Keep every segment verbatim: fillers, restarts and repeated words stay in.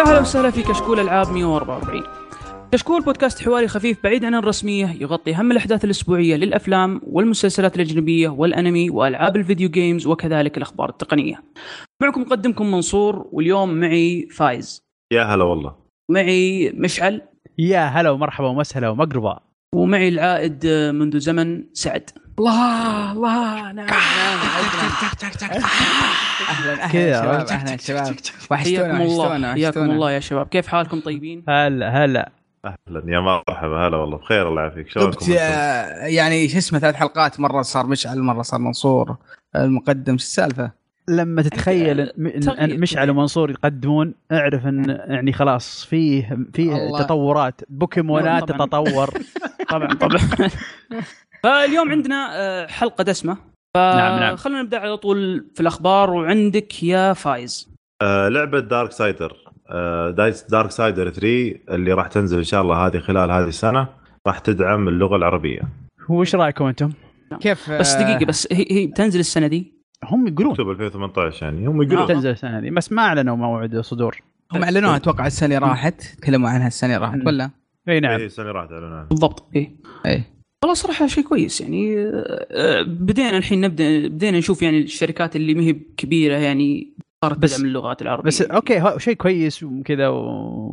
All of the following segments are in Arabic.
يا هلا وسهلا في كشكول ألعاب مية وأربعة وأربعين. كشكول بودكاست حواري خفيف بعيد عن الرسمية، يغطي أهم الأحداث الأسبوعية للأفلام والمسلسلات الأجنبية والأنمي وألعاب الفيديو جيمز وكذلك الأخبار التقنية. معكم مقدمكم منصور، واليوم معي فايز. يا هلا والله. معي مشعل. يا هلا ومرحبا ومسهلا ومقربا. ومعي العائد منذ زمن سعد. الله الله نعم اهلا اهلا شباب اهلا شباب وحشتونا وحشتونا حياكم الله يا شباب. كيف حالكم؟ طيبين؟ هلا هلا اهلا يا مرحبا. هلا والله بخير الله يعافيك. شلونكم؟ يعني شو اسمه ثلاث حلقات، مره صار مشعل مره صار منصور المقدم. شو السالفه؟ لما تتخيل ان مشعل ومنصور يقدمون اعرف ان يعني خلاص فيه فيه تطورات، بوكيمونات تتطور. طبعا طبعا. فاليوم عندنا حلقة دسمة، نعم نعم. خلونا نبدأ على طول في الأخبار. وعندك يا فايز آه لعبة دارك سايدر آه دارك سايدر ثلاثة اللي راح تنزل إن شاء الله هذه خلال هذه السنة، راح تدعم اللغة العربية. وش رأيكم أنتم؟ كيف؟ بس دقيقة بس، هي, هي تنزل السنة دي؟ هم يقولون أكتوبر ألفين وثمانية عشر، يعني هم يقولون تنزل السنة دي، بس ما أعلنوا موعد صدور. هم أعلنوها أتوقع السنة راحت، تكلموا عنها السنة راحت ولا؟ إيه نعم. إيه السنة راحت أعلنوها بالضبط. إيه إيه والله صراحة شيء كويس يعني. بدينا الحين نبدأ بدينا نشوف يعني الشركات اللي مهي كبيرة يعني صارت تدعم اللغات العربية. بس أوكي شيء كويس وكذا و...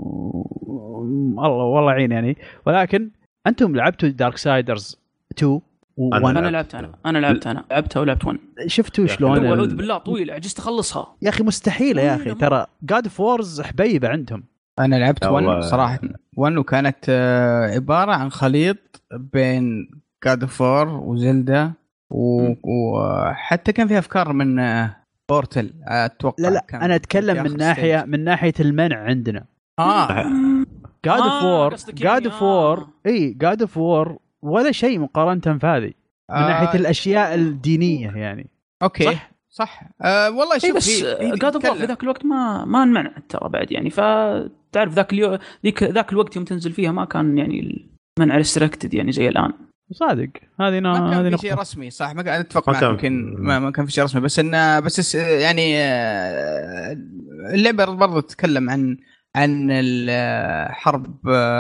الله والله عين يعني. ولكن أنتم لعبتوا دارك سايدرز اثنين أنا, أنا لعبت أنا أنا لعبت أنا لعبتها ولعبت واحد. شفتوا شلون؟ أعوذ بالله طويل عجزت أخلصها يا أخي مستحيلة يا أخي، ترى God of Wars حبيبة عندهم. أنا لعبت واحد صراحة واحد، وكانت عبارة عن خليط بين God of War وزلدا، وحتى كان فيها أفكار من بورتل أتوقع. لا لا أنا أتكلم من ناحية من ناحية المنع عندنا. آه God of War God of War إيه God of War ولا شيء مقارنة بهذه من آه ناحية الأشياء الدينية يعني. أوكي صح صح آه والله شوف. بس God of War في ذاك الوقت ما ما انمنع ترى بعد يعني. فتعرف ذاك اليوم ذيك ذاك الوقت يوم تنزل فيها ما كان يعني المنع ريستريكتد يعني زي الآن. صادق هذه نا... ما كان في شيء رسمي صح. ما كان اتفق يمكن ما, ما كان في شيء رسمي، بس إن بس يعني اللعبة برضو تتكلم عن عن الحرب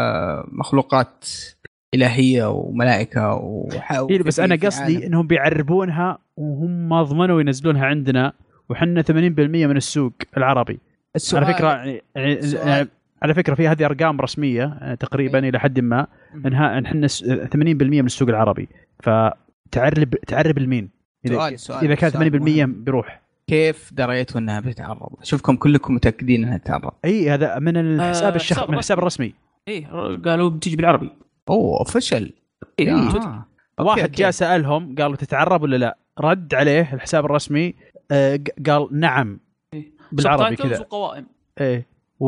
مخلوقات إلهية وملائكة وحاول. بس أنا قصدي إنهم بيعربونها وهم ما ضمنوا ينزلونها عندنا، وحنا ثمانين بالمئة من السوق العربي. على فكرة يعني على فكرة في هذه أرقام رسمية تقريبا إلى حد ما إنها إحنا ثمانين بالمئة من السوق العربي. فتعرب تعرب المين إذا سؤال سؤال إذا كان ثمانين بالمئة بيروح. كيف دريتوا انها بتتعرض؟ اشوفكم كلكم متاكدين انها تتعرض. اي هذا من الحساب آه الشخص من الحساب الرسمي. اي قالوا بتيجي بالعربي. اوه اوفيشال. إيه آه. واحد جاء سالهم قالوا تتعرب ولا لا، رد عليه الحساب الرسمي آه قال نعم إيه. بالعربي كذا. وقوائم. ايه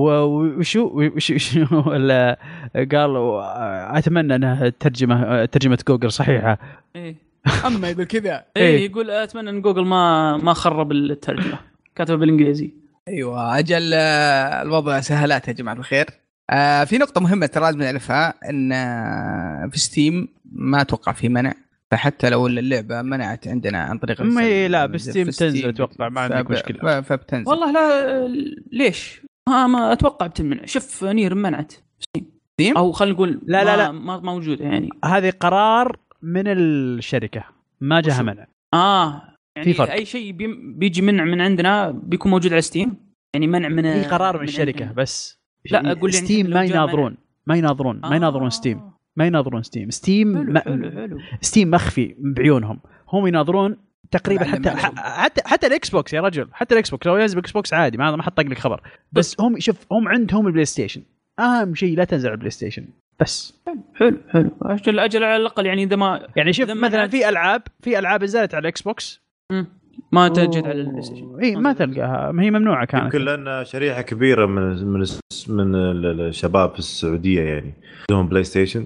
وشو وشو ولا قال اتمنى انها ترجمه ترجمه جوجل صحيحه. ايه اما يقول كذا. ايه يقول اتمنى ان جوجل ما ما خرب الترجمه، كتبه بالانجليزي. ايوه اجل الوضع سهلات يا جماعه الخير. آه في نقطه مهمه ترى لازم نعرفها، ان في ستيم ما اتوقع في منع، فحتى لو اللعبه منعت عندنا عن طريق ما لا بستيم تنزل اتوقع ما عندك مشكله. فبتنزل والله لا ليش ما, ما اتوقع بتمنع. شوف نير منعت ستيم او خلينا نقول لا لا لا ما موجوده يعني. هذه قرار من الشركه ما جاها منع. اه يعني في اي شيء بيجي منع من عندنا بيكون موجود على ستيم يعني. منع من اي قرار من, من الشركه عندنا. بس لا اقول يعني ستيم ما يناظرون ما يناظرون ما يناظرون آه. ستيم ما يناظرون ستيم ستيم حلو ما حلو حلو. ستيم مخفي بعيونهم، هم يناظرون تقريبا حتى حتى حتى الاكس بوكس يا رجل. حتى الاكس بوكس لو ينزل الاكس بوكس عادي ما ما حط لك خبر. بس هم شوف هم عندهم البلاي ستيشن اهم شيء لا تنزل البلاي ستيشن بس. حلو حلو اجل اجل على الاقل يعني اذا ما يعني شوف مثلا في العاب في العاب نزلت على الاكس بوكس ما تجد على البلاي ستيشن. اي ما تلقاها، ما هي ممنوعه كانت. يمكن لان شريحه كبيره من من من الشباب في السعوديه يعني عندهم بلاي ستيشن.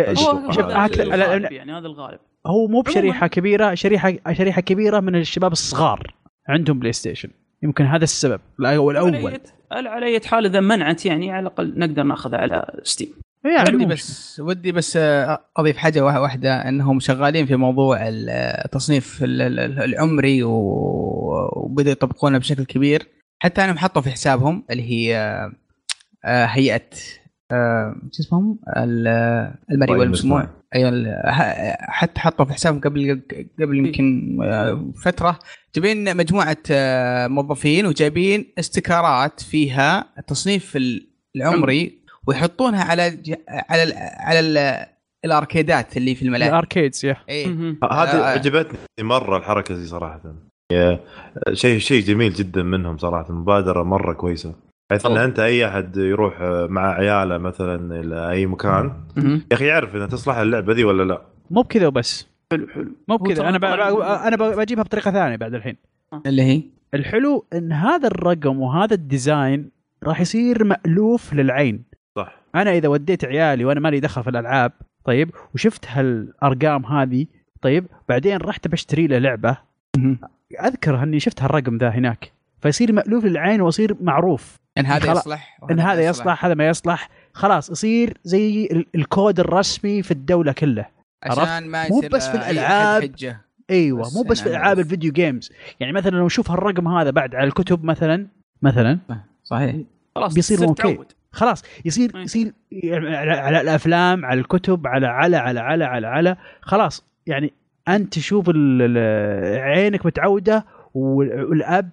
يعني هذا الغالب. هو مو بشريحه كبيره، شريحه شريحه كبيره من الشباب الصغار عندهم بلاي ستيشن. يمكن هذا السبب الاول. على اي حال اذا منعت يعني على الاقل نقدر ناخذها على ستيم. يعني ودي بس ودي بس اضيف حاجه واحده، انهم شغالين في موضوع التصنيف العمري وبدأوا يطبقونه بشكل كبير. حتى انا محطه في حسابهم اللي هي هيئه شو اسمهم المري والمجموع، اي حتى حطوا في حسابهم قبل قبل يمكن فتره، جايبين مجموعه موظفين وجايبين استيكرات فيها التصنيف العمري ويحطونها على على على الاركيدات اللي في الملاهي، الاركيدز. يا هذه عجبتني مره الحركه دي صراحه، شيء شيء جميل جدا منهم صراحه، مبادره مره كويسه، حيث ان انت اي احد يروح مع عياله مثلا الى اي مكان يا اخي يعرف انها تصلح اللعبه دي ولا لا. مو بكذا وبس، حلو حلو مو بكذا، انا ب... انا بجيبها بطريقه ثانيه بعد الحين. اللي هي الحلو ان هذا الرقم وهذا الديزاين راح يصير مألوف للعين. صح. انا اذا وديت عيالي وانا مالي دخل في الالعاب طيب وشفت هالارقام هذه طيب بعدين رحت بشتري له لعبه اذكر اني شفت هالرقم ذا هناك، فيصير مألوف للعين ويصير معروف ان هذا يصلح ان هذا يصلح هذا ما يصلح، خلاص يصير زي الكود الرسمي في الدولة كله، عشان ما مو بس في الالعاب. ايوه بس مو بس في العاب الفيديو جيمز، يعني مثلا لو نشوف هالرقم هذا بعد على الكتب مثلا مثلا صحيح خلاص بيصير اوكي، خلاص يصير يصير على الافلام على الكتب على على على على على, على خلاص يعني انت تشوف عينك متعوده والاب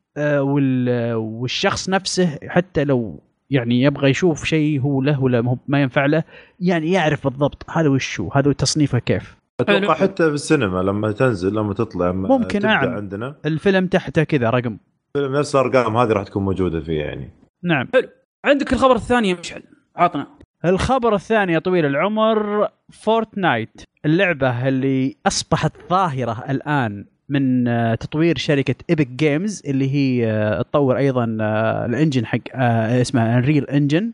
والشخص نفسه حتى لو يعني يبغى يشوف شيء هو له ولا ما ينفع له يعني يعرف بالضبط هذا وش هو، هذا تصنيفه كيف. اتوقع حتى في السينما لما تنزل لما تطلع ممكن نعم عندنا الفيلم تحته كذا رقم، فيلم نفس الارقام هذه راح تكون موجوده فيه يعني. نعم حلو. عندك الخبر الثاني مشعل، عطنا الخبر الثاني يا طويل العمر. فورتنايت اللعبه اللي اصبحت ظاهره الان من تطوير شركة إيبك جيمز اللي هي تطور أيضا الانجن حق اسمها انريل انجن،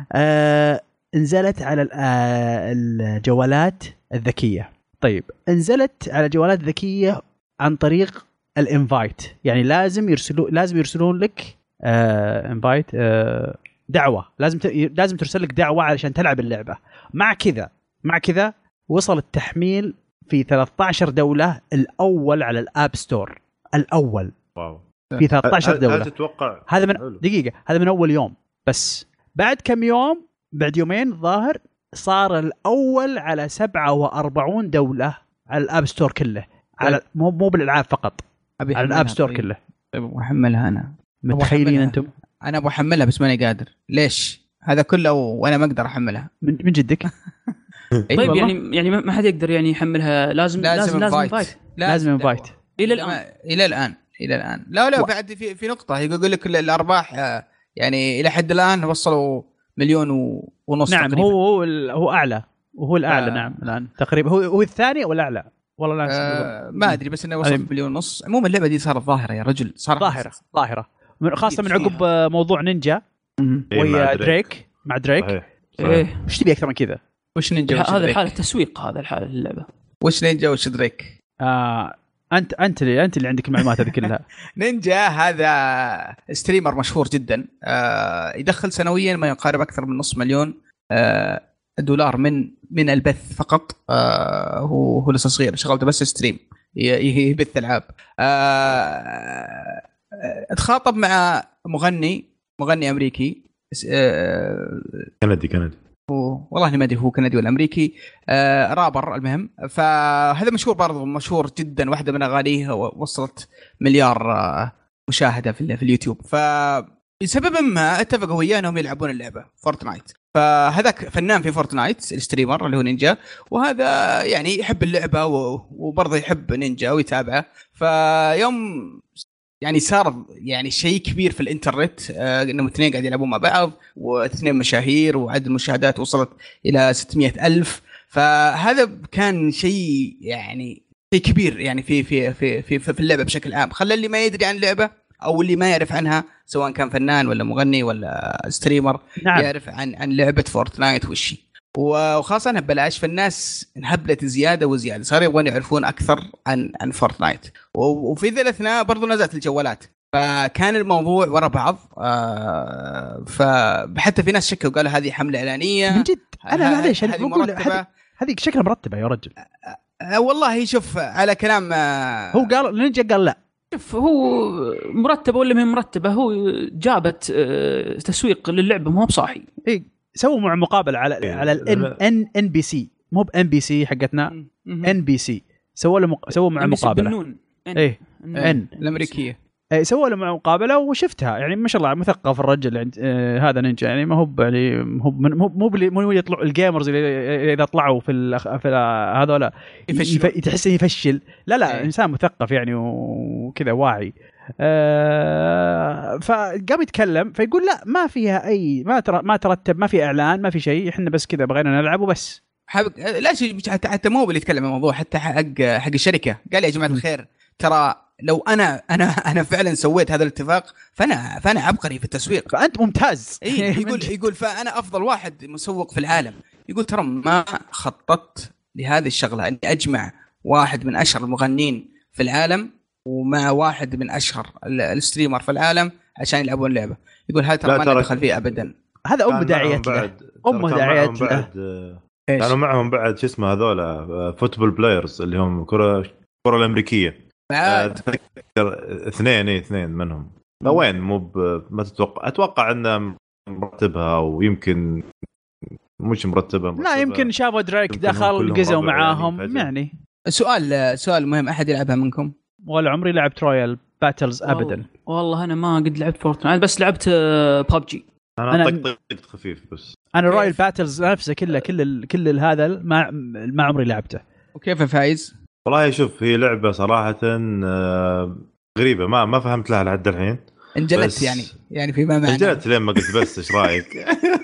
انزلت على الجوالات الذكية. طيب انزلت على جوالات ذكية عن طريق الانفايت، يعني لازم يرسلوا لازم يرسلون لك انفايت دعوة، لازم لازم ترسل لك دعوة علشان تلعب اللعبة. مع كذا مع كذا وصل التحميل في ثلاثة عشر دولة، الأول على الآب ستور، الأول واو. في ثلاثة عشر دولة. هل تتوقع هذا من حلو. دقيقة هذا من أول يوم، بس بعد كم يوم بعد يومين ظاهر صار الأول على سبعة وأربعون دولة على الآب ستور كله، على مو مو بالألعاب فقط، على الآب ستور طيب. كله. طيب وحملها أنا، متخيلين أنتم؟ أنا أبغى أحملها بس ماني قادر. ليش هذا كله وأنا ما أقدر أحملها؟ من, من جدك؟ طيب يعني يعني ما حد يقدر يعني يحملها، لازم لازم لازم انفايت لازم انفايت الى الان الى الان الى الان لا لا و... بعد في في نقطه يقول لك الارباح يعني الى حد الان وصلوا مليون ونص نعم تقريبا. هو هو اعلى وهو الاعلى آه. نعم الان تقريبا هو هو الثاني ولا الاعلى والله لا آه ما ادري بس انه وصل مليون ونص. عموما اللعبه دي صارت ظاهره يا رجل، صار ظاهره ظاهره خاصه من عقب موضوع نينجا ويا دريك مع دريك. صحيح. ايه وش تبي اكثر من كذا؟ وش نينجا وش هذا الحالة تسويق، هذا الحالة اللعبة وش نينجا وش دريك. آه انت انت اللي انت اللي عندك المعلومات هذه كلها. نينجا هذا ستريمر مشهور جدا، آه يدخل سنويا ما يقارب اكثر من نص مليون آه دولار من من البث فقط. آه هو هو لسه صغير، شغلته بس ستريم يبث العاب. آه اتخاطب مع مغني مغني امريكي آه كندي كندي والله ما ادري هو كندي ولا امريكي، آه رابر المهم. فهذا مشهور برضه، مشهور جدا، واحده من اغانيه وصلت مليار آه مشاهده في, في اليوتيوب. فبسبب ما اتفقوا وياه انهم يلعبون اللعبه فورتنايت. فهذاك فنان في فورتنايت الستريمر اللي هو نينجا، وهذا يعني يحب اللعبه وبرضه يحب نينجا ويتابعه. فيوم يعني صار يعني شيء كبير في الانترنت آه انهم اثنين قاعد يلعبون مع بعض واثنين مشاهير وعدد المشاهدات وصلت الى ستمائة ألف. فهذا كان شيء يعني شيء كبير يعني في في في في, في اللعبه بشكل عام، خلى اللي ما يدري عن اللعبه او اللي ما يعرف عنها سواء كان فنان ولا مغني ولا ستريمر نعم. يعرف عن عن لعبه فورتنايت وشي، وخاصة ببلاش. فالناس انهبلت زيادة وزيادة، صاروا يبغون يعرفون أكثر عن عن فورتنايت. وفي ذي الأثناء برضو نزلت الجوالات، فكان الموضوع ورا بعض. آه فحتى في ناس شكوا قالوا هذه حملة إعلانية من جد. أنا معليش هذه مرتبة، هذه شكلها مرتبة يا رجل. آه والله شوف على كلام آه هو قال نينجا قال لا شوف هو مرتبه ولا ما مرتبه، هو جابت تسويق للعبه مو بصاحي. اي سووا مع مقابله على إيه. على الان ان ان بي سي، مو بان بي سي حقتنا، ان بي سي سووا له مق... سووا مع مقابله ايه ان الامريكيه، اي سووا له مع مقابله وشفتها يعني ما شاء الله مثقف الرجل عند آه هذا نينجا يعني ما هو يعني مو مو مو مو يطلع الجيمرز اللي اذا طلعوا في ال... في هذول يف... تحس يفشل، لا لا ايه. انسان مثقف يعني وكذا واعي. آه فقام يتكلم فيقول لا ما فيها اي ما تر... ما ترتب، ما في اعلان، ما في شيء، احنا بس كذا بغينا نلعب وبس. حابب لا شيء حتى حتى مو اللي يتكلم الموضوع، حتى حق حق الشركه قال يا جماعه الخير ترى لو انا انا انا فعلا سويت هذا الاتفاق فانا فانا عبقري في التسويق، فانت ممتاز. إيه يقول يقول فانا افضل واحد مسوق في العالم. يقول ترى ما خططت لهذه الشغله اني اجمع واحد من اشهر المغنين في العالم ومع واحد من اشهر الستريمر في العالم عشان يلعبون اللعبه. يقول هذا ترى ما ندخل فيه ابدا، هذا ام داعيات له ام داعيات له. كانوا معهم بعد شو اسمه هذول فوتبول بلايرز اللي هم كره الكره الامريكيه اتذكر اثنين اي اثنين منهم. وين مو ما تتوقع اتوقع انه مرتبها ويمكن مش مرتبها, مرتبها. لا يمكن شافوا درايك دخل قزوا معاهم يعني. سؤال سؤال مهم، احد يلعبها منكم؟ ولا عمري لعبت رويال باتلز ابدا. والله انا ما قد لعبت فورتنايت، بس لعبت ببجي. انا طقطقت خفيف بس. انا رويال باتلز نفسه كله كل كل هذا ما ما عمري لعبته. وكيف فايز؟ والله شوف هي لعبه صراحه غريبه ما ما فهمت لها لحد الحين. انجلت يعني يعني في ما معنى انجلت لين ما قلت بس ايش رايك؟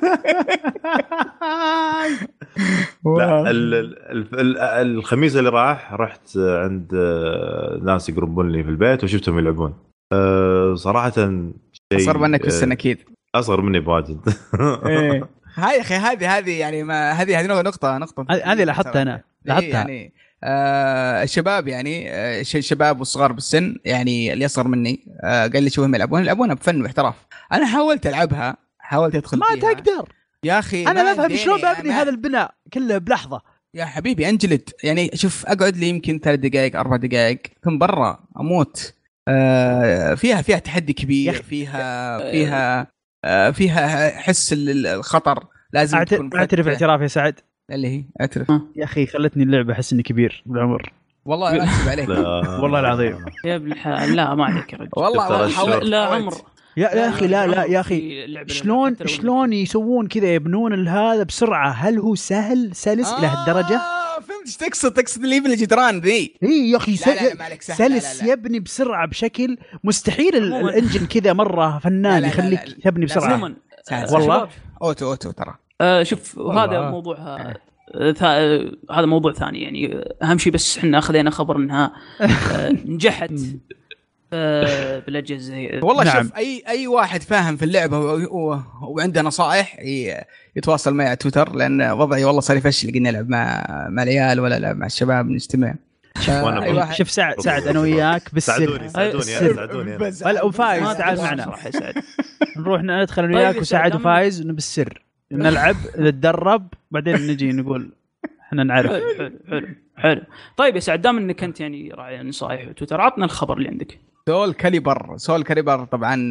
لا ال ال الخميس اللي راح رحت عند ناس يقربون لي في البيت وشفتهم يلعبون. أه صراحه اصغر منك في السنه اكيد. اصغر مني بواجد. ايه هاي اخي هذه هذه يعني ما هذه هذه نقطه نقطه هذه لاحظتها انا لاحظتها يعني آه الشباب يعني آه الشباب والصغار بالسن يعني اللي اصغر مني آه قال لي شوفهم يلعبون يلعبونها بفن واحتراف. انا حاولت العبها حاولت ادخل ما فيها. تقدر يا اخي انا ما افهم شلون ببني هذا البناء كله بلحظه يا حبيبي. انجلد يعني شوف اقعد لي يمكن ثلاث دقائق اربع دقائق ثم برا اموت. آه فيها فيها تحدي كبير، فيها فيها آه فيها حس الخطر لازم أعت... تكون اعترف اعتراف يا سعد اللي هي اعترف يا اخي خلتني اللعبه احس اني كبير بالعمر والله لا اكذب عليك. والله العظيم يا ابن الحلال لا ما عليك يا رجل والله حاول لا عمر يا يا اخي لا لا يا اخي شلون شلون يسوون كذا يبنون هذا بسرعه؟ هل هو سهل سلس آه الى هالدرجه؟ فهمت ايش تقصد تقصد اللي في الجدران ذي. اي يا اخي سلس يبني بسرعه بشكل مستحيل. الانجن كذا مره فنان يخليك تبني بسرعه والله. اوتو اوتو ترى آه شوف هذا موضوع هذا موضوع ثاني يعني. اهم شيء بس احنا خذينا خبر انها نجحت بالاجهزه. والله نعم. شوف اي اي واحد فاهم في اللعبه وعنده نصائح يتواصل معي على تويتر، لان وضعي والله صار يفشل قلنا نلعب مع مع العيال ولا لا مع الشباب نجتمع. أيوة. شوف سعد سعد انا وياك بالسر ساعدوني ساعدوني ساعدوني وفايز تعال معنا نروح ندخل انا وياك وسعد وفايز بالسر نلعب نتدرب بعدين نجي نقول احنا نعرف. حلو حلو حلو. طيب يا سعد دام انك انت يعني راعي نصايح تويتر عطنا الخبر اللي عندك. سول كاليبر سول كاليبر طبعا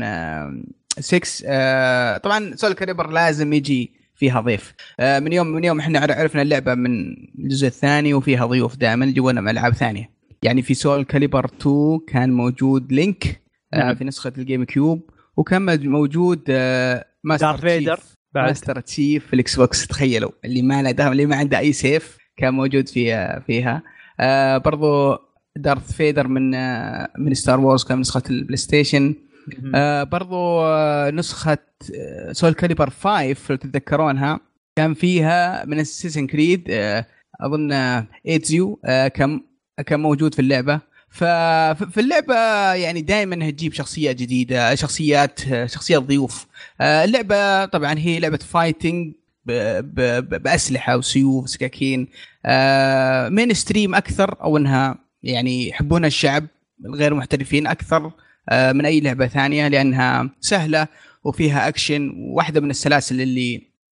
ستة طبعا سول كاليبر لازم يجي فيها ضيف. من يوم من يوم احنا عرفنا اللعبه من الجزء الثاني وفيها ضيوف دائما يجونا مع العاب ثانيه. يعني في سول كاليبر اثنين كان موجود لينك نعم. في نسخه الجيم كيوب، وكان موجود ماستر فيدر ماستر تشيف في الاكس بوكس. تخيلوا اللي ما له اللي ما عنده اي سيف كان موجود فيها فيها آه برضو دارث فيدر من آه من ستار وورز كان نسخه البلاي ستيشن. آه برضو آه نسخه آه سول كاليبر خمسة لو تتذكرونها كان فيها من اساسن كريد آه اظن آه ايتزيو آه كان كان موجود في اللعبه. ففي اللعبه يعني دائما هتجيب شخصيات جديده شخصيات شخصيات ضيوف. آه اللعبه طبعا هي لعبه فايتنج بأسلحة وسيوف وسكاكين آه مين ستريم أكثر، أو أنها يعني يحبونها الشعب الغير محترفين أكثر آه من أي لعبة ثانية، لأنها سهلة وفيها أكشن. واحدة من السلاسل اللي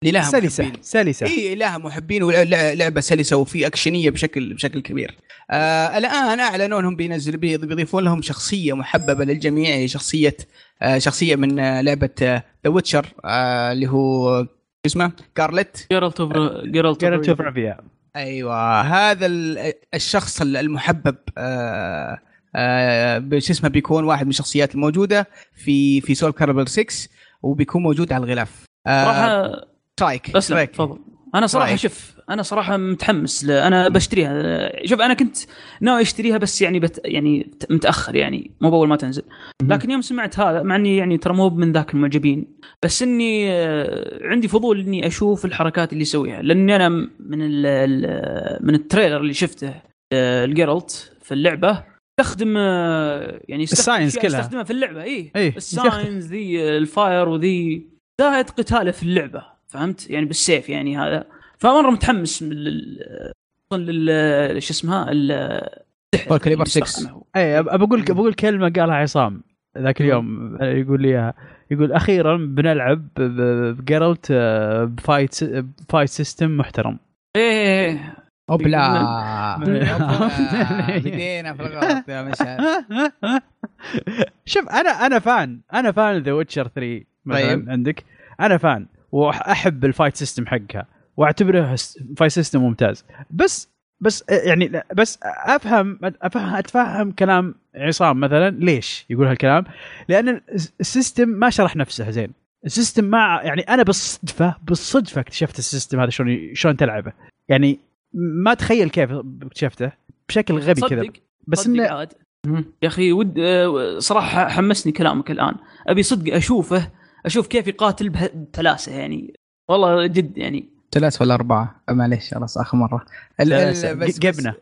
لها سلسة محبين. سلسة اي لها محبين ولعبه سلسه وفي اكشنيه بشكل بشكل كبير. آه الان اعلنوا انهم بينزلوا بيضيفون لهم شخصيه محببه للجميع، شخصيه آه شخصيه من آه لعبه ذا ويتشر آه اللي هو اسمه كارلت جيرالت اوف جيرالت اوف ريفيا. ايوه هذا الشخص المحبب آه آه بش اسمه بيكون واحد من الشخصيات الموجوده في في سول كاربل ستة وبيكون موجود على الغلاف. آه صراحه ترايك بس لا تفضل. انا صراحه رايك. شوف انا صراحه متحمس ل... انا بشتريها. شوف انا كنت ناوي اشتريها بس يعني بت... يعني متاخر يعني مو باول ما تنزل، لكن يوم سمعت هذا مع اني يعني ترى مو من ذاك المعجبين بس اني عندي فضول اني اشوف الحركات اللي يسويها، لاني انا من ال... من التريلر اللي شفته الجيرالت في اللعبه تخدم يعني الساينس كلها استخدمها في اللعبه. ايه, إيه. الساينس ذي الفاير وذي زائد قتاله في اللعبه، فهمت يعني بالسيف يعني هذا. فمره متحمس لل لل شو اسمها السحر كاليبر ستة. اي بقول بقول كلمه قالها عصام ذاك اليوم، يقول لي يقول اخيرا بنلعب بجيرالت بفايت فايت سيستم محترم. ايه اوبلا بدينا في الغلط يا مشعل. شوف انا انا فان انا فان ذا ويتشر ثري مثلا. طيب. عندك انا فان واحب الفايت سيستم حقها واعتبره فايت سيستم ممتاز، بس بس يعني بس افهم افهم اتفهم كلام عصام مثلا ليش يقول هالكلام، لان السيستم ما شرح نفسه زين. السيستم ما يعني انا بالصدفه بالصدفه اكتشفت السيستم هذا شلون شلون تلعبه، يعني ما تخيل كيف اكتشفته بشكل غبي كذا. بس انه يا اخي ود صراحه حمسني كلامك الان، ابي صدق اشوفه اشوف كيف يقاتل بثلاثه يعني والله جد يعني ثلاث ولا أربعة معليش خلاص آخر مرة بس جبنا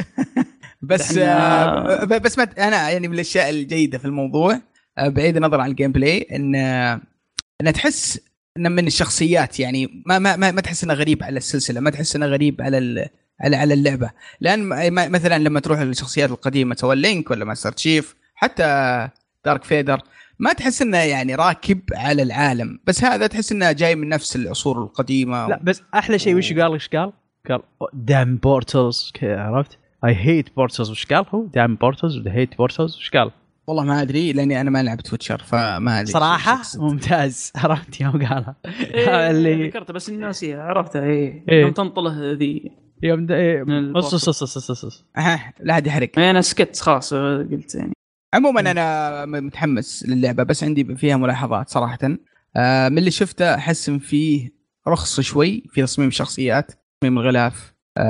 بس آه بس ما أنا يعني من الأشياء الجيدة في الموضوع بعيد النظر عن الجيم بلاي إن إن تحس إن من الشخصيات يعني ما ما ما تحس إنه غريب على السلسلة، ما تحس إنه غريب على على على اللعبة. لأن مثلا لما تروح للشخصيات القديمة سواء لينك ولا ماستر تشيف حتى دارك فيدر ما تحس انه يعني راكب على العالم، بس هذا تحس انه جاي من نفس العصور القديمه. لا بس احلى شيء وش قال ايش قال قال دام بورتلز، عرفت اي هيت بورتلز. وش قال هو دام بورتلز ولا هيت بورتلز وش قال؟ والله ما ادري لاني انا ما لعبت ويتشر فما ادري صراحه. ممتاز عرفت يوم قالها إيه اللي ذكرته بس الناسيه عرفتها. ايه, إيه. يوم تنطله ذي يوم بص بص بص بص اه لا حد يحرق. انا سكت خلاص قلت يعني. عموما انا متحمس للعبه بس عندي فيها ملاحظات صراحه. آه من اللي شفته احس ان فيه رخص شوي في تصميم الشخصيات، تصميم الغلاف.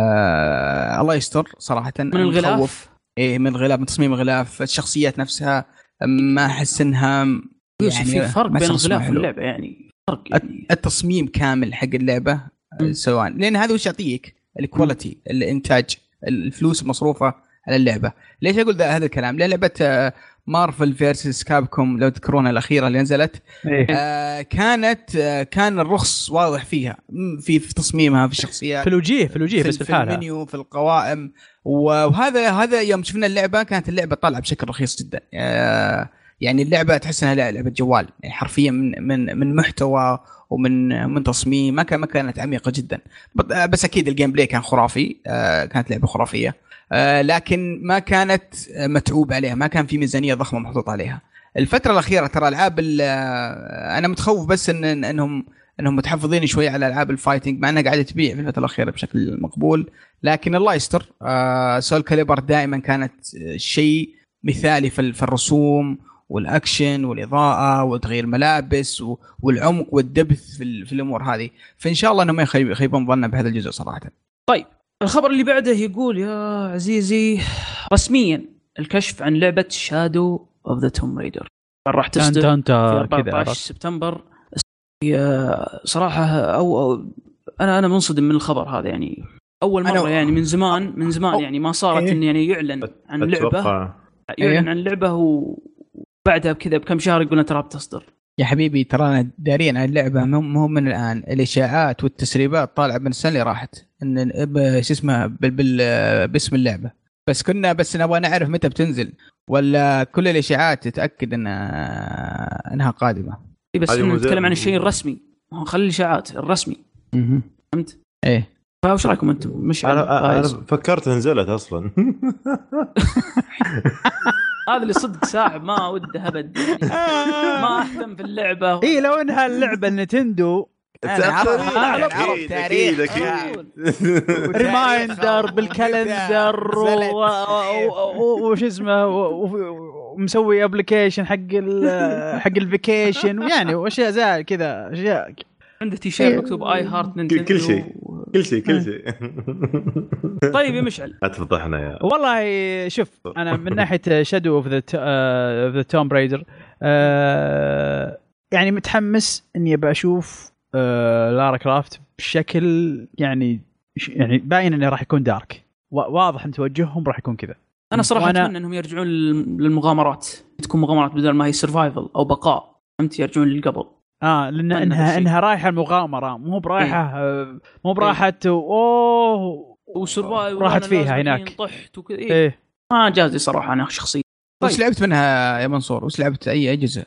آه الله يستر صراحه من الغلاف. ايه من الغلاف، من تصميم الغلاف. الشخصيات نفسها ما احس انها يعني في فرق بين الغلاف واللعبه يعني فرق يعني. التصميم كامل حق اللعبه سواء لان هذا وش يعطيك الكواليتي الانتاج الفلوس المصروفه على اللعبه. ليش اقول هذا الكلام؟ لان لعبه مارفل فيرسس كابكوم لو تذكرون الاخيره اللي نزلت إيه. آه كانت آه كان الرخص واضح فيها في, في تصميمها في الشخصيات في الوجيه في الوجيه بس في المنيو في القوائم. وهذا هذا يوم شفنا اللعبه كانت اللعبه طالعه بشكل رخيص جدا. آه يعني اللعبه تحس انها لعبه جوال يعني حرفيا من من من محتوى ومن من تصميم ما كان ما كانت عميقه جدا. بس اكيد الجيم بلاي كان خرافي. آه كانت لعبه خرافيه. آه لكن ما كانت متعوب عليها، ما كان في ميزانية ضخمة محطوط عليها. الفترة الأخيرة ترى ألعاب أنا متخوف بس إن إنهم إنهم متحفظين شوي على ألعاب الفايتنج مع أنها قاعدة تبيع في الفترة الأخيرة بشكل مقبول. لكن الله يستر. آه سول كاليبر دائما كانت شيء مثالي في الرسوم والأكشن والإضاءة وتغيير ملابس والعمق والدبث في, في الأمور هذه. فإن شاء الله إنهم ما يخيبون ظننا بهذا الجزء صراحة. طيب الخبر اللي بعده يقول يا عزيزي رسميا الكشف عن لعبة شادو اوف ذا توم رايدر راح تصدر في أربعة عشر سبتمبر. صراحة أو, أو أنا أنا منصدم من الخبر هذا يعني أول مرة يعني من زمان من زمان يعني ما صارت إيه؟ إن يعني يعلن عن لعبة يعلن عن لعبة وبعدها بكذا بكم شهر يقولون ترى بتصدر. يا حبيبي ترانا دارين عن اللعبة مو من الآن. الإشاعات والتسريبات طالعة من السنة اللي راحت إن شو اسمها بال بال باسم اللعبة، بس كنا بس نبغى نعرف متى بتنزل ولا كل الإشاعات تتأكد إنها إنها قادمة. بس نتكلم عن الشيء الرسمي، خلي الإشاعات الرسمي. فهمت؟ ايه فايش رايكم انتم؟ مش انا, أنا فكرت نزلت اصلا. هذا اللي صدق ساحب ما وده ابد ما اهتم في اللعبه. اي لو انها اللعبه النتندو انا عرفت عرفت تاريخ ريمايندر بالكالندر وش اسمه ومسوي ابلكيشن حق حق الفيكيشن يعني واشياء زي كذا اشياء. عنده تي شيرت مكتوب اي هارت نينتندو كل شيء كل شيء كل شيء. طيب يا مشعل لا تفضحنا يا والله. شوف انا من ناحيه شادو اوف ذا اوف ذا توم برايدر يعني متحمس اني ابى اشوف لارا كرافت بشكل يعني يعني باين انه راح يكون دارك. واضح ان توجههم راح يكون كذا. انا صراحه اتمنى انهم يرجعون للمغامرات، تكون مغامرات بدل ما هي سرفايفل او بقاء. فهمت؟ يرجعون للقبل. اه لان انها انها رايحه المغامره مو برايحه إيه؟ مو براحه اوه وسرفايفل راحت فيها هناك طحت وكذا. إيه؟ ايه ما جازي صراحه انا شخصيا. طيب. وش لعبت منها يا منصور؟ وش لعبت اي اجزاء؟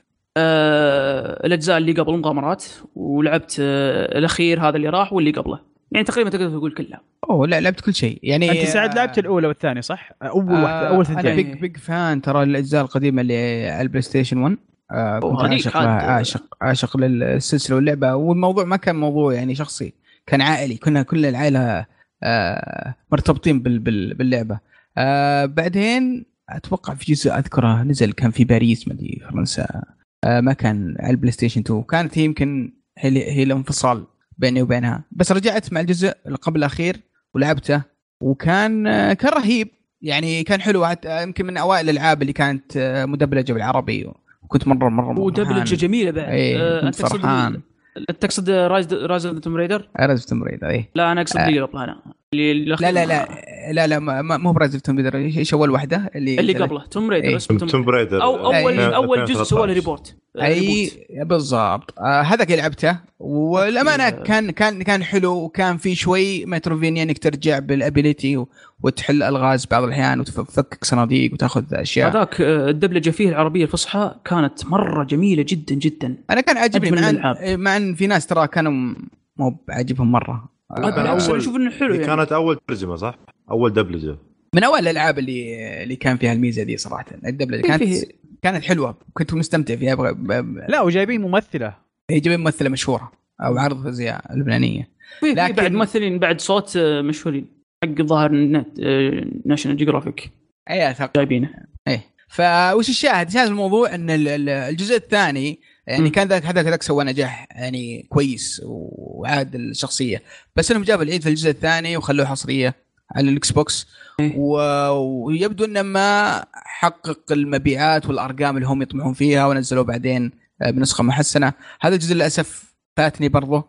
آه الاجزاء اللي قبل المغامرات، ولعبت آه الاخير هذا اللي راح واللي قبله، يعني تقريبا تقدر تقول كلها. اوه لا لعبت كل شيء يعني. انت سعد لعبت الاولى والثانيه صح؟ اول آه واحده اول ثنتين. انا بيج بيج فان ترى الاجزاء القديمه اللي على البلاي ستيشن واحد. آه كنت عاشق عاشق عاشق للسلسله واللعبه، والموضوع ما كان موضوع يعني شخصي، كان عائلي. كنا كل العائله آه مرتبطين بال بال باللعبه. آه بعدين اتوقع في جزء اذكره نزل كان في باريس مدري فرنسا، آه ما كان على البلاي ستيشن اثنين. كانت هي يمكن هي هي الانفصال بيني وبينها، بس رجعت مع الجزء اللي قبل الاخير ولعبته وكان آه كان رهيب يعني. كان حلو يمكن من اوائل الالعاب اللي كانت آه مدبلجه بالعربي، وكنت مره مره ودبلجه جميله بعد. ايه انت فرحان. تقصد رايز رايز اوف توم رايدر؟ رايز اوف توم رايدر ايه. لا انا اقصد اللي قبلها انا اللي لا لا لا لا لا مو برايز اوف توم رايدر. ايش اول واحده اللي اللي قبله توم رايدر؟ اسمه توم رايدر او اول اول جزء سوى له ريبورت. اي بالضبط. آه هذا اللي لعبته والامانه كان كان كان حلو، وكان في شوي متروفينيا انك ترجع بالابيليتي وتحل الغاز بعض الاحيان وتفكك صناديق وتاخذ اشياء. هذاك الدبلجه فيه العربيه الفصحى كانت مره جميله جدا جدا. انا كان عاجبني مع مع ان في ناس ترى كانوا مو عاجبهم مره. انا اشوف انه حلو يعني. كانت اول ترجمه صح؟ اول دبلجه من اول الالعاب اللي اللي كان فيها الميزه دي صراحه. الدبلجه كانت فيه. كانت حلوه، كنت مستمتع فيها. ب... ب... لا وجايبين ممثله، هي جايبين ممثله مشهوره او عرض زي اللبنانيه. لكن بعد ممثلين بعد صوت مشهورين حق ظاهر نت ناشونال جيوغرافيك اي جايبينه. ايه فوش الشاهد؟ شاهد الموضوع ان الجزء الثاني يعني م. كان ذاك هذاك ذاك سوى نجاح يعني كويس وعاد الشخصيه، بس انهم جابوا العيد في الجزء الثاني وخلوه حصريه على الاكس بوكس. ويبدو انه ما حقق المبيعات والارقام اللي هم يطمحون فيها، ونزلوا بعدين بنسخه محسنه. هذا الجزء للاسف فاتني برضه.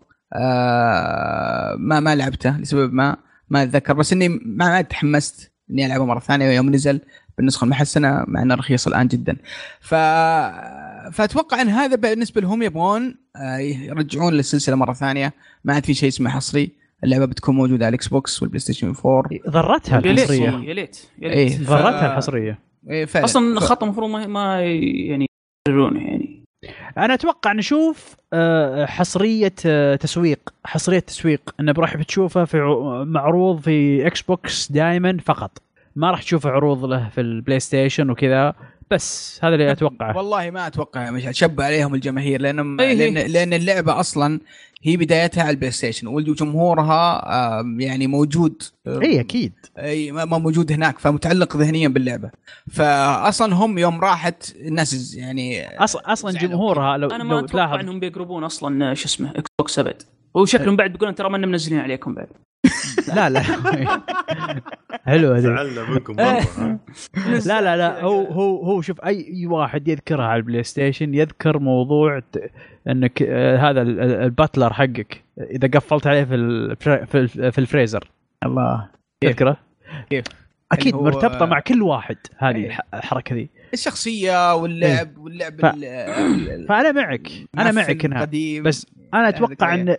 آه ما ما لعبته لسبب ما ما اتذكر، بس اني ما ما تحمست اني العبه مره ثانيه يوم نزل بالنسخه المحسنه، مع انه رخيص الان جدا. ف فاتوقع ان هذا بالنسبه لهم يبغون يرجعون للسلسله مره ثانيه. ما عاد في شيء اسمه حصري، اللعبه بتكون موجوده على الاكس بوكس والبلاي ستيشن فور. ضرتها الحصريه يا ليت يا ليت ف... ضرتها الحصريه. إيه اصلا الخط المفروض ما, ما يعني يرون يعني. انا اتوقع نشوف حصريه تسويق حصريه تسويق انه راح بتشوفها في معروض في اكس بوكس دائما فقط، ما راح تشوف عروض له في البلاي ستيشن وكذا. بس هذا اللي اتوقعه. والله ما اتوقع مش هتشبع عليهم الجماهير، لانهم لان لان اللعبه اصلا هي بدايتها على البلاي ستيشن وجمهورها يعني موجود. اي اكيد اي ما موجود هناك، فمتعلق ذهنيا باللعبه. فاصلا هم يوم راحت الناس يعني اصلا اصلا جمهورها لو انا ما اتوقع انهم بيقربون اصلا شو اسمه اكس بوكس ابد، وشكلهم بعد بيقولون ترى ما منزلين عليكم بعد. لا لا حلو هذا زعلنا منكم مره. لا لا لا هو هو هو شوف اي واحد يذكرها على البلاي ستيشن يذكر موضوع انك هذا الباتلر حقك اذا قفلت عليه في في الفريزر الله تذكره كيف اكيد مرتبطه مع كل واحد هذه الحركه ذي الشخصيه واللعب واللعب ف... فانا معك انا معك هنا، بس انا اتوقع ان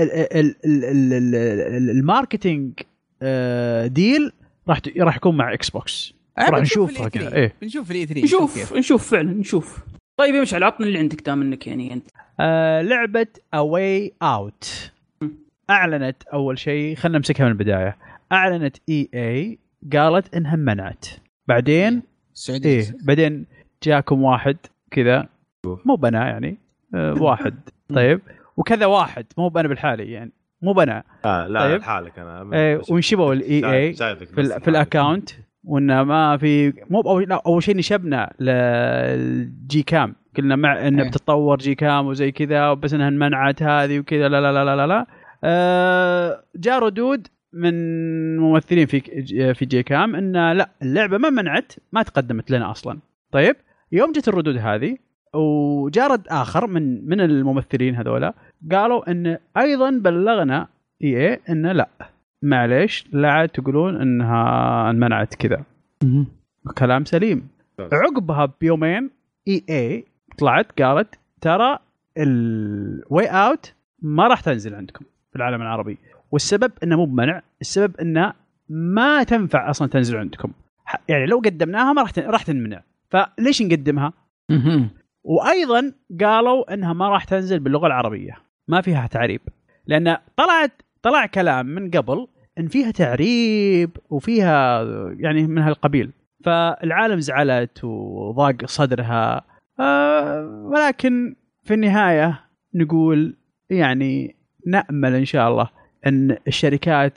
الماركتينج ديل راح راح يكون مع اكس بوكس. راح نشوف كذا ايه بنشوف الاي ثري نشوف نشوف فعلا نشوف. طيب مش عطنا اللي عندك دام انك يعني انت آه لعبه اواي اوت اعلنت اول شيء، خلينا نمسكها من البدايه. اعلنت اي اي قالت انها منعت، بعدين السعوديه ايه بعدين جاكم واحد كذا مو بنا يعني آه واحد طيب وكذا واحد مو بنا بالحالي يعني مو بنا آه لا طيب. لحالك انا ايه وانشبوا الاي اي في, ال في الاكاونت وانه ما في مو اول اول شيء نشبنا للجي كام قلنا مع انه بتتطور جي كام وزي كذا بس انها منعت هذه وكذا لا لا لا لا لا, لا. آه جاء ردود من ممثلين في في جي كام ان لا اللعبه ما منعت ما تقدمت لنا اصلا. طيب يوم جت الردود هذه وجاء رد اخر من من الممثلين هذولا قالوا ان ايضا بلغنا اي اي ان لا معليش لا عاد تقولون انها منعت كذا. كلام سليم. عقبها بيومين اي اي طلعت قالت ترى الواي اوت ما راح تنزل عندكم في العالم العربي، والسبب انه مو بمنع، السبب انه ما تنفع اصلا تنزل عندكم، يعني لو قدمناها ما راح راح تنمنع، فليش نقدمها؟ وايضا قالوا انها ما راح تنزل باللغه العربيه، ما فيها تعريب، لان طلعت طلع كلام من قبل ان فيها تعريب وفيها يعني من هالقبيل، فالعالم زعلت وضاق صدرها. آه ولكن في النهايه نقول يعني نأمل إن شاء الله أن الشركات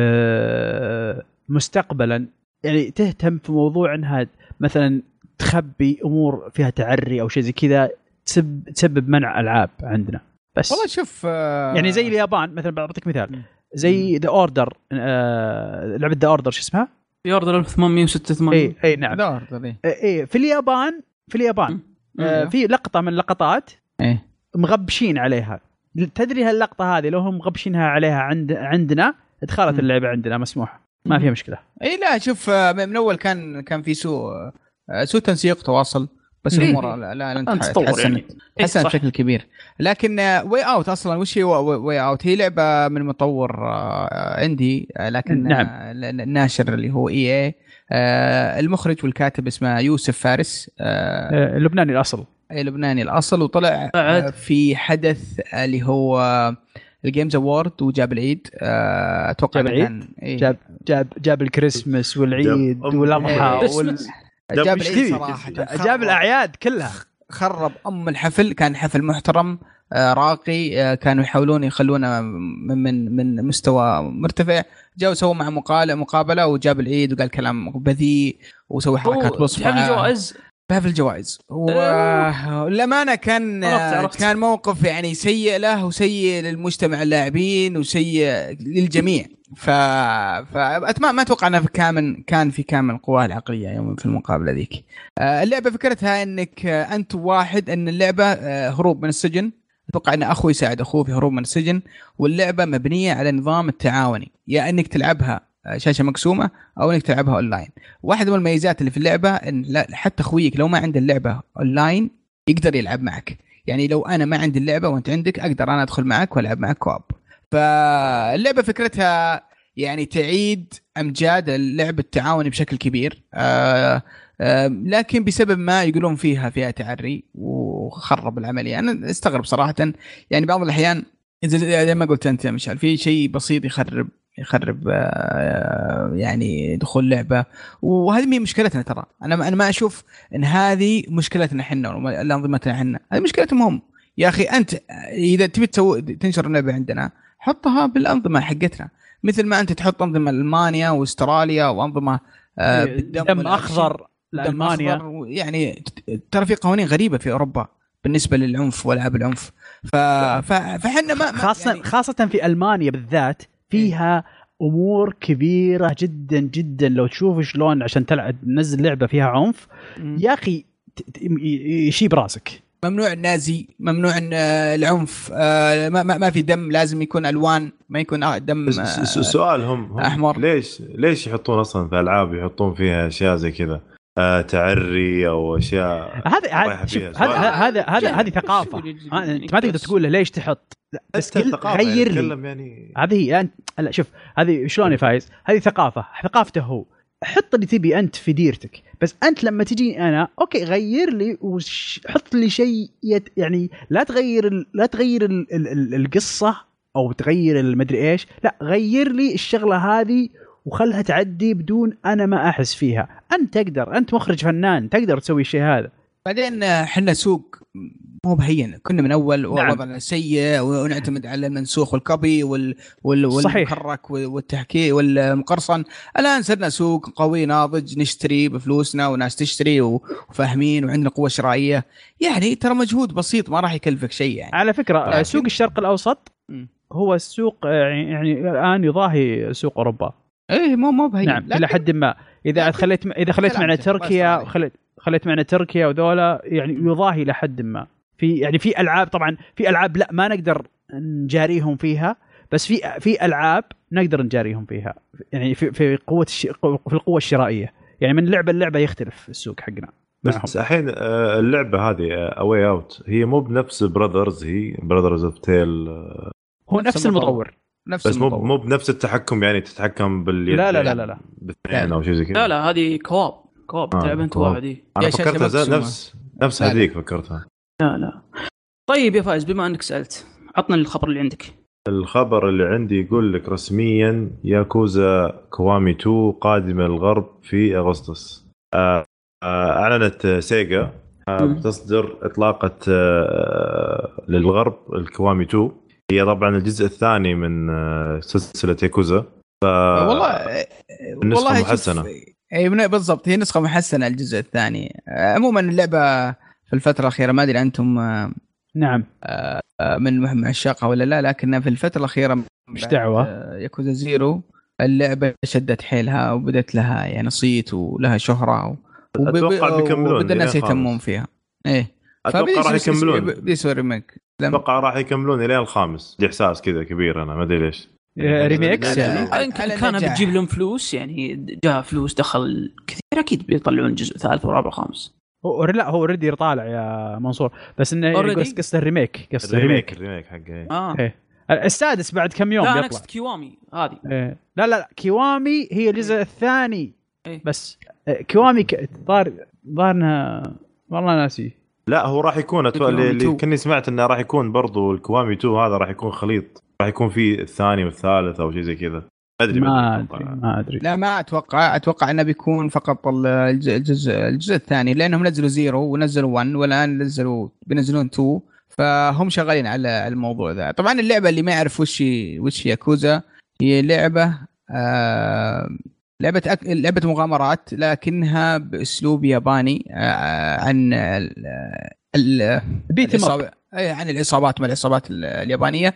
مستقبلا يعني تهتم في موضوع أنها مثلا تخبي أمور فيها تعري أو شيء زي كذا تسبب تسبب منع ألعاب عندنا. بس والله شوف يعني زي اليابان مثلا، بعطيك مثال زي ذا أوردر، لعبة ذا أوردر شو اسمها؟ ذا أوردر ألف وثمانمية وستة وثمانين. أي أي نعم. ذا أوردر إيه في اليابان في اليابان آه في لقطة من اللقطات إيه مغبشين عليها. تدري هاللقطة هذه لو هم مغبشينها عليها عند عندنا دخلت اللعبة عندنا مسموحة ما فيها مشكلة. اي لا شوف من اول كان كان في سوء سوء تنسيق تواصل، بس الامور لا لا تحسنت يعني. تحسنت بشكل كبير. لكن واي اوت اصلا وش هي واي اوت؟ هي لعبة من مطور عندي لكن نعم. الناشر اللي هو اي اي، المخرج والكاتب اسمه يوسف فارس، اللبناني الاصل اي لبناني الاصل، وطلع في حدث اللي هو الجيمز اوورد وجاب العيد. اتوقع جاب العيد إيه؟ جاب جاب جاب الكريسماس والعيد والاضحى وال... جاب العيد صراحه، جاب الاعياد كلها، خرب ام الحفل. كان حفل محترم راقي، كانوا يحاولون يخلونه من من من مستوى مرتفع. جاوا سووا مع مقالة مقابله وجاب العيد وقال كلام بذيء وسوي حركات بصفة حفل جوائز بهذا الجوائز. والأمانة كان عرفت عرفت. كان موقف يعني سيء له وسيء للمجتمع اللاعبين وسيء للجميع. ف فأتما ما أتوقع أنه كامل كان في كامل قواه العقلية يوم في المقابلة ذيك. اللعبة فكرتها أنك أنت واحد، أن اللعبة هروب من السجن. أتوقع أن أخوي يساعد أخوه في هروب من السجن، واللعبة مبنية على نظام التعاوني، يا يعني أنك تلعبها شاشة مقسومة أو إنك تلعبها أونلاين. واحد من الميزات اللي في اللعبة إن لا حتى خويك لو ما عنده اللعبة أونلاين يقدر يلعب معك. يعني لو أنا ما عندي اللعبة وأنت عندك أقدر أنا أدخل معك وألعب معك كواب. فاللعبة فكرتها يعني تعيد أمجاد اللعبة التعاوني بشكل كبير. آآ آآ لكن بسبب ما يقولون فيها فيها تعري وخرب العملية. أنا استغرب صراحة، يعني بعض الأحيان زي ما قلت أنت يا مشعل في شيء بسيط يخرب يخرب يعني دخول لعبة. وهذه مي مشكلتنا ترى. أنا أنا ما أشوف إن هذه مشكلتنا إحنا الأنظمتنا إحنا، هذه مشكلتهم هم. يا أخي أنت إذا تبي تسوي تنشر اللعبة عندنا حطها بالأنظمة حقتنا، مثل ما أنت تحط أنظمة ألمانيا وأستراليا وأنظمة دم أخضر لألمانيا. يعني ترى في قوانين غريبة في أوروبا بالنسبة للعنف والعاب العنف. ف... فحنا ما خاصة يعني... خاصة في ألمانيا بالذات فيها أمور كبيرة جدا جدا. لو تشوف شلون عشان تلعب نزل لعبة فيها عنف يا أخي يشيب راسك. ممنوع النازي، ممنوع العنف، ما ما في دم، لازم يكون ألوان، ما يكون دم. سؤالهم أحمر. ليش ليش يحطون أصلا في ألعاب يحطون فيها أشياء زي كذا آه، تعري او اشياء؟ هذا هذا هذا هذه ثقافه. انت ما تقدر تقول له ليش تحط، بس غير لي يعني. هذه انت لا شوف هذه شلون فايز، هذه ثقافه ثقافته هو. حط اللي تبي انت في ديرتك، بس انت لما تجي انا اوكي غير لي وحط لي شيء يعني لا تغير لا تغير ال ال ال القصه او تغير المدري ايش، لا غير لي الشغله هذه وخلها تعدي بدون انا ما احس فيها. انت تقدر، انت مخرج فنان تقدر تسوي الشيء هذا. بعدين احنا سوق مو بهين، كنا من اول وضعنا نعم. سيء ونعتمد على المنسوخ والكوبي وال وال والمحرك والتحكي والمقرصن. الان صرنا سوق قوي ناضج، نشتري بفلوسنا وناس تشتري وفاهمين وعندنا قوه شرائيه. يعني ترى مجهود بسيط ما راح يكلفك شيء. يعني على فكره لكن... سوق الشرق الاوسط هو السوق يعني الان يضاهي سوق اوروبا. ايه مو مو بهين نعم الى حد ما. اذا خليت اذا خليت معنا تركيا خليت خليت معنا تركيا وذولا يعني يضاهي لحد ما. في يعني في العاب طبعا في العاب لا ما نقدر نجاريهم فيها، بس في في العاب نقدر نجاريهم فيها يعني في في قوه الش... في القوه الشرائيه. يعني من لعبه اللعبه يختلف السوق حقنا. بس الحين اللعبه هذه اواي اوت هي مو بنفس براذرز، هي براذرز اوف تيل هو نفس المطور نفس بس مو مو بنفس التحكم، يعني تتحكم باليد. لا لا لا لا, لا. باثنين او شيء زي كذا. لا لا هذه كواب كواب آه لعبه انت واحد. انا فكرتها نفس نفس هذيك فكرتها. لا لا. طيب يا فايز بما انك سالت عطنا الخبر اللي عندك. الخبر اللي عندي يقول لك رسميا ياكوزا كوامي اثنين قادمه للغرب في اغسطس. آه آه اعلنت سيجا آه بتصدر اطلاقه آه للغرب الكوامي اثنين. هي طبعا الجزء الثاني من آه سلسله ياكوزا. ف والله والله محسنه. اي بالضبط هي نسخه محسنه الجزء الثاني. عموما اللعبه في الفتره الاخيره ما ادري انتم نعم من من عشاقها ولا لا، لكن في الفتره الاخيره مش دعوه ياكوزا زيرو اللعبه شدت حيلها وبدت لها يعني صيت ولها شهره اتوقع بيكملون وبدا الناس يهتمون فيها. ايه اتوقع راح يكملون بيسوي ريميك. اتوقع راح يكملون الى الخامس. دي احساس كذا كبير انا ما ادري ليش. ريميكس يعني كان بتجيب لهم فلوس، يعني جاء فلوس دخل كثير اكيد بيطلعون جزء ثالث ورابع وخامس. هو لا هو اوريدي طالع يا منصور، بس انه قص قصه الريميك قصه الريميك الريميك حقه اه إيه. السادس بعد كم يوم لا بيطلع. نكست كيوامي هذه إيه. لا لا كيوامي هي الجزء إيه. الثاني إيه. بس كيوامي ضار ضارنا والله ناسي. لا هو راح يكون اللي, اللي كني سمعت انه راح يكون برضو الكوامي اثنين هذا راح يكون خليط، راح يكون في الثاني والثالث او شيء زي كذا. ادري ما ادري ما ادري لا ما اتوقع اتوقع انه بيكون فقط الجزء الجزء الثاني، لانهم نزلوا زيرو ونزلوا واحد والان نزلوا بينزلون اثنين، فهم شغالين على الموضوع ذا. طبعا اللعبه اللي ما يعرف وش وش ياكوزا هي لعبه آه لعبه أك... لعبه مغامرات لكنها باسلوب ياباني آه عن ال العصابات عن العصابات ما العصابات اليابانيه،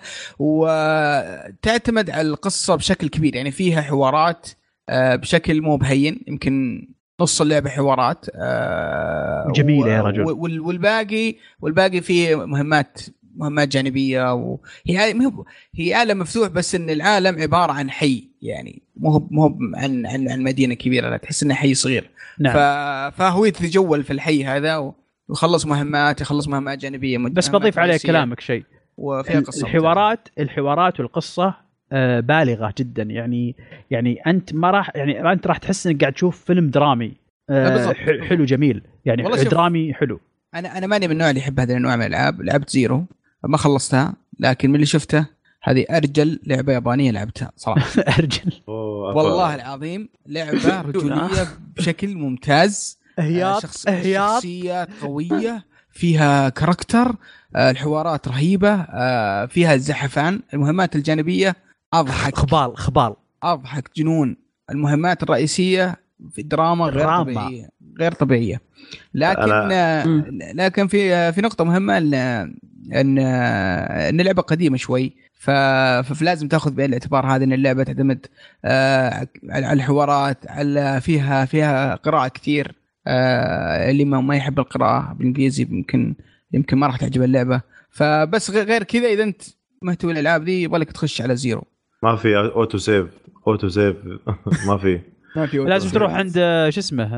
وتعتمد على القصه بشكل كبير. يعني فيها حوارات بشكل مو بهين، يمكن نص اللعبه حوارات جميله يا رجل، والباقي والباقي فيه مهمات مهمات جانبيه، وهي هي عالم مفتوح بس ان العالم عباره عن حي، يعني مو مو عن عن عن مدينه كبيره، لا تحس انه حي صغير. نعم. فهو يتجول في الحي هذا ويخلص مهمات يخلص مهمات جانبيه. بس بضيف عليه كلامك شيء، وفيها قصه الحوارات الحوارات والقصه بالغه جدا. يعني يعني انت ما راح يعني انت راح تحس انك قاعد تشوف فيلم درامي حلو جميل، يعني درامي حلو. انا انا ماني من النوع اللي يحب هذا النوع من الالعاب. لعبت زيرو ما خلصتها، لكن من اللي شفته هذه ارجل لعبه يابانيه لعبتها صراحه. ارجل والله العظيم لعبه رجوليه بشكل ممتاز. اهياط شخص شخصيات قويه، فيها كاركتر، الحوارات رهيبه، فيها الزحفان، المهمات الجانبيه اضحك خبال خبال اضحك جنون. المهمات الرئيسيه في الدراما غير طبيعيه غير طبيعيه. لكن أنا... لكن في في نقطه مهمه ان ان ان اللعبه قديمه شوي، ف... فلازم تاخذ بعين الاعتبار هذا ان اللعبه تعتمد آه على الحوارات، على فيها فيها قراءه كثير. آه اللي ما, ما يحب القراءه بالانجليزي يمكن يمكن ما راح تعجب اللعبه. فبس غير كذا اذا انت مهتم بالالعاب دي يبغى لك تخش على زيرو. ما في اوتو سيف اوتو سيف ما في ما في لازم تروح عند شو اسمه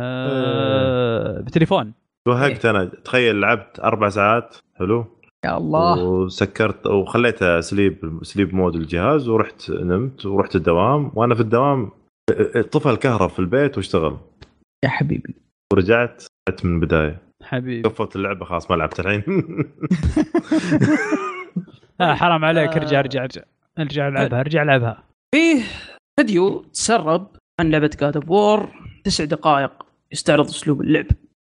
آه بالتليفون. توهقت انا، تخيل لعبت اربع ساعات حلو يا الله، وسكرت وخليتها سليب سليب مود الجهاز ورحت نمت ورحت الدوام، وانا في الدوام طفى الكهرباء في البيت واشتغل يا حبيبي، ورجعت من البدايه حبيبي. قفلت اللعبه خلاص ما لعبت الحين. لا حرام عليك، ارجع ارجع ارجع ارجع العبها ارجع العبها. فيه فيديو تسرب عن لعبه جاد اوف وور تسع دقائق يستعرض اسلوب اللعب.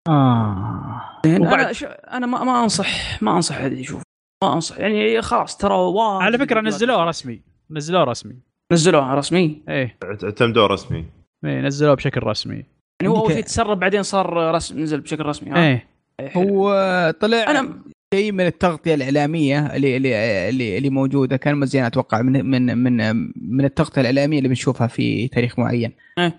اه وبعد انا, ش... أنا ما... ما انصح ما انصح حد يشوف، ما انصح يعني خلاص ترى واحد. على فكره نزلوه رسمي نزلوه رسمي نزلوه رسمي ايه اعتمدوه رسمي ايه نزلوه بشكل رسمي يعني. هو في تسرب بعدين صار رسم نزل بشكل رسمي. ها ايه هو طلع أنا... شيء من التغطيه الاعلاميه اللي اللي اللي, اللي موجوده كان مزيان اتوقع من من من من التغطيه الاعلاميه اللي بنشوفها في تاريخ معين. ايه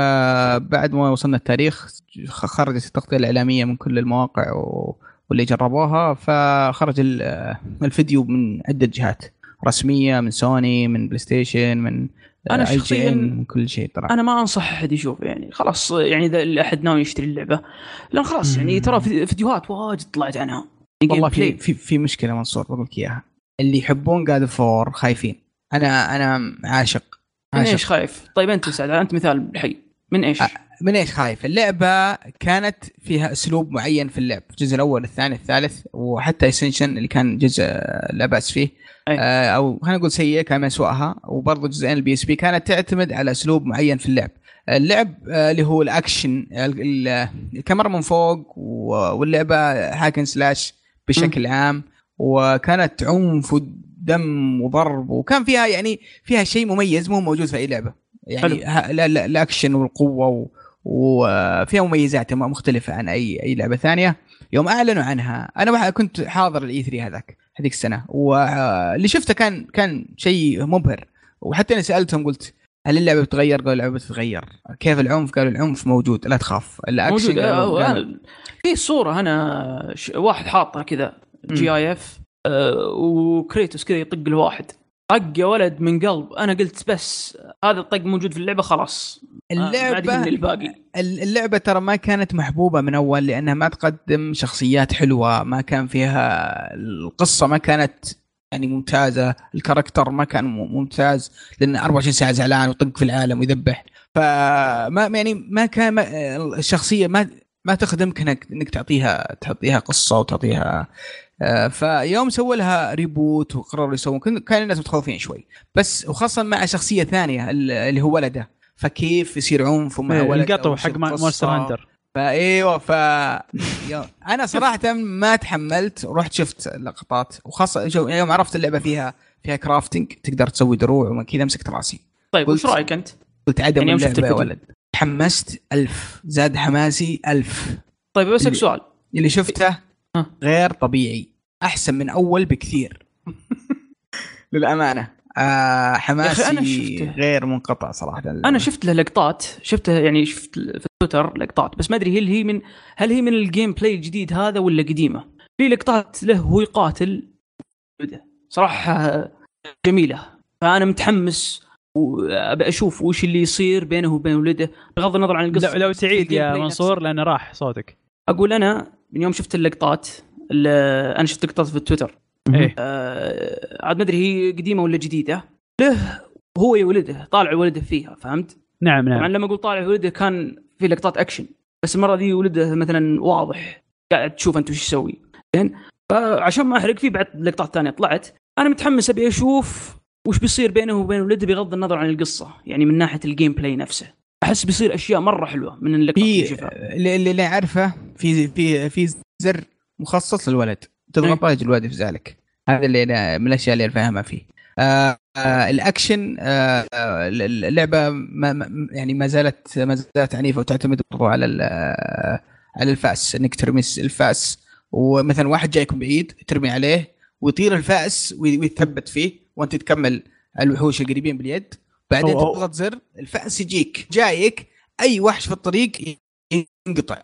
فبعد ما وصلنا التاريخ خرجت التغطيه الاعلاميه من كل المواقع و... واللي جربوها، فخرج الفيديو من عده جهات رسميه، من سوني، من بلاي ستيشن، من انا اي شخصيا من كل شيء. ترى انا ما انصح احد يشوف يعني خلاص يعني اذا الاحد ناوي يشتري اللعبه لان خلاص يعني ترى فيديوهات واجد طلعت عنها. والله في في في مشكله منصور بقول لك اياها، اللي يحبون جاد فور خايفين. انا انا عاشق من ايش خايف؟ طيب انت سعد انت مثال حي من ايش؟ من ايش خايف؟ اللعبه كانت فيها اسلوب معين في اللعب، الجزء الاول الثاني الثالث وحتى اسنشن اللي كان جزء لا باس فيه آه او خلينا نقول سيء كان من اسوأها، وبرضه جزئين البي اس بي كانت تعتمد على اسلوب معين في اللعب. اللعب آه اللي هو الاكشن، الكاميرا من فوق، واللعبه هاكن سلاش بشكل م. عام، وكانت عنف ودم وضرب، وكان فيها يعني فيها شيء مميز مو موجود في اي لعبه يعني. لا لا الاكشن والقوه و... وفيها مميزات مختلفه عن اي اي لعبه ثانيه. يوم اعلنوا عنها انا كنت حاضر الاي ثلاثة هذاك هذيك السنه، واللي شفته كان كان شيء مبهر. وحتى انا سالتهم قلت هل اللعبه بتتغير؟ قالوا اللعبه بتتغير. كيف العنف؟ قالوا العنف موجود لا تخاف. الاكشن قالوا قالوا... في صوره هنا ش... واحد حاطها كذا جي اي اف أه... وكريتوس كذا يطق الواحد طق يا ولد من قلب. انا قلت بس هذا الطق موجود في اللعبه خلاص. اللعبه الباقي اللعبه ترى ما كانت محبوبه من اول لانها ما تقدم شخصيات حلوه، ما كان فيها القصه ما كانت يعني ممتازه، الكاركتر ما كان ممتاز لان أربعة وعشرين ساعه زعلان وطق في العالم ويذبح. فما يعني ما كان ما الشخصيه ما ما تخدمك انك انك تعطيها تعطيها قصه وتعطيها. فيوم سووا لها ريبوت وقرروا يسوون كان الناس متخوفين شوي، بس وخاصه مع شخصيه ثانيه اللي هو ولده، فكيف يصير عنف مع ولده القطو حق مونستر هانتر. فايوه ف انا صراحه ما تحملت ورحت شفت لقطات، وخاصه يوم عرفت اللعبه فيها فيها كرافتنج تقدر تسوي دروع وما كذا مسكت راسي. طيب وش رايك انت؟ قلت عدم يعني اللعبه يا ولد. تحمست ألف، زاد حماسي ألف. طيب بسك سؤال، اللي شفته غير طبيعي، احسن من اول بكثير للامانه. آه حماسي غير منقطع صراحه. انا شفت له لقطات، شفته يعني شفت في تويتر لقطات، بس ما ادري هل هي من هل هي من الجيم بلاي الجديد هذا ولا قديمه. في لقطات له هو يقاتل صراحه جميله، فانا متحمس وابى اشوف وش اللي يصير بينه وبين ولده بغض النظر عن القصه. لو تعيد يا منصور لأنه راح صوتك. اقول انا من يوم شفت اللقطات اللي انا شفت لقطات في تويتر ايه آه عاد ما ادري هي قديمه ولا جديده، له هو يولده طالع ولده فيها، فهمت؟ نعم نعم. طبعا لما اقول طالع ولده كان في لقطات اكشن، بس المره دي ولده مثلا واضح قاعد تشوف انت وش يسوي. زين فعشان ما احرق، في بعد لقطات ثانيه طلعت انا متحمس ابي اشوف وش بيصير بينه وبين ولده بغض النظر عن القصه، يعني من ناحيه الجيم بلاي نفسه احس بيصير اشياء مره حلوه من اللقطات اللي شفتها. اللي اللي اعرفه في في في زر مخصص للولد تضغطه يجي الولد يفزعلك، هذا اللي أنا من الاشياء اللي الفاهمها فيه. آه آه الاكشن آه اللعبه ما يعني ما زالت ما زالت عنيفه وتعتمد برضو على على الفاس، انك ترمي الفاس ومثلا واحد جايك من بعيد ترمي عليه ويطير الفاس ويثبت فيه وانت تكمل الوحوش القريبين باليد، بعدين تضغط زر الفاس يجيك جايك اي وحش في الطريق ينقطع.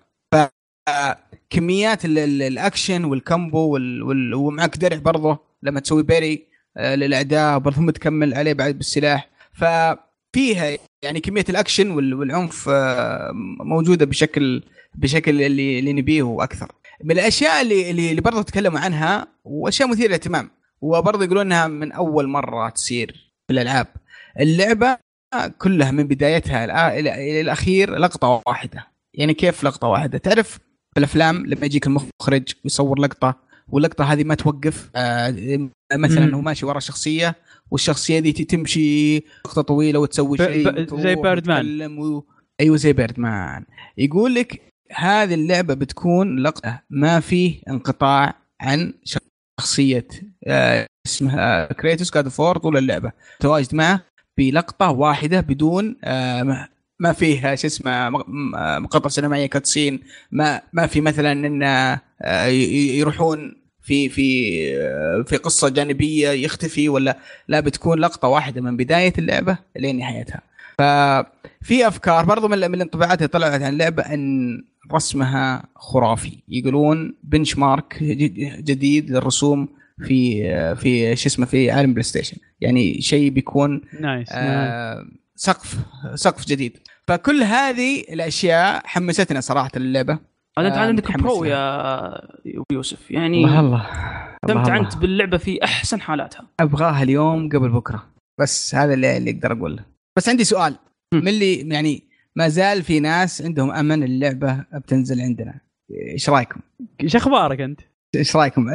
فكميات الاكشن والكمبو ومعك درع برضه لما تسوي بيري للاعداء برضه متكمل عليه بعد بالسلاح، ففيها يعني كميه الاكشن والعنف موجوده بشكل بشكل اللي اللي نبيه واكثر. من الاشياء اللي اللي برضه تكلموا عنها واشياء مثيره للاهتمام، وبرضه يقولون انها من اول مره تصير في الالعاب. اللعبه كلها من بدايتها الى الاخير لقطه واحده. يعني كيف لقطه واحده؟ تعرف في الافلام لما يجيك المخرج ويصور لقطه واللقطه هذه ما توقف. آه مثلا هو ماشي ورا شخصيه والشخصيه دي تمشي لقطه طويله وتسوي شيء زي بيردمان و... ايوه زي بيردمان. يقول لك هذه اللعبه بتكون لقطه ما فيه انقطاع عن شخصيه آه اسمها كريتوس كاد فور طول اللعبه تواجد معه بلقطه واحده بدون آه ما فيها شو اسمه مقاطع سينمائيه كاتسين، ما ما في مثلا ان آه يروحون في في في قصه جانبيه يختفي ولا لا، بتكون لقطه واحده من بدايه اللعبه لين نهايتها. ففي افكار برضو من الانطباعات اللي طلعت عن اللعبه ان رسمها خرافي، يقولون بنش مارك جديد للرسوم في في شو اسمه في عالم بلاي ستيشن، يعني شيء بيكون نايس. آه سقف سقف جديد. فكل هذه الاشياء حمستنا صراحه اللعبه. هذا انت عندك برو يا يوسف يعني الله الله استمتعت باللعبه في احسن حالاتها. ابغاها اليوم قبل بكره، بس هذا اللي, اللي اقدر اقوله. بس عندي سؤال من اللي يعني ما زال في ناس عندهم امل اللعبه بتنزل عندنا، ايش رايكم؟ ايش اخبارك انت؟ ايش رايكم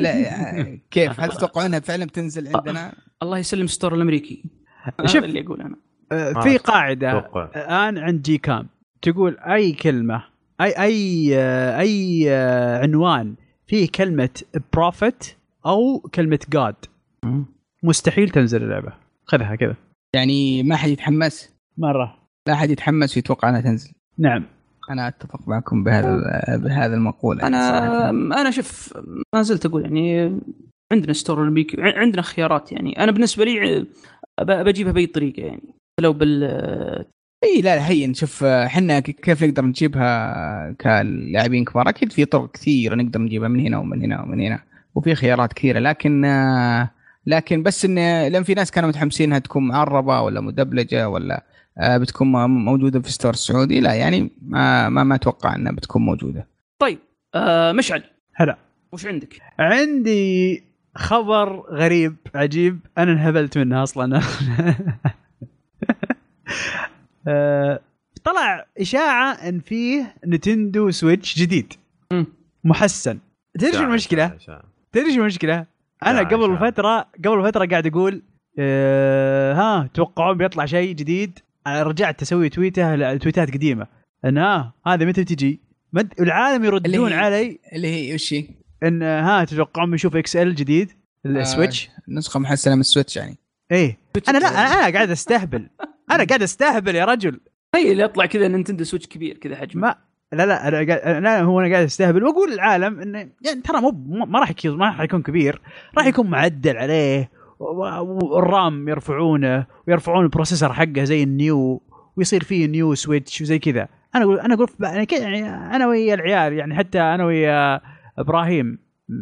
كيف هل تتوقعونها فعلا بتنزل عندنا؟ الله يسلم ستور الامريكي. شوف اللي يقول انا في قاعده الان عند جي كام تقول اي كلمه اي اي اي عنوان فيه كلمه بروفيت او كلمه جاد مستحيل تنزل اللعبه. خذها كذا يعني ما حد يتحمس مره، لا حد يتحمس ويتوقع انها تنزل. نعم انا اتفق معكم بهذا بهذا المقول. انا صراحة. انا شوف ما زلت اقول يعني عندنا ستور الامريكي، عندنا خيارات. يعني انا بالنسبه لي بجيبها باي طريقه، يعني لو بال اي لا لا هي نشوف احنا كيف نقدر نجيبها كلاعبين كبار. اكيد في طرق كثيره نقدر نجيبها من هنا ومن هنا ومن هنا، وفي خيارات كثيره، لكن لكن بس ان لان في ناس كانوا متحمسين انها تكون معربه ولا مدبلجه ولا بتكون موجوده في ستور السعودي، لا يعني ما ما ما اتوقع انها بتكون موجوده. طيب آه مشعل هلا وش عندك؟ عندي خبر غريب عجيب انا انهبلت منه اصلا. طلع اشاعه ان فيه نينتندو سويتش جديد محسن. تدري شو المشكله؟ تدري شو المشكله؟ انا قبل فتره قبل فتره قاعد اقول أه ها توقعون بيطلع شيء جديد. رجعت اسوي تويته تويتات قديمه ان ها هذا متى تجي مد... العالم يردون اللي علي اللي هي وش هي ان ها تتوقعون بنشوف اكس ال جديد السويتش آه نسخه محسنه من السويتش يعني. ايه انا لا انا قاعد استهبل انا قاعد استهبل يا رجل. هي اللي يطلع كذا نينتندو سويتش كبير كذا حجمه. ما لا لا انا قاعد انا هو انا قاعد استهبل واقول للعالم انه يعني ترى مو ما راح يكون ما راح يكون كبير، راح يكون معدل عليه والرام يرفعونه ويرفعون البروسيسور حقه زي النيو ويصير فيه نيو سويتش وزي كذا. انا اقول انا اقول يعني انا ويا العيال يعني حتى انا ويا ابراهيم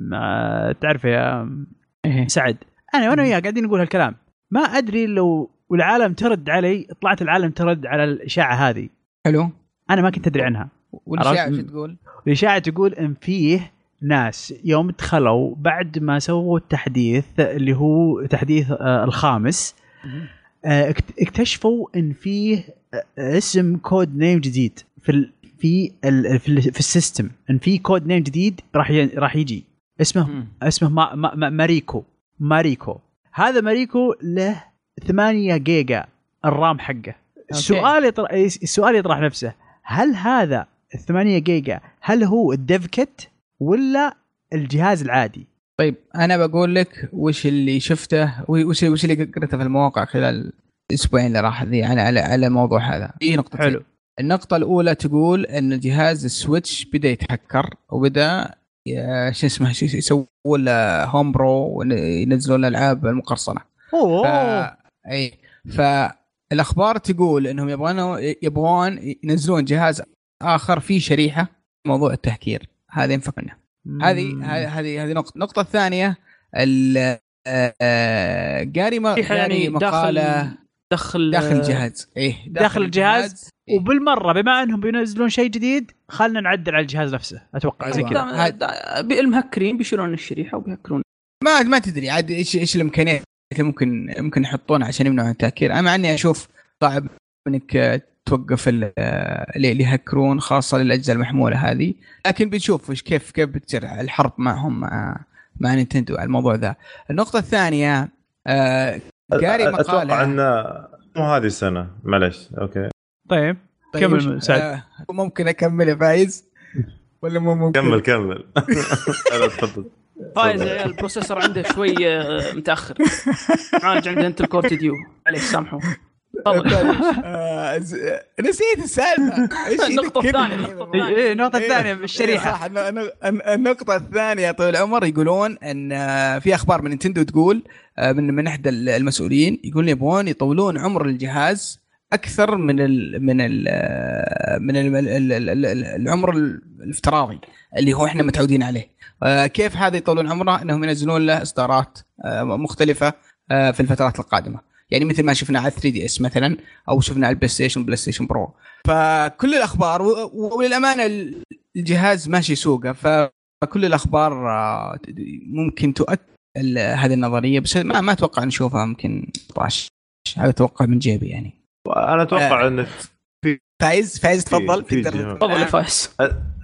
تعرف يا سعد انا وانا وياه قاعدين نقول هالكلام. ما ادري لو والعالم ترد علي طلعت العالم ترد على الاشاعه هذه. حلو انا ما كنت ادري عنها. والاشاعه شو تقول؟ الاشاعه تقول ان فيه ناس يوم دخلوا بعد ما سووا التحديث اللي هو تحديث آه الخامس آه اكتشفوا ان فيه آه اسم كود نيم جديد في ال في ال في, ال في السيستم، ان في كود نيم جديد راح راح يجي اسمه م. اسمه ما ما ماريكو ماريكو. هذا ماريكو له ثمانية جيجا الرام حقه. السؤال يطرح السؤال يطرح نفسه، هل هذا الثمانية جيجا هل هو الديف كيت ولا الجهاز العادي؟ طيب انا بقول لك وش اللي شفته وش وش اللي قرأته في المواقع خلال الاسبوعين اللي راح ذي على على على الموضوع هذا. دي نقطة حلو. النقطة الأولى تقول أن جهاز السويتش بدأ يتهكر وبدأ شو اسمه شو يسوون له هوم برو وينزلون الألعاب المقرصنة. أوه. ف... أي فالأخبار تقول أنهم يبغون يبغون ينزلون جهاز آخر فيه شريحة موضوع التهكير. هذا ينفق منه. هذه هذه هذه نقطة. النقطة الثانية ال قاري ما يعني مقالة داخل داخل الجهاز. ايه داخل, داخل الجهاز, الجهاز. إيه؟ وبالمره بما انهم بينزلون شيء جديد خلنا نعدل على الجهاز نفسه اتوقع زي كذا. المهكرين بيشيلون الشريحه وبيهكرون. ما ما تدري عاد ايش ايش الامكانيات اللي ممكن ممكن يحطونها عشان يمنعوا التهكير. انا مع اني اشوف صعب انك توقف اللي يهكرون خاصه للاجهزه المحموله هذه، لكن بنشوف ايش كيف كيف بتصير الحرب معهم مع مع نينتندو على الموضوع ذا. النقطه الثانيه آه قاري مقاله اتوقع ان مو هذه السنه معلش اوكي طيب, طيب كمل سعد. آه ممكن اكمل يا فايز ولا مو ممكن؟ كمل كمل انا تفضل فايز يا البروسيسور عنده شوي متاخر معالج عنده انت الكورت ديو عليه سامحوا. آه نسيت السالفه. ايش النقطه الثانيه؟ ايه النقطه الثانيه بالشريحه. صح. النقطه الثانيه طويل العمر يقولون ان في اخبار من نينتندو تقول من من احدى المسؤولين يقول يبغون يطولون عمر الجهاز اكثر من ال من ال من ال العمر الافتراضي اللي هو احنا متعودين عليه. كيف هذا يطولون عمره؟ انهم ينزلون له اصدارات مختلفه في الفترات القادمه، يعني مثل ما شفنا على ثري دي اس مثلا، او شفنا على البلاي ستيشن بلاي ستيشن برو. فكل الاخبار وللامانه الجهاز ماشي سوقه، فكل الاخبار ممكن تؤكد هذه النظريه، بس ما ما اتوقع نشوفها. ممكن طاش هذا اتوقع من جيبي يعني. انا اتوقع آه. ان في فايز فايز تفضل تفضل فايز.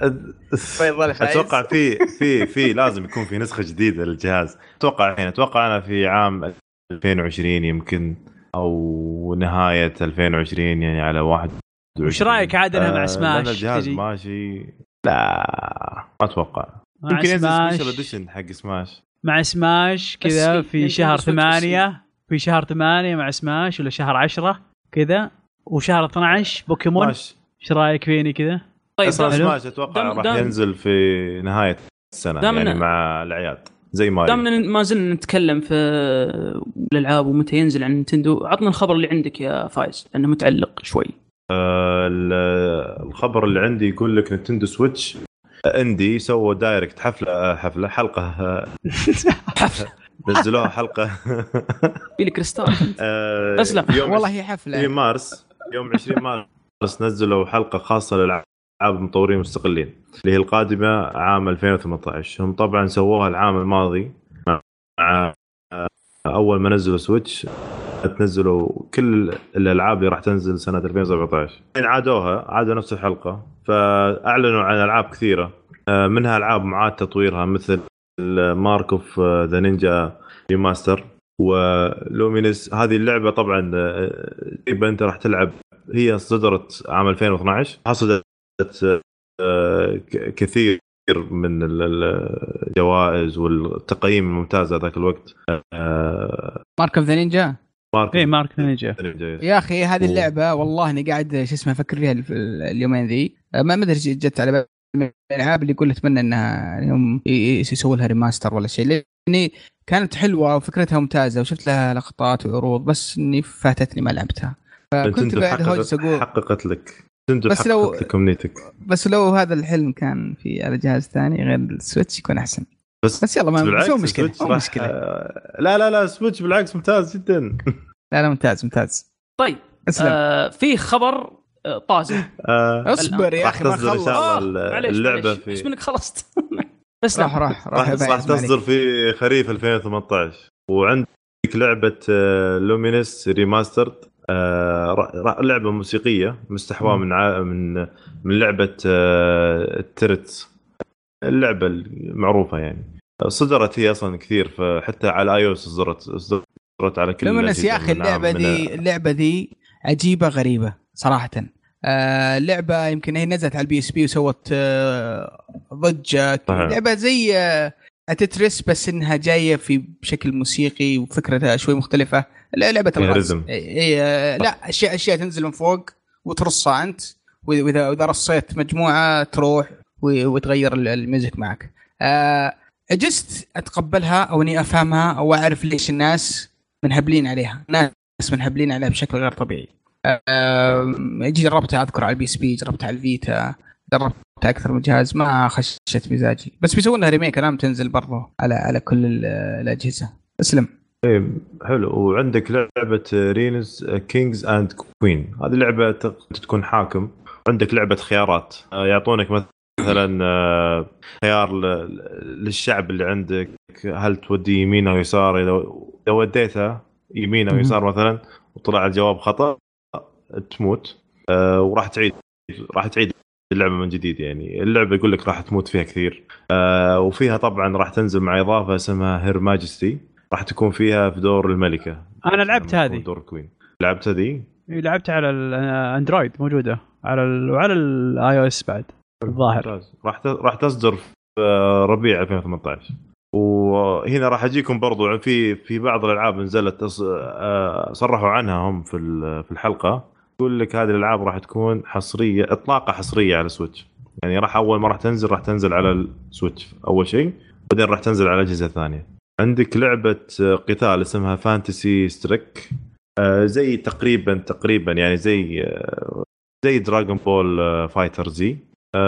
اتوقع في في في لازم يكون في نسخه جديده للجهاز. اتوقع الحين اتوقع انا في عام ألفين وعشرين يمكن او نهايه ألفين وعشرين يعني على واحد. وش رايك عاد انا مع آه سماش؟ الجهاز ماشي لا ما اتوقع. يمكن ينزل سبيشال اديشن حق سماش مع سماش كذا في شهر ثمانية، في شهر ثمانية مع سماش، ولا شهر عشرة كذا، وشهر اثنا عشر بوكيمون. ايش رايك فيني كذا؟ طيب سماش اتوقع راح ينزل في نهايه السنه يعني مع الاعياد زي ما دامنا ما زلنا نتكلم في الالعاب ومتى ينزل عن نينتندو. عطنا الخبر اللي عندك يا فايز لانه متعلق شوي. آه الخبر اللي عندي يقول لك نينتندو سويتش اندي سووا دايركت حفله حفله حلقه حفله نزلوها حلقه بيلي كريستال. آه اسلم والله هي حفله في مارس يوم عشرين مارس نزلوا حلقه خاصه للالعاب المطورين المستقلين اللي هي القادمه عام ألفين وثمانية عشر. هم طبعا سووها العام الماضي مع اول ما نزلوا سويتش، تنزلوا كل الالعاب اللي راح تنزل سنه ألفين وسبعة عشر. عادوها عادوا نفس الحلقه، فاعلنوا عن العاب كثيره منها العاب معاد تطويرها مثل مارك اوف ذا نينجا ريماستر ولومينس. هذه اللعبه طبعا يبقى انت راح تلعب، هي صدرت عام ألفين واثني عشر، حصلت كثير من الجوائز والتقييم الممتازه ذاك الوقت. مارك اوف ذا نينجا اي مارك اوف ذا نينجا يا اخي هذه اللعبه والله اني قاعد شو اسمه افكر فيها اليومين ذي. ما ادري جت على الالعاب اللي يقول اتمنى انها يوم يسووا لها ريماستر ولا شيء، لاني كانت حلوه وفكرتها ممتازه وشفت لها لقطات وعروض، بس اني فاتتني ما لعبتها. فكنت بعد هوجس اقول حققت لك بس لو بس لو هذا الحلم كان في على جهاز ثاني غير السويتش يكون احسن. بس, بس يلا ما مو مشكله مو مشكله. لا لا لا سويتش بالعكس ممتاز جدا. لا لا ممتاز ممتاز. طيب آه في خبر طازج. آه اصبر يا اخي ما خلص اللعبه في بس منك خلصت. بس راح راح راح راح تصدر في خريف ألفين وثمانية عشر. وعندك لعبه لومينس ريماسترد، آه لعبه موسيقيه مستحواه من ع... من من لعبه آه الترت، اللعبه المعروفه يعني. صدرت هي اصلا كثير، فحتى على اي او اس صدرت صدرت على كل الناس يا اخي. اللعبه دي اللعبه دي عجيبه غريبه صراحه. آه لعبه يمكن هي نزلت على البي اس بي وسوت آه ضجه. لعبه زي آه تترس بس انها جايه في بشكل موسيقي وفكرتها شوي مختلفه. لعبه الرقص هي لا اشياء اشياء تنزل من فوق وترصها انت، واذا اذا رصيت مجموعه تروح وتغير الميوزك معك. آه عجزت اتقبلها او اني افهمها او اعرف ليش الناس منهبلين عليها. ناس منهبلين عليها بشكل غير طبيعي. آه جربتها اذكر على البي اس بي، جربتها على الفيتا، جربتها اكثر من جهاز، ما خشت مزاجي. بس بيسوون لها ريميك الان تنزل برضه على على كل الاجهزه. اسلم. ايه حلو. وعندك لعبه رينز كينجز اند كوين، هذه لعبه تكون حاكم. عندك لعبه خيارات، يعطونك مثلا خيار للشعب اللي عندك، هل تودي يمين او يسار. اذا وديتها يمين او يسار مثلا وطلع الجواب خطا، تموت آه وراح تعيد راح تعيد اللعبه من جديد. يعني اللعبه يقول لك راح تموت فيها كثير آه وفيها طبعا راح تنزل مع اضافه اسمها هير ماجستي، راح تكون فيها في دور الملكه. انا لعبت هذه دور كوين. لعبت هذه لعبت على الاندرويد موجوده على ال... وعلى الاي او اس بعد الظاهر. راح ت... راح تصدر في ربيع ألفين وثمانية عشر. وهنا راح اجيكم برضو في في بعض الالعاب نزلت صرحوا عنها هم في في الحلقه، يقول لك هذه الالعاب راح تكون حصريه اطلاقه حصريه على سويتش. يعني راح اول ما راح تنزل راح تنزل على السويتش اول شيء، بعدين راح تنزل على اجهزه ثانيه. عندك لعبه قتال اسمها فانتسي ستريك، زي تقريبا تقريبا يعني زي زي دراغون بول فايتر زي،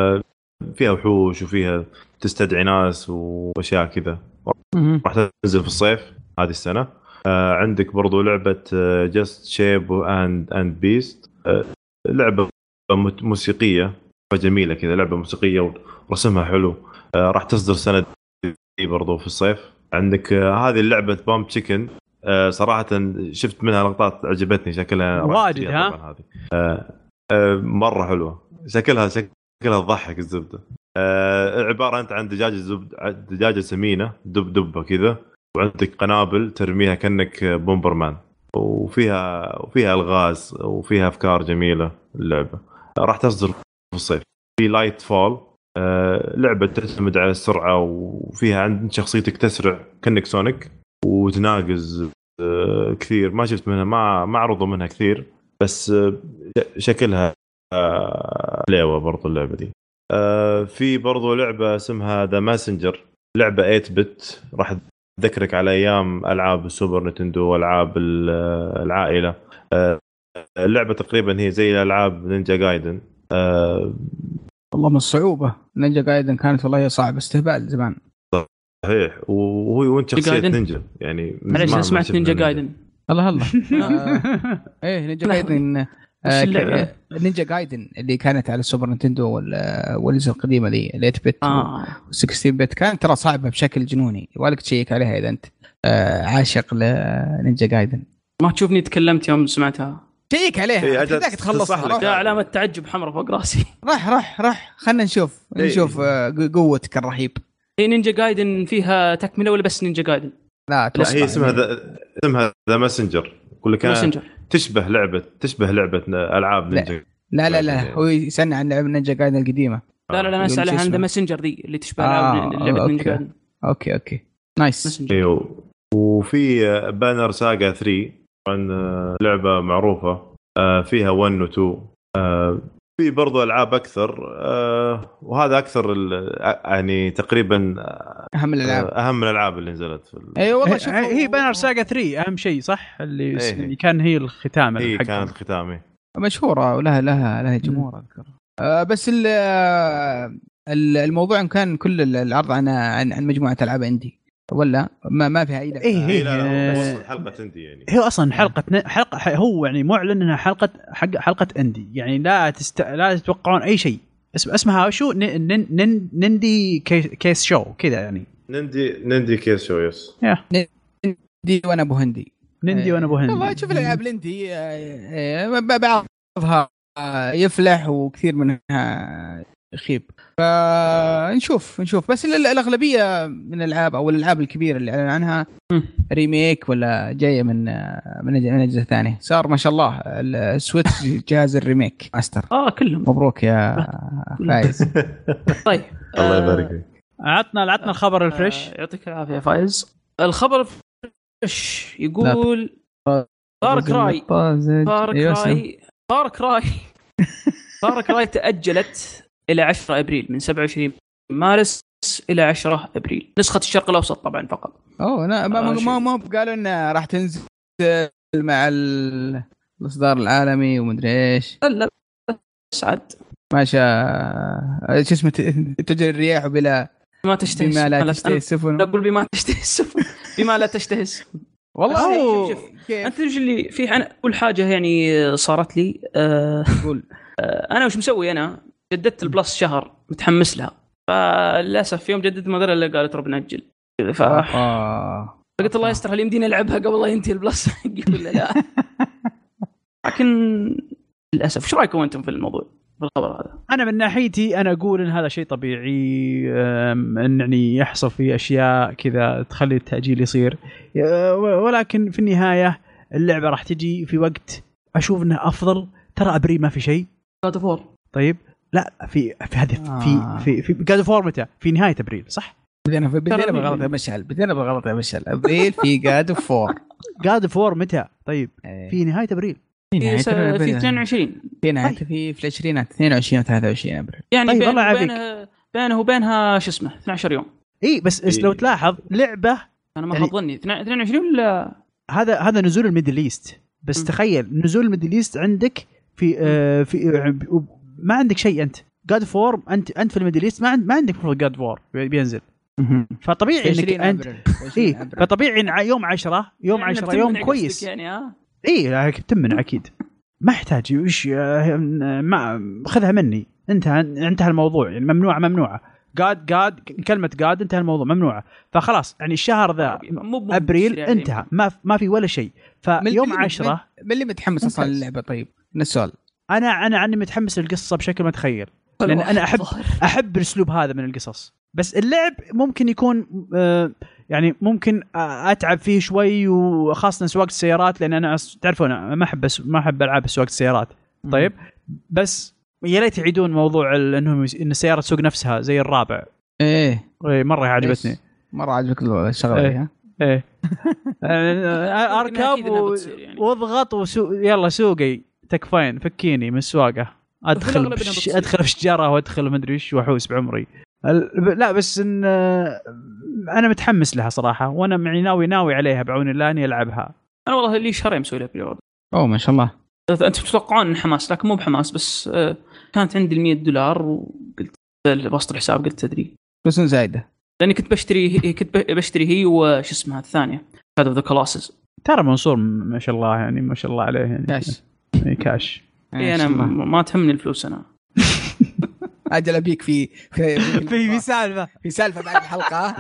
فيها وحوش وفيها تستدعي ناس واشياء كذا. راح تنزل في الصيف هذه السنه. آه عندك برضو لعبه جاست شيب اند اند بيست، لعبه موسيقيه جميله كذا، لعبه موسيقيه ورسمها حلو. آه راح تصدر سنه دي برضو في الصيف. عندك آه هذه اللعبه بامب تشيكن، آه صراحه شفت منها لقطات عجبتني، شكلها واجد ها هذه آه آه مره حلوه، شكلها شكلها تضحك الزبده. آه عباره انت عن دجاجه زبد دجاجه سمينه دب دبه كذا، وعندك قنابل ترميها كأنك بومبرمان، وفيها وفيها الغاز وفيها افكار جميله. اللعبه راح تصدر في الصيف. في لايت فول، آه لعبه تعتمد على السرعه، وفيها عند شخصيتك تسرع كأنك سونيك وتناقز آه كثير. ما شفت منها ما ما عرضوا منها كثير، بس آه شكلها آه ليوه برضو اللعبه دي. آه في برضو لعبه اسمها ذا ماسنجر، لعبه ثمانية بت، راح ذكرك على ايام العاب السوبر نينتندو والعاب العائله. اللعبه تقريبا هي زي الالعاب نينجا جايدن. أه والله من الصعوبه نينجا جايدن كانت والله صعبه استهبال زمان. صحيح، وهو وانت شخصيه نينجا يعني. معليش انا سمعت نينجا جايدن. الله الله ايه نينجا جايدن نينجا جايدن اللي كانت على السوبر نينتندو والأجهزة القديمة دي ثمانية بت آه. و16 بت، كانت ترى صعبة بشكل جنوني، يبغالك تشيك عليها إذا أنت آه عاشق لنينجا جايدن. ما تشوفني تكلمت يوم سمعتها، شيك عليها كذاك تخلصها. لا علامة تعجب حمراء فوق راسي. راح راح راح خلنا نشوف نشوف آه قوتك الرهيب. هي نينجا جايدن فيها تكملة ولا بس نينجا جايدن؟ لا, لا هي اسمها ذا اسمها ذا ماسنجر، كل كان تشبه لعبة تشبه لعبة ألعاب نينجا. لا لا لا هو يسألني عن لعبة نينجا جايدن القديمة. لا لا لا أنا أسأل عن ذا ماسنجر دي اللي تشبه آه لعبة نينجا جايدن. أوكي أوكي نايس. أيوه. وفي بانر ساغا ثري، عن لعبة معروفة فيها واحد و اثنين. في برضو ألعاب أكثر، وهذا أكثر يعني تقريبا أهم الألعاب أهم الألعاب اللي نزلت في أيوة والله. شوف هي بانر ساغا ثري أهم شيء صح، اللي أيه. كان هي الختام. هي كانت الختام مشهورة ولها لها لها جمهور أذكر. أه بس الموضوع كان كل العرض عن عن مجموعة ألعاب عندي ولا ما ما فيها اي لعبه. إيه هي لا حلقه اندي يعني. هي اصلا حلقه حلقه هو يعني معلن انها حلقه حق حلقه اندي، يعني لا تست... لا تتوقعون اي شيء. اسم اسمها شو ن... ن... نندي كيس شو كذا يعني. نندي نندي كيس شو يس نندي وانا ابو هندي نندي وانا ابو هندي. والله شوف الالعاب الاندي بعضها يفلح وكثير منها يخيب، فنشوف نشوف بس الأغلبية من الألعاب أو الألعاب الكبيرة اللي أعلن عنها ريميك ولا جاية من من أجهزة ثانية. صار ما شاء الله السويتش جهاز الريميك ماستر. آه كلهم مبروك يا فايز. طيب الله يبارك فيك. عطنا عطنا الخبر الفريش. يعطيك العافية فايز. الخبر الفريش يقول فارك راي فارك راي فارك راي فارك راي تأجلت إلى عشرة أبريل، من سبعة وعشرين مارس إلى عشرة أبريل. نسخة الشرق الأوسط طبعا فقط. أوه لا ما آه ما ما قالوا إن راح تنزل مع الإصدار العالمي ومدري إيش. لا سعد ما شاء شو اسمه تجري الرياح بلا ما تشتهي بما لا تشتهي السفن. نقول بما تشتهي السفن بما لا تشتهي السفن. والله شوف شوف أنت اللي في أنا كل حاجة يعني صارت لي أه قول أه أنا وش مسوي أنا جددت البلس شهر متحمس لها، فللاسف يوم جددت ما ادري الا قالت رب نأجل. ف آه. قلت الله يستر هل يمديني العبها قبل لا ينتهي البلس حقي ولا لا. لكن للاسف. ايش رايكم انتم في الموضوع بالخبر هذا؟ انا من ناحيتي انا اقول ان هذا شيء طبيعي، ان يعني يحصل في اشياء كذا تخلي التاجيل يصير، ولكن في النهايه اللعبه راح تجي في وقت اشوف انه افضل. ترى ابريل ما في شيء. جاد اوف وور طيب لا في في هذه آه. في في في جاد اوف وور متى؟ في نهايه ابريل صح؟ بدينا في بدينا بالغلط يا مشعل، بدينا بالغلط يا مشعل. ابريل في جاد اوف وور. جاد اوف وور متى؟ طيب في نهايه ابريل. في نهاية في اثنين وعشرين في نهاية في في العشرينات اثنين وعشرين وثلاثة وعشرين ابريل. يعني طيب بين بينه بينه وبينها شو اسمه اثنا عشر يوم. اي بس إيه. لو تلاحظ لعبه انا ما خاب ظني اثنين وعشرين ولا هذا هذا نزول الميدل ايست بس م. تخيل نزول الميدل ايست عندك في آه في آه ما عندك شيء انت جاد فور انت انت في الميدل ايست ما عند ما عندك مفروض جاد فور بينزل فطبيعي انك انت اي فطبيعي ان يوم عشرة يوم يعني عشرة يوم كويس يعني ها اي تمنع اكيد ما يحتاج وش ما خذها مني انتهى انتهى الموضوع يعني ممنوعه ممنوعه جاد جاد كلمه جاد انتهى الموضوع ممنوعه فخلاص يعني الشهر ذا ابريل انتهى ما ما في ولا شيء فيوم عشرة من اللي متحمس اصلا للعبه. طيب السؤال انا انا عني متحمس للقصه بشكل ما تخيل لان انا احب احب الاسلوب هذا من القصص بس اللعب ممكن يكون آه يعني ممكن اتعب فيه شوي وخاصه سواقه السيارات لان انا تعرفون ما احب ما احب العاب سواقه السيارات. طيب بس يا ريت يعيدون موضوع انهم ان السياره تسوق نفسها زي الرابع. ايه ايه مره عجبتني مره عجبك الشغله ايه, إيه. اركب واضغط وسوق يلا سوقي تكفين فكيني من السواقه ادخل بش... ادخل في شجره وادخل ما ادري ايش واحوس بعمري. لا بس ان انا متحمس لها صراحه وانا معي ناوي ناوي عليها بعون الله اني العبها. انا والله لي شهرين مسوي لها بريورد. اوه ما شاء الله. انتم تتوقعون حماس لكن مو بحماس بس كانت عندي المية دولار وقلت بسط الحساب قلت تدري بس زايده لاني كنت بشتري كنت بشتري هي وش اسمها الثانيه هذا ذا كلاسز. ترى منصور ما شاء الله يعني ما شاء الله عليه يعني كاش كاش اي انا ما تهمني الفلوس انا اجل ابيك في في في, في سالفه في سالفه بعد الحلقه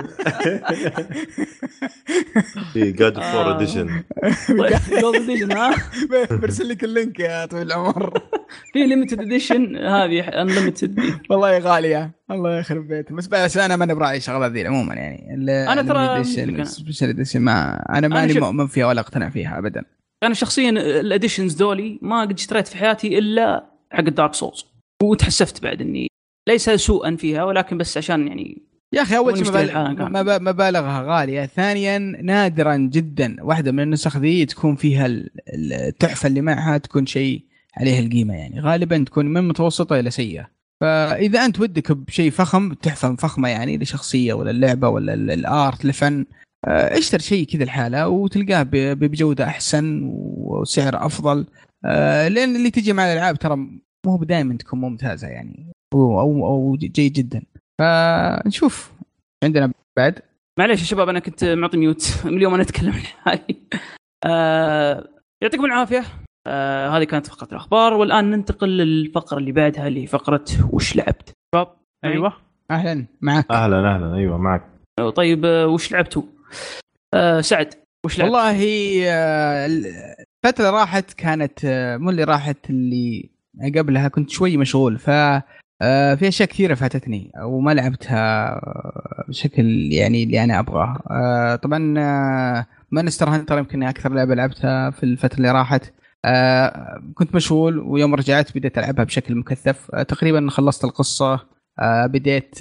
في جاد فور اديشن جاد اديشن ها برسل لك اللينك يا طويل العمر. في ليميتد اديشن هذه انليميتد والله غاليه الله يخرب بيتك بس بس انا ما نبراعي الشغله ذي عموما يعني انا ترى سبيشال اديشن ما انا ماني مؤمن فيها ولا اقتنع فيها ابدا. انا شخصيا الاديشنز دولي ما قد اشتريت في حياتي الا حق الدارك سولز وتحسفت بعد اني ليس سوءا فيها ولكن بس عشان يعني يا اخي اول شيء مبالغها غاليه، ثانيا نادرا جدا واحده من النسخ ذي تكون فيها التحفه اللي معها تكون شيء عليه القيمه يعني غالبا تكون من متوسطه الى سيئه. فاذا انت ودك بشيء فخم تحفه فخمه يعني لشخصيه ولا اللعبه ولا الارت لفن اشتر شيء كذا الحاله وتلقاه بجوده احسن وسعر افضل لان اللي تجي مع الالعاب ترى مو دائما تكون ممتازه يعني او او, أو جيد جدا. فنشوف عندنا بعد. معليش يا شباب انا كنت معطي ميوت من اليوم انا اتكلم لحالي. آه يعطيكم العافيه. آه هذه كانت فقره الاخبار والان ننتقل للفقره اللي بعدها اللي فقره وش لعبت شباب. ايوه اهلا معك. اهلا اهلا ايوه معك. طيب وش لعبتوا آه سعد وش لعبت؟ والله الفتره اللي راحت كانت مو اللي راحت اللي قبلها كنت شوي مشغول ف في اشياء كثيره فاتتني وما لعبتها بشكل يعني اللي انا ابغاه. طبعا مانستر هانتر يمكن اكثر لعبه لعبتها في الفتره اللي راحت. كنت مشغول ويوم رجعت بديت العبها بشكل مكثف تقريبا خلصت القصه. بديت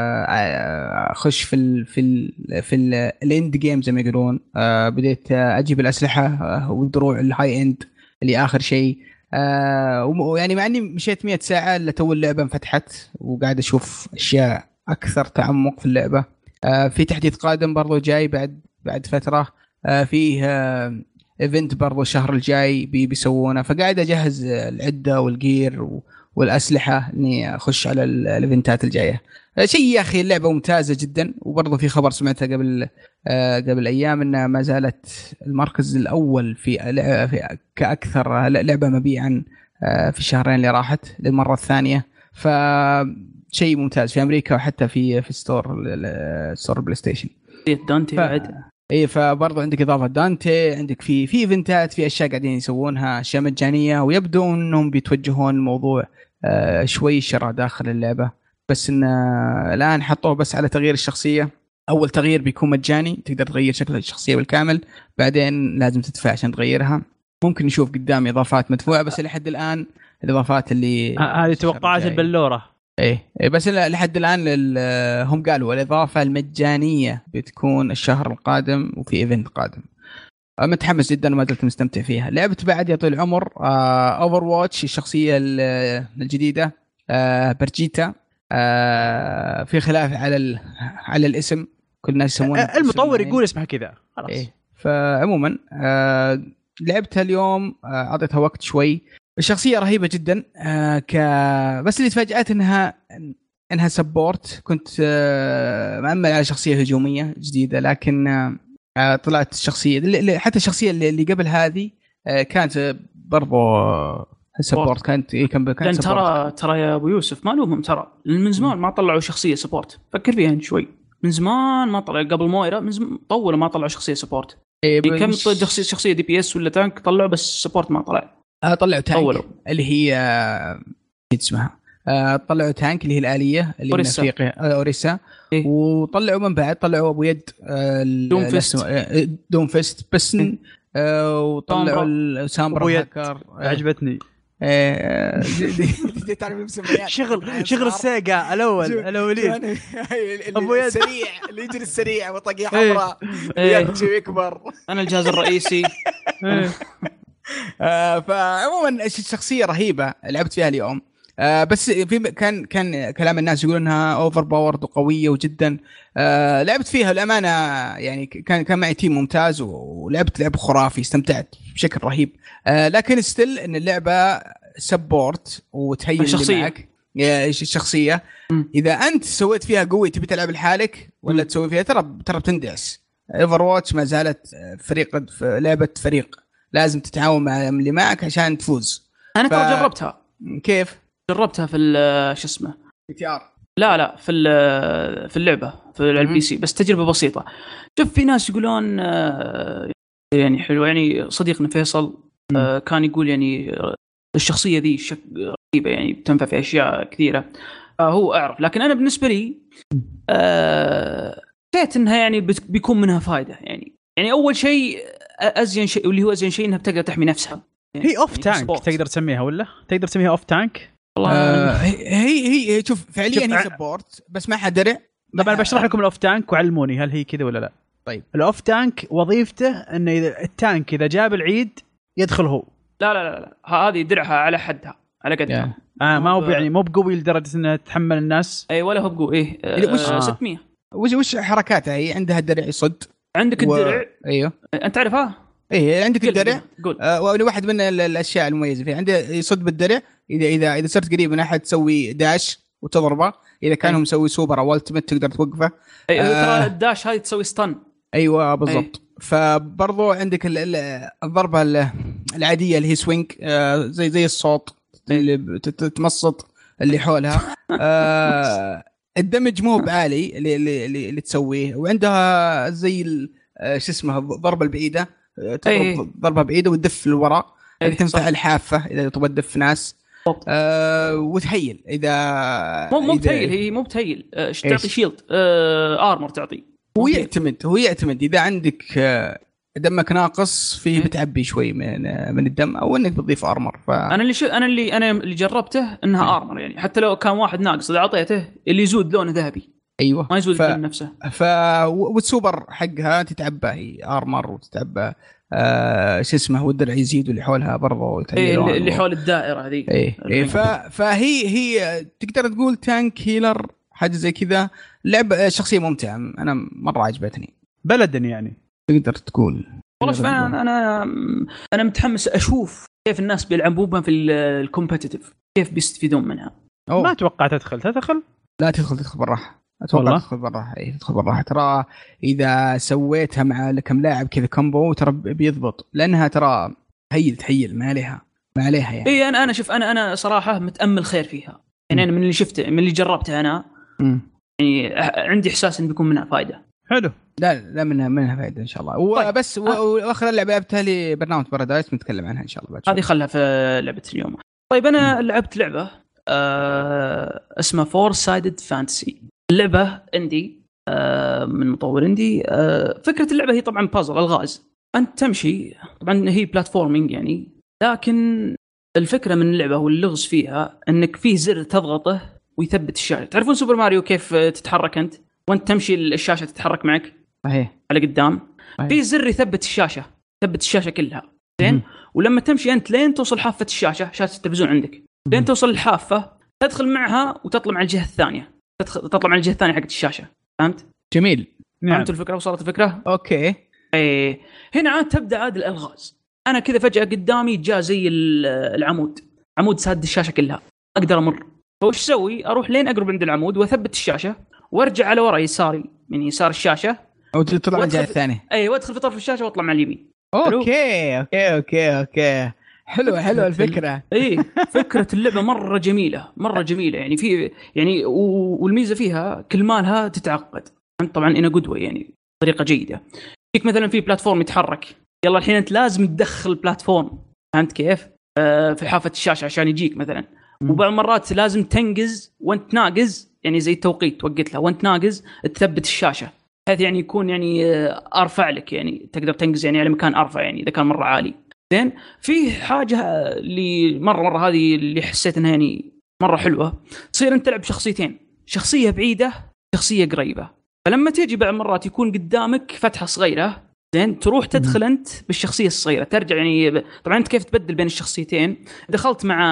اخش في ال في ال في الاند جيم زي ما يقولون. بديت اجيب الاسلحه والدروع الهاي اند اللي اخر شيء. آه ويعني مع اني مشيت مئة ساعه الا تو اللعبه انفتحت وقاعد اشوف اشياء اكثر تعمق في اللعبه. آه في تحديث قادم برضو جاي بعد بعد فتره. آه فيه آه ايفنت برضو الشهر الجاي بي بيسوونه فقاعد اجهز العده والجير والاسلحه اني اخش على الايفنتات الجايه. آه شيء يا اخي اللعبه ممتازه جدا وبرضو في خبر سمعته قبل آه قبل ايام انها ما زالت المركز الاول في, في كاكثر لعبه مبيعا آه في الشهرين اللي راحت للمره الثانيه. فشيء ممتاز في امريكا وحتى في في ستور ستور بلاي ستيشن. دانتي بعد اي فبرضه عندك اضافه دانتي، عندك في في ايفنتات، في اشياء قاعدين يسوونها اشياء مجانيه، ويبدو انهم بيتوجهون الموضوع آه شوي شراء داخل اللعبه، بس ان الان حطوه بس على تغيير الشخصيه. اول تغيير بيكون مجاني، تقدر تغير شكل الشخصيه بالكامل، بعدين لازم تدفع عشان تغيرها. ممكن نشوف قدام اضافات مدفوعه، بس لحد الان الاضافات اللي هذه توقعات البلوره. ايه بس لحد الان هم قالوا الاضافه المجانيه بتكون الشهر القادم وفي ايفنت قادم. متحمس جدا وما زلت مستمتع فيها. لعبت بعد يا طويل العمر اوفر واتش الشخصيه الجديده آه برجيتا، آه في خلاف على على الاسم، كل الناس يسمونها المطور يقول اسمها كذا خلاص. إيه. فعموما آه لعبتها اليوم، اعطيتها آه وقت شوي. الشخصيه رهيبه جدا آه ك بس اللي تفاجأت انها انها سبورت. كنت آه مأمل على شخصيه هجوميه جديده، لكن آه طلعت الشخصيه حتى الشخصيه اللي, اللي قبل هذه آه كانت برضو سبورت. كانت اي كان كان ترى ترى يا ابو يوسف ما لهم ترى من زمان ما طلعوا شخصيه سبورت. فكر فيها شوي، من زمان ما طلع قبل مويرا، من زمان طولوا ما طلعوا شخصيه سبورت. إيه كم شخصيه شخصيه دي بي اس ولا تانك طلعوا، بس سبورت ما طلع. آه طلعوا تانك طولوا. اللي هي آه اسمها آه طلعوا تانك اللي هي الآلية اللي من افريقيا آه اوريسا. إيه؟ وطلعوا من بعد طلعوا ابو يد آه دوم فيست آه دوم فيست بس إيه؟ آه وطلعوا سامبرا هاكر. عجبتني آه تعرف شغل شغل السيجا الاول الاولين ابو يد سريع اللي يجري السريع وطاقيه حمراء يرجع يكبر. انا الجهاز الرئيسي. آه فعموما الشخصيه رهيبه لعبت فيها اليوم. آه بس في كان كان كلام الناس يقولون انها اوفر باورد وقويه وجدا. آه لعبت فيها الامانه يعني كان كان معي تيم ممتاز ولعبت لعب خرافي، استمتعت بشكل رهيب. آه لكن ستيل ان اللعبه سبورت وتهيئ اللي معك الشخصيه. اذا انت سويت فيها قوي تبي تلعب لحالك ولا تسوي فيها ترى ترى بتندعس. اوفر واتش ما زالت فريق لعبه فريق، لازم تتعاون مع اللي معك عشان تفوز. انا ف... ترى جربتها. كيف جربتها في شو اسمه تي ار؟ لا لا في في اللعبه في البي سي، بس تجربه بسيطه. شوف في ناس يقولون يعني حلو، يعني صديقنا فيصل مم. كان يقول يعني الشخصيه ذي شك رهيبه يعني بتنفع في اشياء كثيره، هو اعرف. لكن انا بالنسبه لي حسيت انها يعني بيكون منها فائده. يعني يعني اول شيء ازين شيء واللي هو ازين شيء انها بتقدر تحمي نفسها. يعني هي اوف تانك سبورت. تقدر تسميها ولا تقدر تسميها اوف تانك؟ آه هي هي شوف فعليا شوف هي سبورت بس ما حد درع. طب انا بشرح لكم الاوف تانك وعلموني هل هي كذا ولا لا. طيب الاوف تانك وظيفته انه اذا التانك اذا جاب العيد يدخل هو. لا لا لا, لا. هذه درعها على حدها على قدها. يعني. اه ما هو يعني مو بقوي لدرجه انها تحمل الناس. اي ولا هو بقوي. ايه آه وش آه. ستمية وش وش حركاتها؟ هي عندها الدرع يصد. عندك و... الدرع. ايوه انت تعرفها. ايه عندك الدرع. آه واحد من الاشياء المميزه فيه عنده يصد بالدرع. اذا اذا اذا صرت قريب من احد تسوي داش وتضربه. اذا كان هو مسوي سوبر او التيمت تقدر توقفه. اي آه ترى الداش هذه تسوي ستان. ايوه بالضبط. أي. فبرضو عندك الضربه العاديه اللي هي سوينج آه زي زي الصوت اللي تمصط اللي حولها. آه الدمج مو بعالي اللي اللي اللي, اللي تسويه. وعندها زي شو اسمها الضربه البعيده تضرب ضربه بعيده وتدف للوراء اللي تنفع الحافه اذا تبغى تدف ناس. آه وتهيل اذا مو مو تهيل هي مو تهيل آه تعطي شيلد آه ارمر تعطي. هو يعتمد هو يعتمد اذا عندك آه دمك ناقص فيه بتعبي شوي من من الدم او انك بتضيف ارمر. ف... انا اللي شو انا اللي انا اللي جربته انها ارمر يعني حتى لو كان واحد ناقص اذا اعطيته اللي يزود لونه ذهبي. ايوه ما يزود ف... الدم نفسه. ف والسوبر حقها تتعبى هي ارمر وتتعبى آه شو اسمه والدرع يزيد واللي حولها برضه إيه اللي حول الدائره هذه. ايه, إيه ف... فهي هي تقدر تقول تانك هيلر حاجه زي كذا. لعبه شخصيه ممتعه انا مره عجبتني. بلدن يعني تقدر تقول والله. انا انا انا متحمس اشوف كيف الناس بيلعبوها في الكومبيتيتيف كيف بيستفيدون منها. أوه. ما اتوقع تدخل تدخل لا تدخل تدخل بالراحه. اتوقع تدخل بالراحه. اي تدخل بالراحه. ترى اذا سويتها مع كم لاعب كذا كومبو ترى بيضبط لانها ترى هيل تحيل ما عليها ما عليها يعني. اي انا انا شوف انا انا صراحه متامل خير فيها يعني. انا من اللي شفته من اللي جربته انا م. يعني عندي احساس ان بيكون منها فائده. حلو. لا لا منها منها فائده ان شاء الله. وبس طيب. واخر اللعبه لعبتها لي برنامج بارادايس نتكلم عنها ان شاء الله بعد هذه خلها في لعبه اليوم. طيب انا م. لعبت لعبه آه اسمها فور سايدد فانتسي. اللعبه عندي آه من مطور عندي. آه فكره اللعبه هي طبعا بازل الغاز، انت تمشي طبعا هي بلاتفورمينج يعني، لكن الفكره من اللعبه واللغز فيها انك فيه زر تضغطه ويثبت الشاشه. تعرفون سوبر ماريو كيف تتحرك انت وانت تمشي الشاشه تتحرك معك صحيح على قدام؟ صحيح. في زر يثبت الشاشه، يثبت الشاشه كلها زين. ولما تمشي انت لين توصل حافه الشاشه، شاشه التلفزيون عندك، لين توصل الحافه تدخل معها وتطلع على الجهه الثانيه، تطلع على الجهه الثانيه حقت الشاشه. فهمت؟ جميل. نعم. فهمت الفكره؟ وصلت الفكره؟ اوكي. ايه هنا عاد تبدا عاد الالغاز. انا كذا فجاه قدامي جاء زي العمود، عمود ساد الشاشه كلها، اقدر امر. فوش اسوي؟ اروح لين اقرب عند العمود واثبت الشاشه وارجع على ورا يساري من يسار الشاشه او تطلع على الجهه الثانيه. اي وادخل في طرف الشاشه واطلع مع اليمين. اوكي اوكي اوكي اوكي حلو حلو الفكره. اي فكره اللعبه مره جميله مره جميله يعني. في يعني والميزه فيها كل مالها تتعقد طبعا انا قدوه يعني طريقه جيده. فيك مثلا في بلاتفورم يتحرك، يلا الحين انت لازم تدخل بلاتفورم، فهمت كيف؟ آه في حافه الشاشه عشان يجيك مثلا. وبعض المرات لازم تنقز وانت ناقز، يعني زي التوقيت توقت له وانت ناقز تثبت الشاشه بحيث يعني يكون يعني ارفع لك، يعني تقدر تنقز يعني على مكان ارفع يعني اذا كان مره عالي. زين في حاجه اللي مره مره هذه اللي حسيت انها يعني مره حلوه، تصير انت تلعب شخصيتين، شخصيه بعيده شخصيه قريبه. فلما تيجي بعض مرات يكون قدامك فتحه صغيره، زين تروح تدخل انت بالشخصيه الصغيره، ترجع يعني طبعا انت كيف تبدل بين الشخصيتين؟ دخلت مع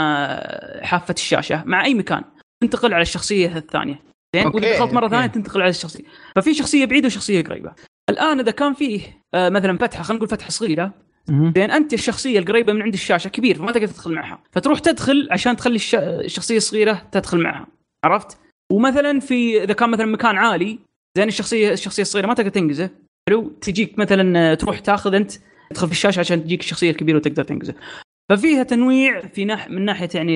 حافه الشاشه مع اي مكان تنتقل على الشخصيه الثانيه، زين واذا دخلت مره ثانيه تنتقل على الشخصيه. ففي شخصيه بعيده وشخصيه قريبه. الان اذا كان فيه آه مثلا فتحه، خلينا نقول فتحه صغيره، زين انت الشخصيه القريبه من عند الشاشه كبير فما تقدر تدخل معها، فتروح تدخل عشان تخلي الش... الشخصيه الصغيره تدخل معها، عرفت؟ ومثلا في اذا كان مثلا مكان عالي، زين الشخصيه الشخصيه الصغيره ما تقدر تنقزه، حلو تجيك مثلا تروح تاخذ انت تدخل في الشاشه عشان تجيك الشخصيه الكبيره وتقدر تنقزه. ففيها تنويع في ناح من ناحيه يعني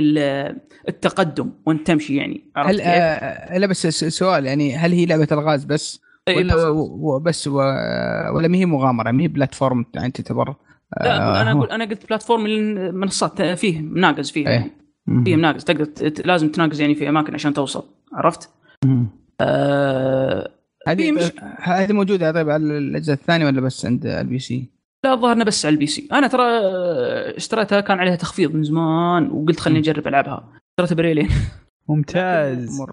التقدم وانت تمشي يعني. هل آه لا بس سؤال يعني، هل هي لعبه الغاز بس ولا و... بس و... ولا ما هي مغامره، ما هي بلاتفورم انت تعتبر؟ لا انا اقول انا قلت بلاتفورم المنصات فيه مناقز فيه يعني. فيه مناقز تقدر ت... لازم تناقز يعني في اماكن عشان توصل، عرفت؟ آه... هذه مش... هذه موجوده طيب على الاجزاء الثانيه ولا بس عند البي سي؟ لا ظهرنا بس على البي سي. انا ترى اشتريتها كان عليها تخفيض من زمان وقلت خليني اجرب العبها، اشتريتها بريالين. ممتاز.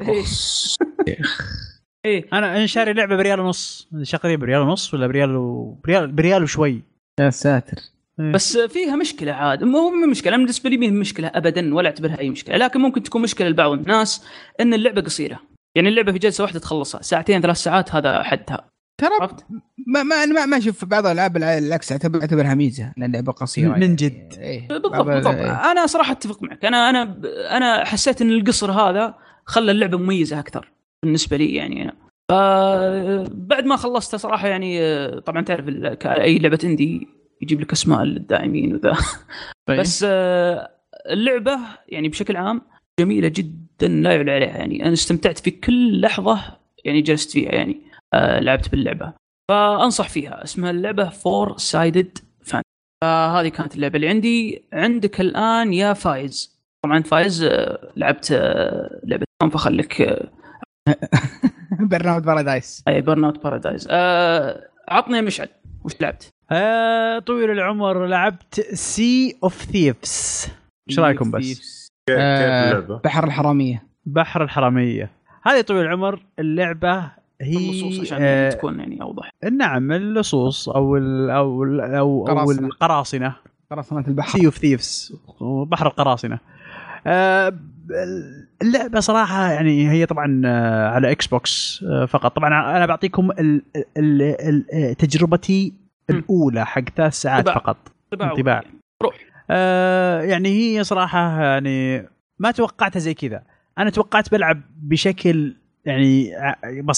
ايه انا شاري لعبه بريال ونص، شقري بريال ونص ولا بريال و... بريال بريال وشوي. يا ساتر. بس فيها مشكله عاد، مو مشكله بالنسبه لي، مو مشكله ابدا ولا اعتبرها اي مشكله، لكن ممكن تكون مشكله لبعض الناس ان اللعبه قصيره، يعني اللعبه في جلسه واحده تخلصها، ساعتين ثلاث ساعات هذا حدها. ترى ما ما ما ما اشوف بعض الالعاب العكس اعتبرها ميزه لان اللعبه قصيره من جد. إيه. بالضبط بالضبط. إيه. انا صراحه اتفق معك. انا انا انا حسيت ان القصر هذا خلى اللعبه مميزه اكثر بالنسبه لي يعني. أنا بعد ما خلصتها صراحه يعني، طبعا تعرف اي لعبه اندي يجيب لك اسماء الداعمين وذا. طيب. بس اللعبه يعني بشكل عام جميله جدا لا يعلى عليها يعني. انا استمتعت في كل لحظه يعني جلست فيها يعني، آه لعبت باللعبه، فانصح فيها. اسمها اللعبه فور سايدد فان. فهذه كانت اللعبه اللي عندي. عندك الان يا فايز؟ طبعا فايز آه لعبت آه لعبه فخليك آه برناوت بارادايس. اي برناوت بارادايس. آه عطني مشعل وش لعبت؟ آه طويل العمر لعبت سي اوف ثيفز. ايش رايكم بس؟ كيف اللعبه؟ بحر الحراميه. بحر الحراميه هذه طويل العمر. اللعبه هي اللصوص عشان آه تكون يعني اوضح. نعم اللصوص او ال او ال او, أو القراصنه، قراصنه البحر، سي اوف ثيفز، بحر القراصنه. آه اللعبه صراحه يعني هي طبعا على اكس بوكس فقط. طبعا انا بعطيكم ال ال ال تجربتي الاولى حق ثلاث ساعات طباع. فقط انطباع روح. آه يعني هي صراحه يعني ما توقعتها زي كذا. انا توقعت بلعب بشكل يعني بسيط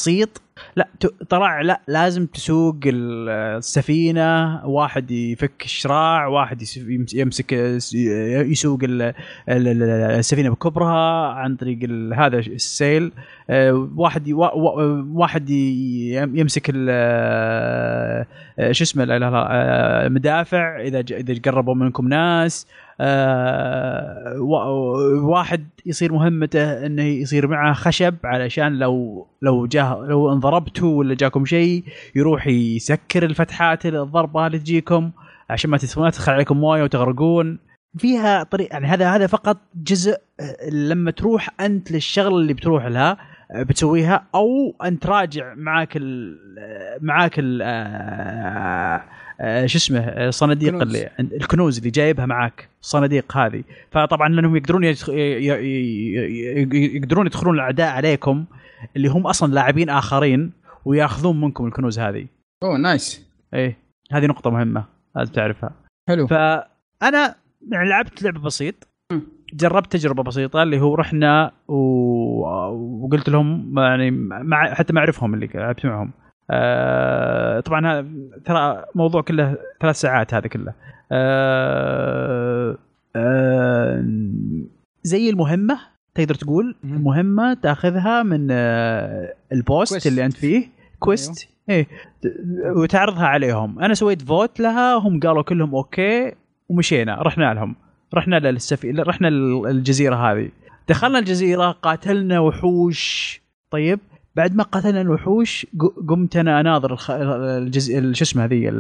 لا طلع لا لازم تسوق السفينة، واحد يفك الشراع، واحد يمسك يسوق السفينة بكبرها عن طريق هذا السيل، واحد واحد يمسك شو اسمه المدافع إذا إذا قربوا منكم ناس، واحد يصير مهمته انه يصير معه خشب علشان لو لو جاه لو انضربتوا ولا جاكم شيء يروح يسكر الفتحات الضربه اللي تجيكم عشان ما تدخل عليكم مويه وتغرقون فيها طريق. يعني هذا هذا فقط جزء لما تروح انت للشغل اللي بتروح لها بتسويها، او انت راجع معاك ال معاك ال شو اسمه صناديق الكنوز. اللي الكنوز اللي جايبها معاك الصناديق هذه. فطبعا لانهم يقدرون يدخ... يقدرون يدخلون الاعداء عليكم اللي هم اصلا لاعبين اخرين وياخذون منكم الكنوز هذه. اوه نايس. ايه هذه نقطه مهمه لازم تعرفها. حلو. فانا يعني لعبت لعبه بسيط، جربت تجربه بسيطه اللي هو رحنا و... وقلت لهم يعني مع... حتى ما اعرفهم اللي لعبت معهم. آه طبعا ترى موضوع كله ثلاث ساعات هذا كله. آه آه زي المهمة تقدر تقول مهمة تاخذها من آه البوست كويست. اللي أنت فيه كويست أيوه. إيه وتعرضها عليهم. أنا سويت فوت لها، هم قالوا كلهم أوكي ومشينا رحنا لهم رحنا للسفينة رحنا الجزيرة هذه، دخلنا الجزيرة قاتلنا وحوش. طيب بعد ما قتلنا الوحوش قمت انا اناظر الجزء شو اسمه هذه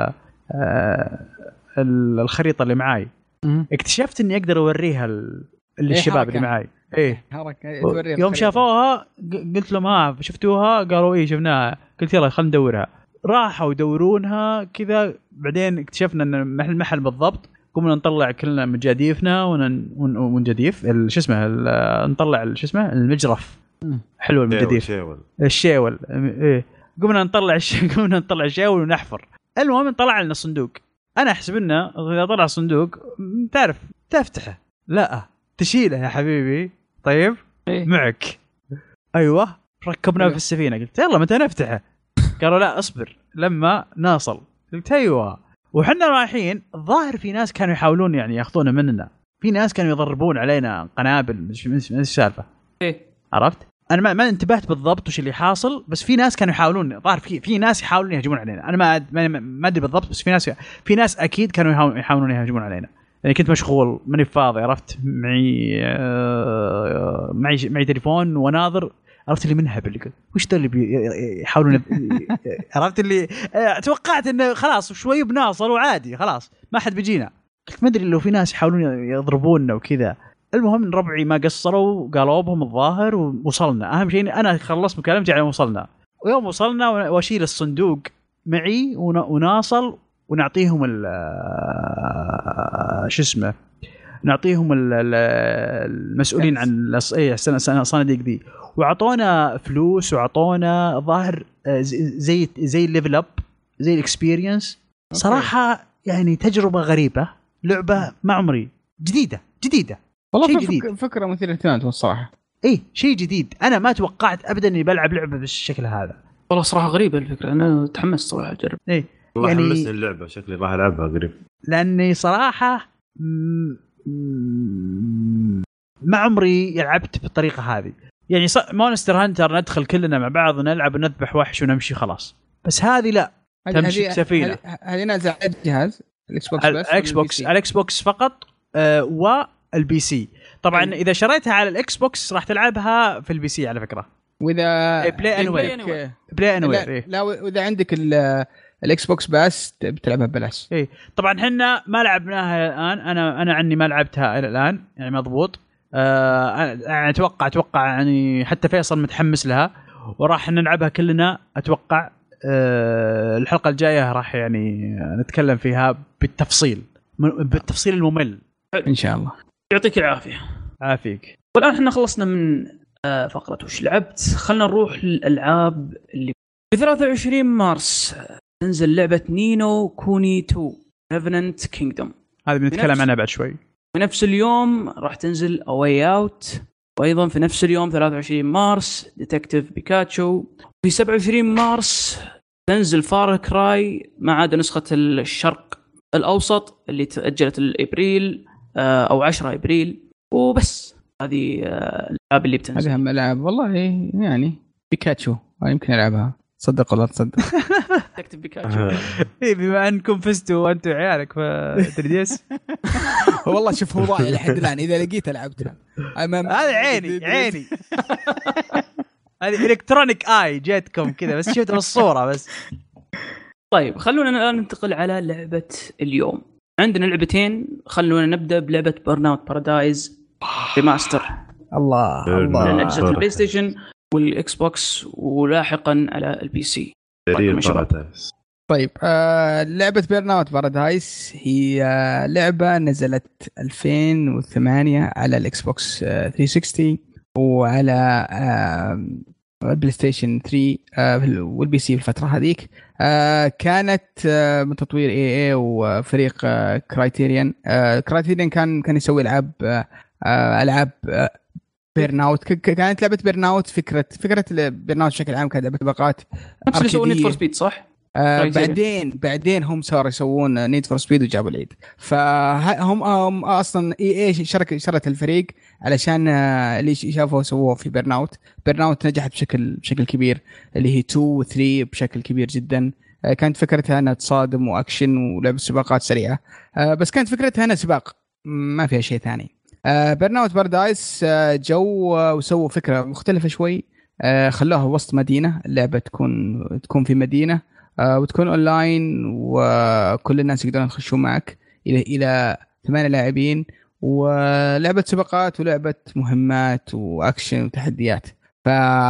الخريطه اللي معاي، اكتشفت اني اقدر اوريها للشباب اللي معاي. ايه يوم شافوها قلت لهم ها شفتوها؟ قالوا ايه شفناها. قلت يلا خلينا ندورها. راحوا يدورونها كذا، بعدين اكتشفنا ان محل المحل بالضبط. قمنا نطلع كلنا مجاديفنا ونجديف شو اسمه نطلع شو اسمه المجرف. حلو المجديف الشيول الشيول ايه. قمنا نطلع الش... قمنا نطلع الشيول ونحفر. المهم طلع لنا صندوق. انا احسب انه اذا طلع صندوق تعرف تفتحه، لا تشيله يا حبيبي. طيب إيه؟ معك ايوه. ركبناه في السفينه. قلت يلا متى نفتحه؟ قالوا لا اصبر لما نوصل. قلت ايوه. وحنا رايحين الظاهر في ناس كانوا يحاولون يعني ياخذونه مننا، في ناس كانوا يضربون علينا قنابل مش مش السالفه ايه عرفت. انا ما, ما انتبهت بالضبط وش اللي حاصل، بس في ناس كانوا يحاولون ظاهر في في ناس يحاولون يهجمون علينا. انا ما ما ادري بالضبط، بس في ناس في ناس اكيد كانوا يحاولون يهجمون علينا. يعني كنت مشغول ماني فاضي عرفت. معي آه معي معي تليفون وناظر عرفت اللي منهب اللي وش ده اللي بيحاولون عرفت اللي آه توقعت انه خلاص شوي بناصل وعادي خلاص ما حد بيجينا. قلت ما ادري لو في ناس يحاولون يضربوننا وكذا. المهم ربعي ما قصروا قالوا بهم الظاهر ووصلنا. اهم شيء انا خلصت مكالمتي على وصلنا. ويوم وصلنا واشيل الصندوق معي وناصل ونعطيهم ال شو اسمه نعطيهم المسؤولين عن الصناديق دي، وعطونا فلوس وعطونا ظاهر زي زي الليفل اب زي الاكسبيرينس. صراحه يعني تجربه غريبه، لعبه ما عمري جديده جديده والله فك... فكره مثيره للاهتمام الصراحه. ايه شيء جديد. انا ما توقعت ابدا اني بلعب لعبه بالشكل هذا. والله صراحه غريبه الفكره. انا تحمست صراحه اجرب. ايه والله يعني حمسني اللعبه، شكلي راح العبها قريب. لاني صراحه م... م... ما عمري لعبت بالطريقه هذه. يعني ص... مونستر هانتر ندخل كلنا مع بعض ونلعب ونذبح وحش ونمشي خلاص، بس هذه لا تمشي بسفينه. هذه نازله على الجهاز الاكس بوكس بس الاكس بوكس الاكس بوكس فقط آه والبي سي طبعا. أي. اذا شريتها على الاكس بوكس راح تلعبها في البي سي على فكره. واذا بلاي انوير بلاي انوير لا واذا عندك الاكس بوكس بس بتلعبها ببلاش. اي طبعا احنا ما لعبناها الان. انا انا عني ما لعبتها الى الان يعني مضبوط. آه انا اتوقع اتوقع يعني حتى فيصل متحمس لها وراح نلعبها كلنا اتوقع. آه الحلقه الجايه راح يعني نتكلم فيها بالتفصيل بالتفصيل الممل ان شاء الله. يعطيك العافيه. عافيك. والان احنا خلصنا من فقره وش لعبت. خلنا نروح للالعاب اللي في ثلاثة وعشرين مارس تنزل لعبه نينو كوني تو ريفننت كينجدوم. هذا بنتكلم عنها بعد شوي. في نفس اليوم راح تنزل اواي اوت وايضا في نفس اليوم ثلاثة وعشرين مارس ديتكتيف بيكاتشو. في سبعة وعشرين مارس تنزل فار كراي ما عدا نسخة الشرق الأوسط اللي تأجلت الإبريل أو عشرة إبريل. وبس هذه الألعاب اللي بتنزل. هذه هم ألعاب والله يعني بيكاتشو يمكن ألعبها صدق ولا تصدق. ديتكتيف بيكاتشو بما أنكم فزتوا أنتوا عيالك فتريديس. والله شوف هو ضايع لحد الآن إذا لقيت ألعبتها. هذا عيني عيني. هذه إلكترونيك آي جاتكم كذا بس شفت بالصورة بس. طيب خلونا الآن ننتقل على لعبة اليوم. عندنا لعبتين. خلونا نبدأ بلعبة بيرناوت بارادايز ريماستر. الله الله. من أجهزة البلاي ستيشن والإكس بوكس ولاحقا على البي سي. طيب, طيب آه لعبة بيرناوت بارادايز هي لعبة نزلت ألفين وثمانية على الإكس بوكس آه ثلاثمية وستين وعلى آه البلاي ستيشن ثلاثة آه والبي سي في الفترة هذيك. آه كانت آه من تطوير اي اي وفريق آه كرايتيريان. آه كرايتيريان كان كان يسوي العاب آه العاب آه بيرناوت. كانت لعبة بيرناوت فكرة فكرة بيرناوت بشكل عام كانت لعبة طبقات نفس اللي يسوون نيد فور سبيد صح؟ آه بعدين بعدين هم صاروا يسوون نيد فور سبيد وجابوا العيد. فهم هم اصلا اي اي شركه شرت الفريق علشان اللي شافوا سووه في بيرناوت. بيرناوت نجحت بشكل بشكل كبير اللي هي اثنين و ثلاثة بشكل كبير جدا. آه كانت فكرتها انها تصادم واكشن ولعبه سباقات سريعه. آه بس كانت فكرتها انها سباق ما فيها شيء ثاني. آه بيرناوت بارادايس آه جو آه وسووا فكره مختلفه شوي. آه خلوها وسط مدينه. اللعبه تكون تكون في مدينه آه وتكون اونلاين وكل الناس يقدرون يخشون معك الى الى ثمانية لاعبين. ولعبه سباقات ولعبه مهمات واكشن وتحديات. ف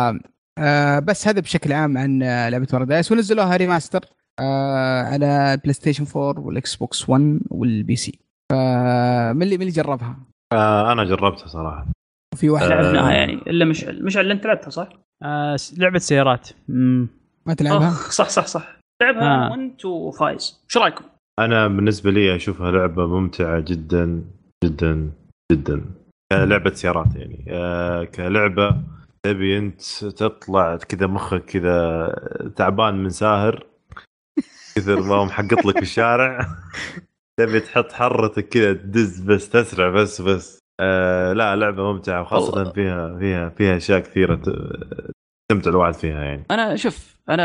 آه بس هذا بشكل عام عن لعبه بارادايس. ونزلوها ريماستر آه على بلاي ستيشن فور والاكس بوكس ون والبي سي. فمن اللي من اللي جربها؟ آه انا جربتها صراحه. في واحد لعبناها يعني الا مشعل مشعل اللي انت لعبتها صح؟ آه لعبه سيارات. امم ما تلعبها؟ صح صح صح لعبها. وانت وفايز شو رايكم؟ انا بالنسبه لي اشوفها لعبه ممتعه جدا جدا جدا كلعبه سيارات يعني. آه كلعبه تبي انت تطلع كذا مخك كذا تعبان من ساهر كثر ما هو محقق لك في الشارع تبي تحط حرتك كذا تدز بس تسرع بس بس آه لا لعبه ممتعه وخاصه الله. فيها فيها فيها اشياء كثيره تستمتع الواحد فيها يعني. انا شوف انا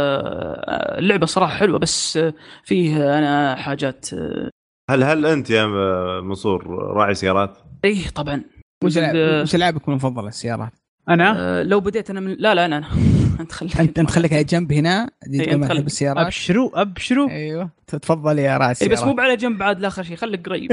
اللعبه صراحه حلوه بس فيه انا حاجات. هل هل انت يا منصور راعي سيارات؟ ايه طبعا. وش وش لعبك المفضل السيارات؟ انا أه لو بديت انا من... لا لا انا انا انت خليك انت انت خليك على جنب هنا إيه تجي بالسيارات. ابشروا ابشروا ايوه تفضل يا راس. إيه بس مو على جنب عاد لا اخر شيء خليك قريب.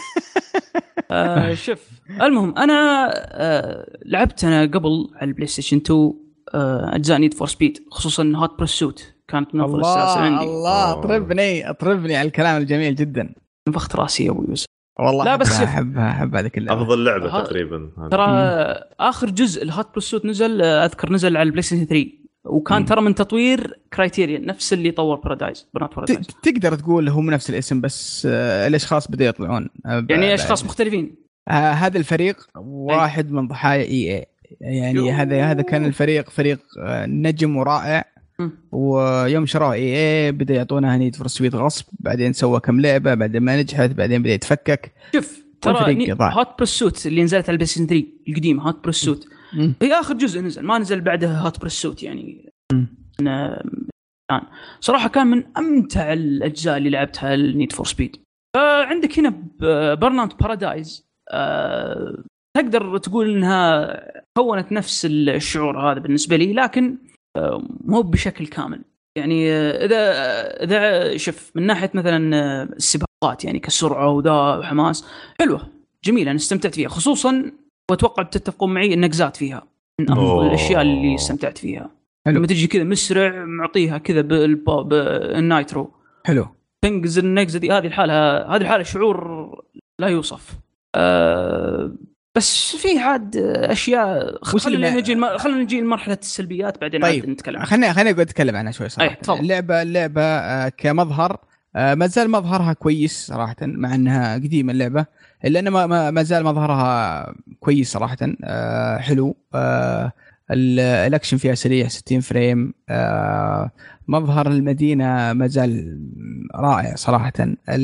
آه شوف المهم انا آه لعبت انا قبل على البلاي ستيشن تو آه اجزاء نيد فور سبيد خصوصا هوت برسوت كانت من افضل السلاسل عندي. الله اطربني اطربني على الكلام الجميل جدا. نفخت راسي يا ابو يوسف والله. لا بس احبها احب هذيك اللعبه افضل لعبه ه... تقريبا. ترى اخر جزء الهوت برسوت نزل اذكر نزل على البلاي ستيشن ثري وكان ترى من تطوير كرايتيريان نفس اللي طور بارادايز بنات بارادايز. تقدر تقول هم نفس الاسم بس الاشخاص بدأوا يطلعون يعني اشخاص مختلفين. آه هذا الفريق واحد أي. من ضحايا اي اي يعني يو. هذا هذا كان الفريق فريق نجم ورائع. م. ويوم شروه اي اي بدا يعطونا نيد فور سبيد غصب بعدين سوى كم لعبه بعدين ما نجحت بعدين بدا يتفكك. شوف ترى هوت برسوت اللي نزلت على البلاي ستيشن ثري القديم هوت برسوت هي اخر جزء نزل ما نزل بعدها هوت برسوت يعني. أنا صراحه كان من امتع الاجزاء اللي لعبتها النيد فور سبيد. فعندك هنا بيرناوت بارادايز أه تقدر تقول انها كونت نفس الشعور هذا بالنسبه لي لكن أه مو بشكل كامل يعني. اذا اذا شوف من ناحيه مثلا السباقات يعني كسرعه وذا وحماس حلوه جميله انا استمتعت فيها خصوصا واتوقع تتفقون معي النقزات فيها من افضل الاشياء اللي استمتعت فيها. لما تجي كذا مسرع معطيها كذا بالنايترو حلو تنقز النقزه دي هذه الحاله هذه الحاله شعور لا يوصف. أه بس في عاد اشياء خلينا نجي الم... خلينا نجي لمرحله السلبيات بعدين. طيب. نتكلم خلينا خلينا نقعد نتكلم عنها شوي صراحه. أيه. اللعبه اللعبه كمظهر آه ما زال مظهرها كويس صراحه مع انها قديمه اللعبه، الا انه ما ما زال مظهرها كويس صراحه. آه حلو. آه الاكشن فيها سريع ستين فريم. آه مظهر المدينه ما زال رائع صراحه.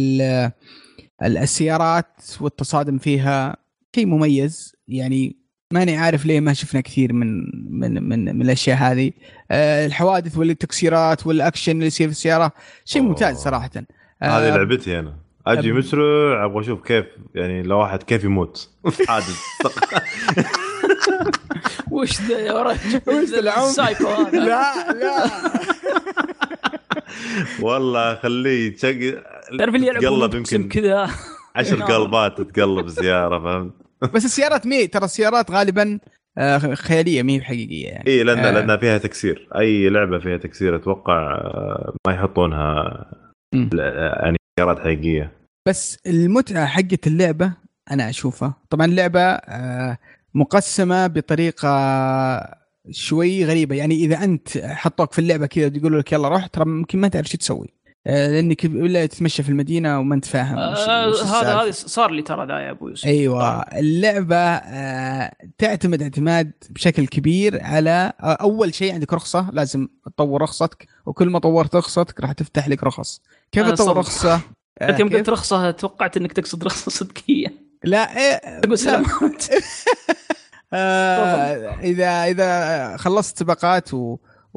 السيارات والتصادم فيها شيء مميز، يعني ماني عارف ليه ما شفنا كثير من من من, من الاشياء هذه. أه الحوادث والتكسيرات والاكشن اللي يصير في السياره شيء ممتاز صراحه. أه هذه لعبتي انا، اجي مسرع ابغى اشوف كيف يعني لو واحد كيف يموت في حادث. وش ذا يا رجل؟ وش ذا العم سايكو هذا؟ لا لا والله خليه يتشق. تعرف اللي يلعب يمكن كذا عشر قلبات تتقلب السياره، فهمت؟ بس السيارات مي ترى السيارات غالبا خياليه مي حقيقيه يعني. اي لان آه. لانها فيها تكسير، اي لعبه فيها تكسير اتوقع ما يحطونها م. يعني سيارات حقيقيه. بس المتعه حقت اللعبه انا اشوفها طبعا اللعبه مقسمه بطريقه شوي غريبه، يعني اذا انت حطوك في اللعبه كذا يقولوا لك يلا روح، ترى ممكن ما تعرف شو تسوي لانك ولا تتمشى في المدينه وما انت فاهم. آه هذا هذا صار لي ترى ذا يا ابو يوسف. ايوه اللعبه آه تعتمد اعتماد بشكل كبير على آه اول شيء عندك رخصه، لازم تطور رخصتك، وكل ما طورت رخصتك راح تفتح لك رخص. كيف تطور رخصه؟ آه انت يوم قلت رخصه توقعت انك تقصد رخصه صدقيه. لا إيه تقول سلامات. آه اذا اذا خلصت سباقات و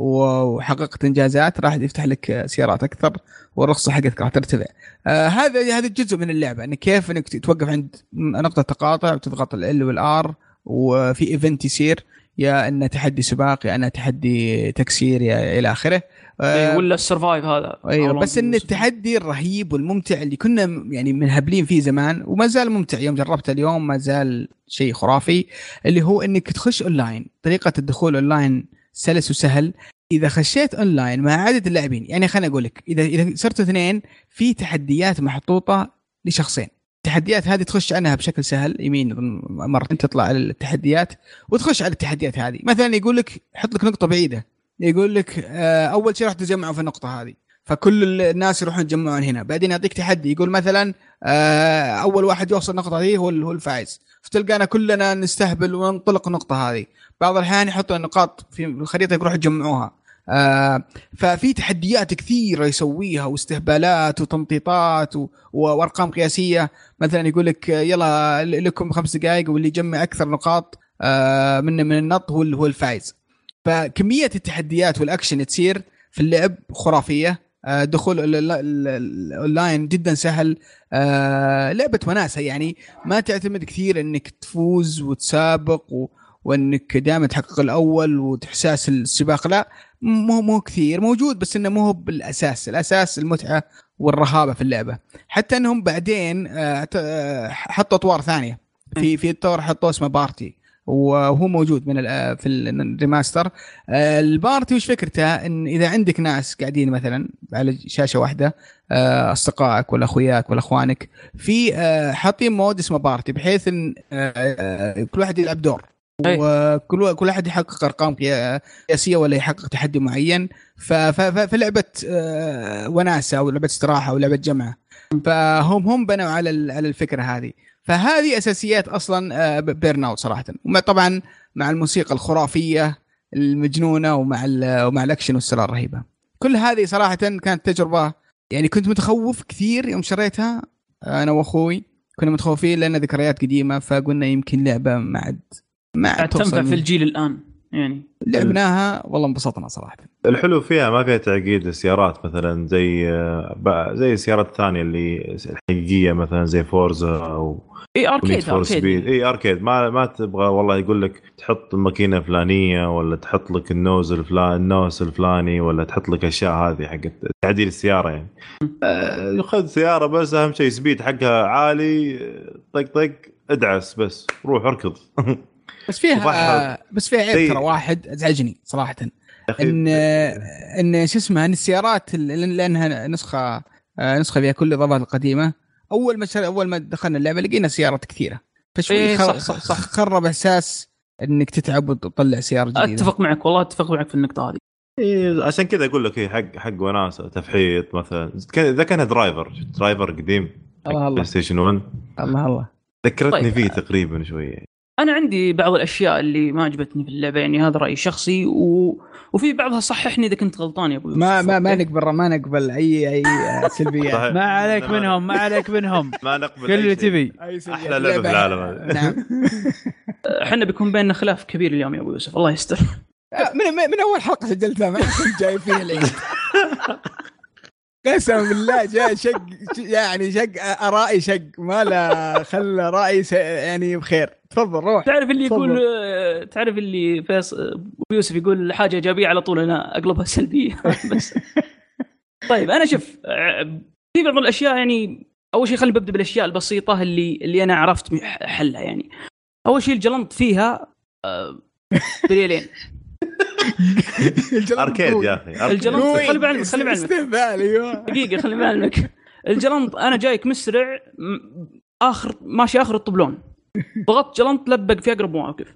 وحققت انجازات راح يفتح لك سيارات اكثر والرخصه حقتك راح ترتفع. آه هذا هذا الجزء من اللعبه، انك كيف انك توقف عند نقطه تقاطع وتضغط ال والار وفي ايفنت يصير، يا انه تحدي سباق يا انه تحدي تكسير يا الى اخره. آه ولا السرفايف هذا. ايوه بس ان التحدي الرهيب والممتع اللي كنا يعني منهبلين فيه زمان وما زال ممتع يوم جربته اليوم ما زال شيء خرافي، اللي هو انك تخش اونلاين. طريقه الدخول اونلاين سلس وسهل. إذا خشيت أونلاين مع عدد اللاعبين، يعني خليني أقول لك إذا إذا صرتوا اثنين في تحديات محطوطة لشخصين، التحديات هذه تخش عنها بشكل سهل، يمين مرتين تطلع على التحديات وتخش على التحديات هذه. مثلا يقول لك حط لك نقطة بعيدة، يقول لك أول شيء راح تجمعوا في النقطة هذه، فكل الناس يروحون يتجمعون هنا. بعدين يعطيك تحدي يقول مثلا أول واحد يوصل النقطة هذه هو هو الفائز، فتلقانا كلنا نستهبل وننطلق النقطة هذه. بعض الأحيان يحطوا النقاط في الخريطة يروحوا يجمعوها. آه ففي تحديات كثيرة يسويها واستهبالات وتمطيطات و... وأرقام قياسية. مثلا يقول لك يلا لكم خمس دقائق واللي يجمع أكثر نقاط آه من من النط هو هو الفائز. فكمية التحديات والأكشن تصير في اللعب خرافية. آه دخول الأونلاين جدا سهل. آه لعبة وناسة، يعني ما تعتمد كثير إنك تفوز وتسابق و... وانك دائما تحقق الاول وتحساس السباق، لا مو مو كثير موجود، بس انه مو بالاساس. الاساس المتعه والرهابه في اللعبه. حتى انهم بعدين حطوا اطوار ثانيه في في الطور حطوا اسمه بارتي، وهو موجود من في الريماستر. البارتي وش فكرته؟ ان اذا عندك ناس قاعدين مثلا على شاشه واحده، اصدقائك ولا اخوياك ولا اخوانك، في حاطين مود اسمه بارتي بحيث ان كل واحد يلعب دور وكل كل احد يحقق ارقام قياسيه ولا يحقق تحدي معين. فلعبه وناسه او لعبه استراحه او لعبه جمعه، فهم هم بنوا على على الفكره هذه. فهذه اساسيات اصلا بيرن اوت صراحه، طبعا مع الموسيقى الخرافيه المجنونه ومع ومع الاكشن والسرعه الرهيبه. كل هذه صراحه كانت تجربه، يعني كنت متخوف كثير يوم شريتها انا واخوي، كنا متخوفين لان ذكريات قديمه، فقلنا يمكن لعبه ما عاد ما تنفع في الجيل الآن. يعني لعبناها والله انبسطنا صراحة. الحلو فيها ما فيها تعقيد السيارات مثلا زي زي السيارات الثانية اللي الحقيقية مثلا زي فورزا أو اي اركيد اركيد اي اركيد ما ما تبغى والله يقول لك تحط الماكينه فلانيه ولا تحط لك النوز الفلاني النوس الفلاني ولا تحط لك اشياء هذه حقت تعديل السياره. يعني آه خذ سياره بس اهم شيء سبيد حقها عالي، طق طق ادعس بس روح اركض. بس فيها بس فيها عيب ترى واحد ازعجني صراحه، ان ان شو اسمه ان السيارات لانها نسخه نسخه فيها كل الاضافات القديمه. اول ما اول ما دخلنا اللعبه لقينا سيارات كثيره، فشوي إيه خر... صح صح صح خرب احساس انك تتعب وتطلع سياره جديده. اتفق معك والله اتفق معك في النقطه هذه. إيه عشان كذا اقول لك هي حق حق وناسه تفحيط مثلا اذا كان درايفر درايفر قديم بلاي ستيشن واحد. الله الله ذكرتني طيب. فيه تقريبا شويه. انا عندي بعض الاشياء اللي ما عجبتني في اللعبه، يعني هذا رايي شخصي، و... وفي بعضها صححني اذا كنت غلطان يا ابو يوسف. ما ما ما نقبل ما نقبل اي اي سلبيات. ما عليك منهم ما عليك منهم ما نقبل كل اللي تبي. احلى لعبه في العالم. نعم احنا بيكون بيننا خلاف كبير اليوم يا ابو يوسف، الله يستر. من من اول حلقه سجلتها ما كنت جاي فيها العيد. قسم بالله جاء شق يعني شق ارائي شق ما لا خلى رايي يعني بخير. تفضل روح. تعرف اللي يقول تعرف اللي فيص ابو يوسف يقول حاجه ايجابيه على طول انا اقلبها سلبيه. بس طيب انا شوف في بعض الاشياء، يعني اول شيء خليني ببدا بالاشياء البسيطه اللي اللي انا عرفت حلها. يعني اول شيء الجلنط فيها بريالين اركيد يا اخي. الجلنط خلي بعلمك خلي بعلمك ايوه دقيقه خلي بعلمك الجلنط انا جايك مسرع اخر ماشي اخر الطبلون ضغطت جلنط لبق في اقرب مواقف.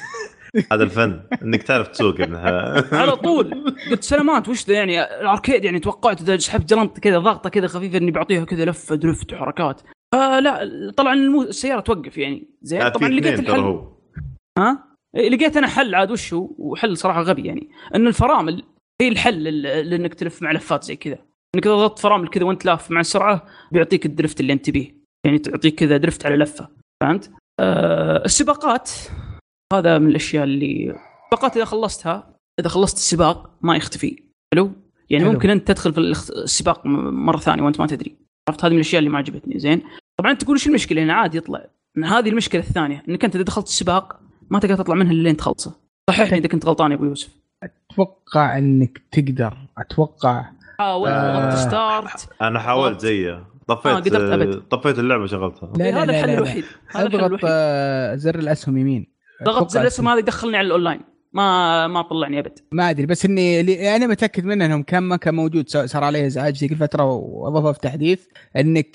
هذا الفن انك تعرف تسوق ابنها على طول. قلت سلامات وش ذا يعني الاركيد، يعني توقعت اذا سحبت جلنط كذا ضغطه كذا خفيفه اني بعطيها كذا لفه درفت وحركات. فلا طبعا المو... السياره توقف يعني زين. طبعا لقيت الحل ها لقيت انا حل عاد وش هو، وحل صراحه غبي يعني ان الفرامل هي الحل لانك تلف مع لفات زي كذا. انك اذا ضغطت فرامل كذا وانت لاف مع السرعه بيعطيك الدرفت اللي انت بيه، يعني تعطيك كذا درفت على لفه. فهمت؟ أه السباقات هذا من الاشياء اللي السباقات اذا خلصتها اذا خلصت السباق ما يختفي. حلو يعني حلو. ممكن انت تدخل في السباق مره ثانيه وانت ما تدري. عرفت؟ هذه من الاشياء اللي ما عجبتني. زين طبعا تقول ايش المشكله هنا؟ عادي يطلع. هذه المشكله الثانيه انك انت اذا دخلت السباق ما تقدر تطلع منها الا انت تخلصه. صحيح اذا كنت غلطان يا ابو يوسف. اتوقع انك تقدر اتوقع حاول ضغط ستارت. انا حاولت زيه طفيت آه طفيت اللعبه شغلتها. هذا الحل الوحيد. اضغط زر الاسهم يمين. ضغط زر الاسهم هذا يدخلني على الاونلاين ما ما طلعني ابد. ما ادري بس اني اللي انا متاكد منه انهم كان ما كان موجود صار عليه ازعاج ذيك الفتره واضافه في تحديث انك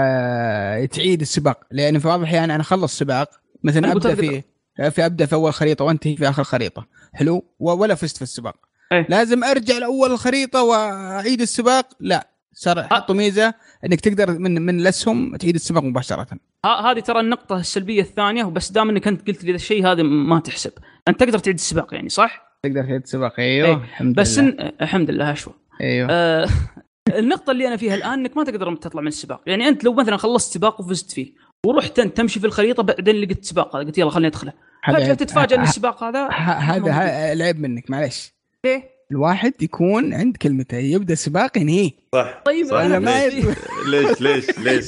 تعيد السباق. لان في بعض الاحيان انا اخلص سباق مثلا ابدا فيه في ابدا في اول خريطه وانتهي في اخر خريطه. حلو ولا فزت في السباق أيه. لازم ارجع لاول الخريطه واعيد السباق. لا صار حطوا ميزه انك تقدر من من الاسهم تعيد السباق مباشره. هذه ترى النقطه السلبيه الثانيه. وبس دام انك انت قلت لي ذا الشيء هذا ما تحسب. انت تقدر تعيد السباق يعني صح؟ تقدر تعيد السباق ايوه أيه. الحمد بس لله. إن... الحمد لله اشوى ايوه آه... النقطه اللي انا فيها الان انك ما تقدر تطلع من السباق. يعني انت لو مثلا خلصت سباق وفزت فيه ورحت انت تمشي في الخريطه بعدين لقيت سباق قلت يلا خليني ادخله فجاه تتفاجئ ان السباق هذا هذا لعب منك معلش. ليه الواحد يكون عند كلمته يبدا سباق ينهي صح. طيب صح. أنا ما ليش ليش ليش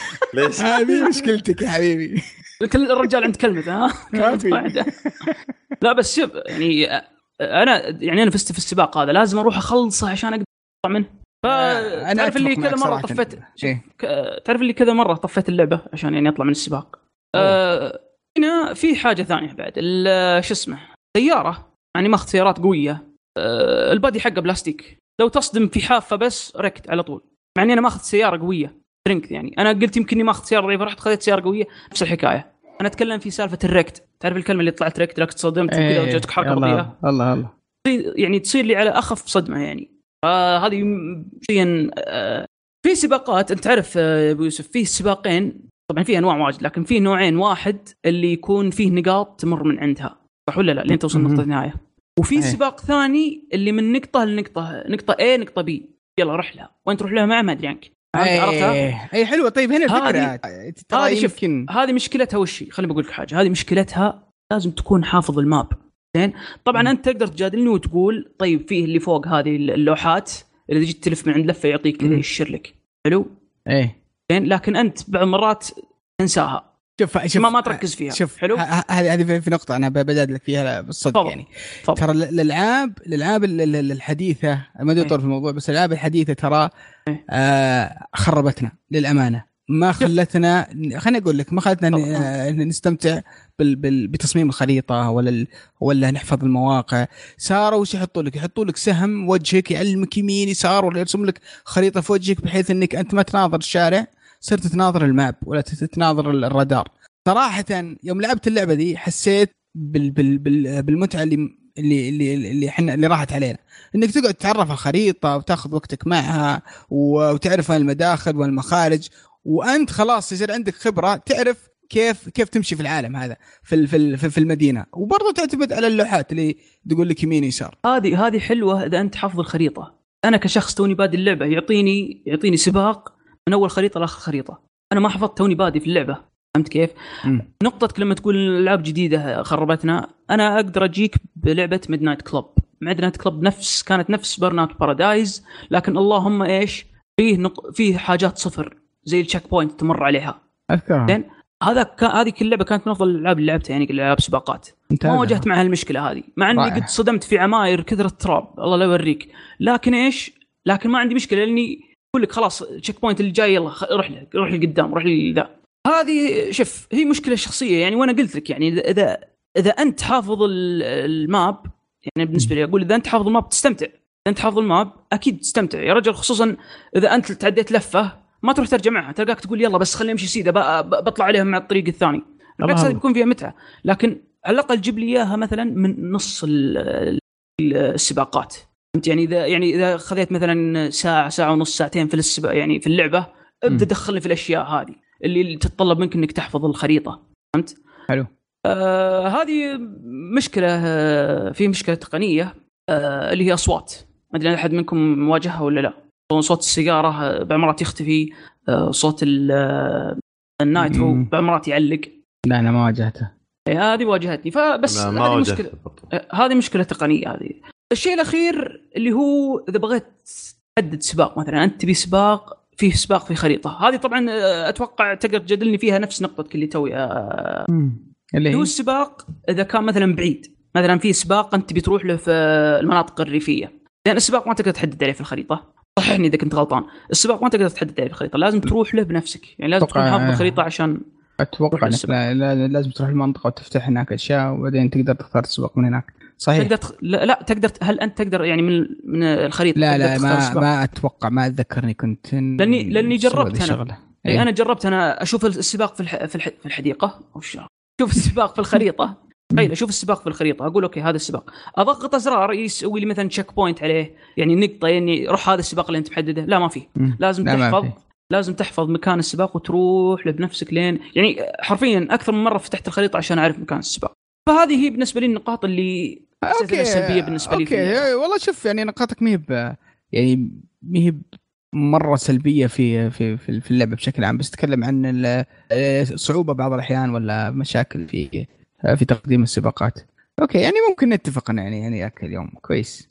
ليش هذه مشكلتك يا حبيبي. كل الرجال عند كلمته ها كافي. لا بس شوف يعني انا يعني انا فزت في السباق هذا لازم اروح اخلصه عشان اقدر اطلع منه. فانا تعرف اللي كذا مره طفيت تعرف اللي كذا مره طفيت اللعبه عشان يعني اطلع من السباق. آه هنا في حاجه ثانيه بعد شو اسمه سياره يعني ما اختيارات قويه. آه البادي حقه بلاستيك لو تصدم في حافه بس ركت على طول. مع اني انا ما اخذت سياره قويه ترنك يعني انا قلت يمكن ما اخذت سياره ضعيفه رحت خذيت سياره قويه نفس الحكايه. انا اتكلم في سالفه الركت. تعرف الكلمه اللي طلعت ركت لك تصدمت ايه كذا وجاتك حركه بطيئه. الله الله يعني تصير لي على اخف صدمه يعني. آه هذه شيء آه في سباقات انت تعرف آه ابو يوسف فيه سباقين طبعا فيه انواع واجد لكن فيه نوعين. واحد اللي يكون فيه نقاط تمر من عندها صح ولا لا لين توصل نقطه النهايه. وفي ايه. سباق ثاني اللي من نقطه لنقطه نقطه A نقطه B يلا روح لها وانت تروح لها مع ما ادري عنك. ايه. عرفتها اي حلوه. طيب هنا الفكره هذه يمكن هذه مشكلتها وشي خليني بقول لك حاجه. هذه مشكلتها لازم تكون حافظ الماب زين. طبعا م. انت تقدر تجادلني وتقول طيب فيه اللي فوق هذه اللوحات اللي تجي تلف من عند لفه يعطيك كذا يشير لك حلو ايه زين. لكن انت بعض المرات تنساها شوف شوف ما, ما تركز فيها. شوف حلو هذه هذه في نقطه انا بدأت لك فيها بالصدق فضل. يعني فضل. ترى الالعاب الالعاب الحديثه ما ادري طول في الموضوع بس الالعاب الحديثه ترى آه خربتنا للامانه. ما خلتنا خليني اقول لك ما خلتنا نستمتع بال... بال... بتصميم الخريطه ولا ال... ولا نحفظ المواقع. صاروا وش يحطوا لك يحطوا لك سهم وجهك يعلمك يمين يسار ولا يرسم لك خريطه في وجهك بحيث انك انت ما تناظر الشارع صرت تناظر الماب ولا تناظر الرادار. صراحه يوم لعبت اللعبه دي حسيت بال... بال... بال... بالمتعه اللي اللي اللي اللي احنا اللي راحت علينا، انك تقعد تتعرف على الخريطه وتاخذ وقتك معها وتعرف المداخل والمخارج، وانت خلاص يصير عندك خبره تعرف كيف كيف تمشي في العالم هذا في في في المدينه. وبرضه تعتمد على اللوحات اللي تقول لك يمين يسار. هذه هذه حلوه اذا انت حافظ الخريطه. انا كشخص توني بادي اللعبه يعطيني يعطيني سباق من اول خريطه لاخر خريطه، انا ما حفظت توني بادي في اللعبه. فهمت كيف؟ م. نقطتك لما تقول العاب جديده خربتنا، انا اقدر اجيك بلعبه ميدنايت كلوب. ميدنايت كلوب نفس كانت نفس برنات بارادايز، لكن اللهم ايش فيه نق... فيه حاجات صفر زي التشيك بوينت تمر عليها. اذكرها. هذا ك... هذه كل لعبه كانت من افضل الالعاب اللي لعبتها، يعني الالعاب سباقات. ما واجهت معها المشكله هذه، مع اني قد صدمت في عماير كثره تراب الله لا يوريك، لكن ايش لكن ما عندي مشكله لاني اقول لك خلاص تشيك بوينت اللي جاي يلا روح له روح لقدام روح لذا. هذه شوف هي مشكله شخصيه يعني، وانا قلت لك يعني اذا اذا انت حافظ الماب، يعني بالنسبه لي اقول اذا انت حافظ الماب تستمتع، اذا انت حافظ الماب اكيد تستمتع يا رجل، خصوصا اذا انت تعديت لفه ما تروح ترجع معها، تلقاك تقول يلا بس خليني امشي سيده بطلع عليهم مع الطريق الثاني. بالعكس هذا بيكون فيها متعه، لكن على الاقل جيب لي اياها مثلا من نص السباقات. انت يعني اذا يعني اذا خذيت مثلا ساعه ساعه ونص ساعتين في السباق يعني في اللعبه، ابدا دخلني في الاشياء هذه اللي تتطلب منك انك تحفظ الخريطه. فهمت؟ حلو. آه هذه مشكله، آه في مشكله تقنيه آه اللي هي اصوات. ما ادري احد منكم مواجهها ولا لا. صوت السياره بعمرات يختفي، آه صوت النايترو بعمرات يعلق. لا انا ما واجهته. هذه واجهتني فبس هذه مشكله، هذه مشكله تقنيه. هذه الشيء الاخير اللي هو اذا بغيت تحدد سباق، مثلا انت تبي سباق فيه سباق في خريطه، هذه طبعا اتوقع تقدر تجادلني فيها نفس نقطتك اللي توي اللي هو السباق اذا كان مثلا بعيد، مثلا في سباق انت بتروح له في المناطق الريفيه، لان السباق ما تقدر تحدد عليه في الخريطه. صححني اذا كنت غلطان، السباق ما تقدر تحدد عليه في الخريطه، لازم تروح له بنفسك، يعني لازم تكون حافظ الخريطه عشان اتوقع لا, لا لازم تروح المنطقه وتفتح هناك اشياء وبعدين تقدر تختار السباق من هناك. صحيح. تقدر تخ... لا, لا تقدر، هل انت تقدر يعني من من الخريطه؟ لا لا ما, ما اتوقع، ما اتذكرني كنت لاني لاني جربت انا اي إيه؟ انا جربت انا اشوف السباق في الح... في, الح... في الحديقه او الشارع، شوف السباق في الخريطه تخيل اشوف السباق في الخريطه اقول اوكي هذا السباق، اضغط ازرار يسوي لي مثلا تشيك بوينت عليه، يعني نقطه يعني روح هذا السباق اللي انت محدده. لا ما في، لازم لا تحفظ ما لازم تحفظ مكان السباق وتروح له بنفسك لين، يعني حرفيا اكثر من مره فتحت الخريطه عشان اعرف مكان السباق. فهذه هي بالنسبه لي النقاط اللي اوكي سلبيه بالنسبه لي. اوكي والله شوف يعني نقاطك مهب يعني مهب مره سلبيه في في في اللعبه بشكل عام، بس تكلم عن الصعوبه بعض الاحيان ولا مشاكل في في تقديم السباقات. اوكي يعني ممكن نتفق يعني يعني اكل اليوم كويس.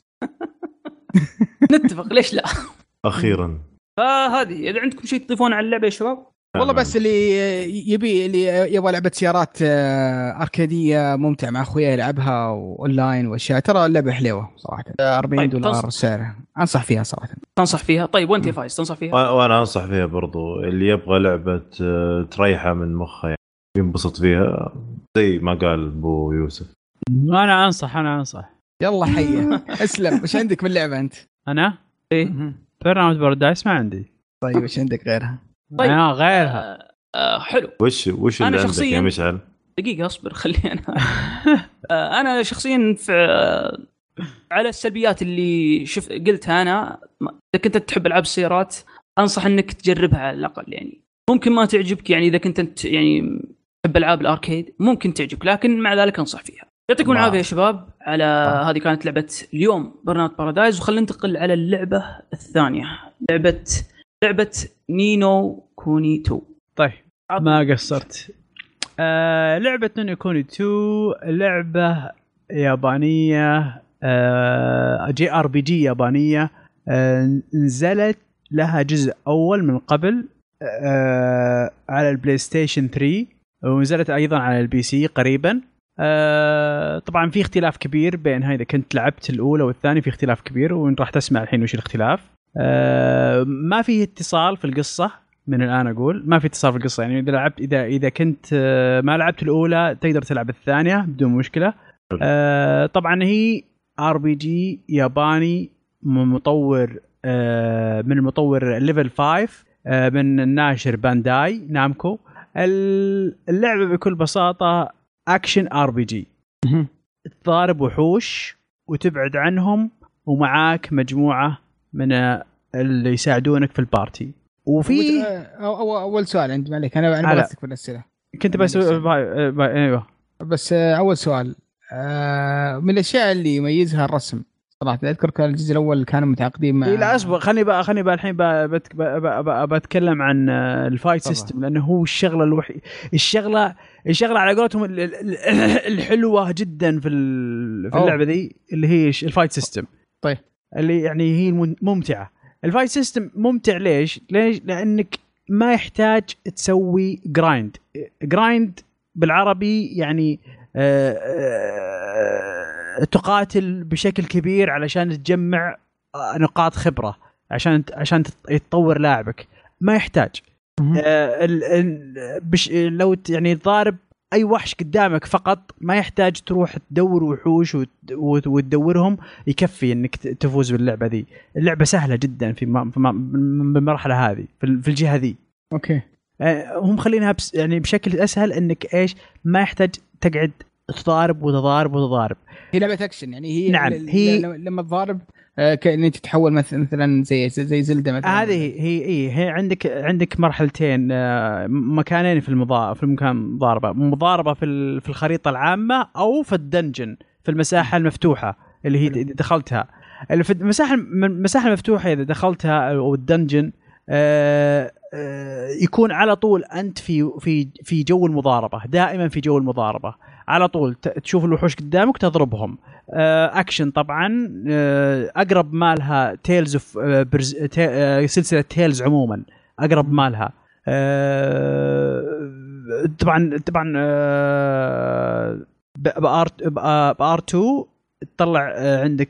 نتفق ليش لا. اخيرا فهذه اذا عندكم شيء تضيفون على اللعبه يا شباب. والله بس اللي يبي اللي يبغى لعبه سيارات اركاديه ممتع مع اخويا يلعبها واونلاين واشياء، ترى اللعبه حلوه صراحه. أربعين طيب دولار تنص... سعرها، انصح فيها صراحه. تنصح فيها؟ طيب وانت فايز تنصح فيها؟ وانا انصح فيها برضو، اللي يبغى لعبه تريحه من مخه يعني ينبسط فيها زي ما قال ابو يوسف. انا انصح انا انصح يلا حيه. اسلم وش عندك من لعبه انت؟ انا ايه بيرناوت بارادايس ما عندي. طيب وش عندك غيرها؟ طيب آه غيرها آه آه حلو. وش وش اللي عندك يا مشعل؟ دقيقه اصبر خلينا. آه انا شخصيا في آه على السلبيات اللي شف قلتها انا، اذا كنت تحب العاب السيارات انصح انك تجربها على الاقل. يعني ممكن ما تعجبك، يعني اذا كنت انت يعني تحب العاب الاركيد ممكن تعجبك، لكن مع ذلك انصح فيها. يعطيكم العافيه يا شباب على آه. هذه كانت لعبه اليوم برناوت بارادايز. وخلينا ننتقل على اللعبه الثانيه، لعبه لعبه نينو كوني اثنين. طيب ما قصرت. آه لعبه نينو كوني اثنين لعبه يابانيه، آه جي ار بي جي يابانيه، آه نزلت لها جزء اول من قبل آه على البلاي ستيشن ثلاثة، ونزلت ايضا على البي سي قريبا. آه طبعا في اختلاف كبير بين هاي، اذا كنت لعبت الاولى والثاني في اختلاف كبير، وراح تسمع الحين وش الاختلاف. آه ما فيه اتصال في القصه من الان اقول ما في اتصال في القصه، يعني اذا لعبت اذا اذا كنت آه ما لعبت الاولى تقدر تلعب الثانيه بدون مشكله. آه طبعا هي ار بي جي ياباني من مطور آه من المطور ليفل خمسة آه من الناشر بانداي نامكو. اللعبه بكل بساطه اكشن ار بي جي، تضارب وحوش وتبعد عنهم ومعاك مجموعة من اللي يساعدونك في البارتي. وفي أو أول سؤال عندي عليك أنا أنا بغثك في الأسئلة كنت بسوي أيوه بس أول سؤال من الأشياء اللي يميزها الرسم صراحة أذكر كان الجزء الأول كانوا متعاقدين مع لا أصبر خلني بقى خلني بقى الحين بت... بتكلم عن الفايت سيستم لأنه هو الشغلة الوحيد الشغلة الشغلة على قولتهم الحلوة جدا في في اللعبة ذي اللي هي الفايت سيستم. طيب اللي يعني هي ممتعة. الفايت سيستم ممتع ليش؟ ليش؟ لأنك ما يحتاج تسوي جرايند. جرايند بالعربي يعني آه آه تقاتل بشكل كبير علشان تجمع نقاط خبرة عشان عشان يتطور لاعبك. ما يحتاج. آه ال ال بش لو يعني تضارب أي وحش قدامك فقط ما يحتاج تروح تدور وحوش وتدورهم يكفي إنك تفوز باللعبة ذي. اللعبة سهلة جدا في المرحلة هذه في الجهة ذي. أوكي. هم مخلينها يعني بشكل أسهل إنك إيش ما يحتاج تقعد تضارب وتضارب وتضارب. هي لعبة أكشن يعني هي. نعم هي لما تضارب كأنك تتحول مثلا زي زي زلدة مثلا. هذه هي هي هي عندك عندك مرحلتين مكانين في المضا في المكان مضاربة مضاربة في في الخريطة العامة أو في الدنجن في المساحة المفتوحة اللي هي دخلتها. اللي في المساحة المساحة المفتوحة إذا دخلتها أو الدنجن يكون على طول أنت في في في جو المضاربة دائما في جو المضاربة على طول تشوف الوحوش قدامك تضربهم. أكشن طبعا أقرب مالها تيلز اوف سلسلة تيلز عموما أقرب مالها. طبعا طبعا بآر بآر تو تطلع عندك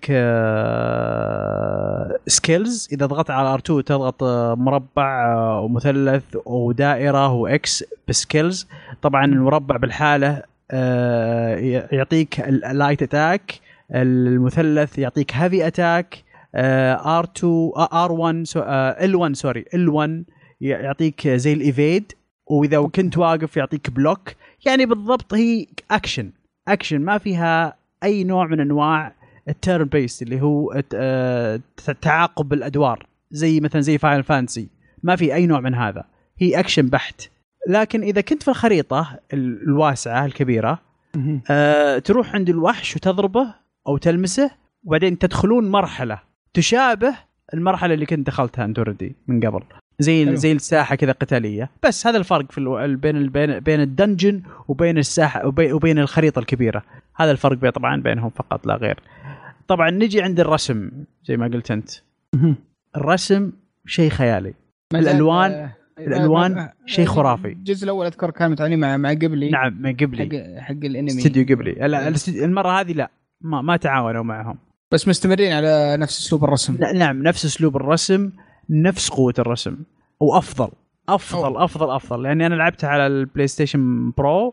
سكيلز. إذا ضغطت على آر تو تضغط مربع ومثلث ودائرة وإكس بسكيلز. طبعا المربع بالحالة يعطيك اللايت أتاك. المثلث يعطيك هافي أتاك. آر تو آر ون إل ون سوري إل ون يعطيك زي الإيفيد. وإذا كنت واقف يعطيك بلوك. يعني بالضبط هي أكشن أكشن ما فيها أي نوع من أنواع التيرن بيست اللي هو تعاقب الأدوار زي مثلا زي فاينل فانتسي. ما في أي نوع من هذا. هي أكشن بحت. لكن إذا كنت في الخريطة الواسعة الكبيرة أه تروح عند الوحش وتضربه أو تلمسه وبعدين تدخلون مرحلة تشابه المرحلة اللي كنت دخلتها أنت وردي من قبل زي زي الساحة كذا قتالية. بس هذا الفرق في بين بين بين الدنجن وبين الساحة وبين الخريطة الكبيرة. هذا الفرق بين طبعا بينهم فقط لا غير. طبعا نجي عند الرسم زي ما قلت أنت. الرسم شيء خيالي. الألوان الألوان شيء خرافي. الجزء الأول أذكر كان متعاني مع مع قبلي. نعم مع قبلي حق حق الأنمي استوديو قبلي. المرة هذه لا ما ما تعاونوا معهم بس مستمرين على نفس أسلوب الرسم. نعم نفس أسلوب الرسم نفس قوة الرسم وأفضل أفضل أوه. أفضل أفضل لأني يعني أنا لعبتها على البلاي ستيشن برو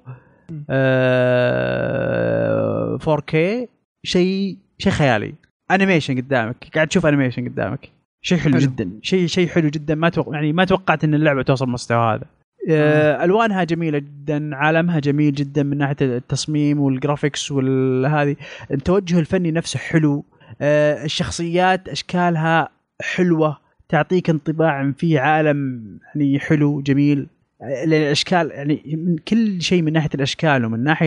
آه فور كي شيء شيء خيالي. أنيميشن قدامك قاعد تشوف أنيميشن قدامك شيء حلو, حلو جدا شيء شيء حلو جدا. ما توقع يعني ما توقعت إن اللعبة توصل مستوى هذا. آه ألوانها جميلة جدا. عالمها جميل جدا من ناحية التصميم والجرافيكس والهذه. التوجه الفني نفسه حلو. آه الشخصيات أشكالها حلوة تعطيك انطباع في عالم يعني حلو جميل. الأشكال يعني من كل شيء من ناحية الأشكال ومن ناحية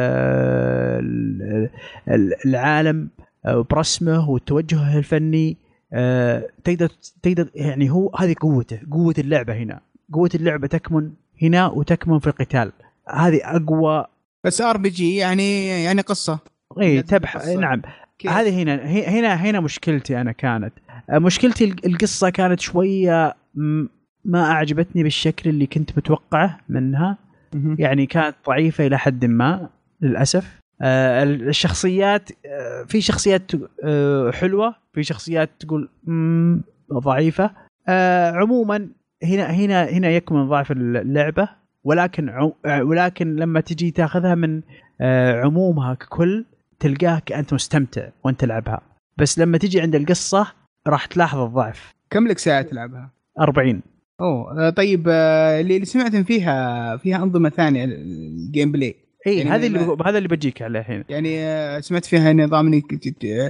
العالم برسمه والتوجه الفني. أه تقدر تقدر يعني هو هذه قوته قوة اللعبة هنا. قوة اللعبة تكمن هنا وتكمن في القتال. هذه أقوى. بس آر بي جي يعني يعني قصة. إيه تبح نعم هذه هنا هنا هنا مشكلتي أنا كانت مشكلتي القصة كانت شوية ما أعجبتني بالشكل اللي كنت متوقعه منها. يعني كانت ضعيفة إلى حد ما للأسف. آه الشخصيات آه في شخصيات آه حلوة في شخصيات تقول ضعيفة. آه عموما هنا هنا هنا يكمن ضعف اللعبة. ولكن ولكن لما تجي تأخذها من آه عمومها ككل تلقاك أنت مستمتع وأنت تلعبها. بس لما تجي عند القصة راح تلاحظ الضعف. كم لك ساعة تلعبها؟ أربعين. أوه طيب اللي سمعت فيها فيها أنظمة ثانية الجيم بلاي اي يعني هذا اللي هذا اللي بجيك عليه الحين. يعني سمعت فيها نظام انك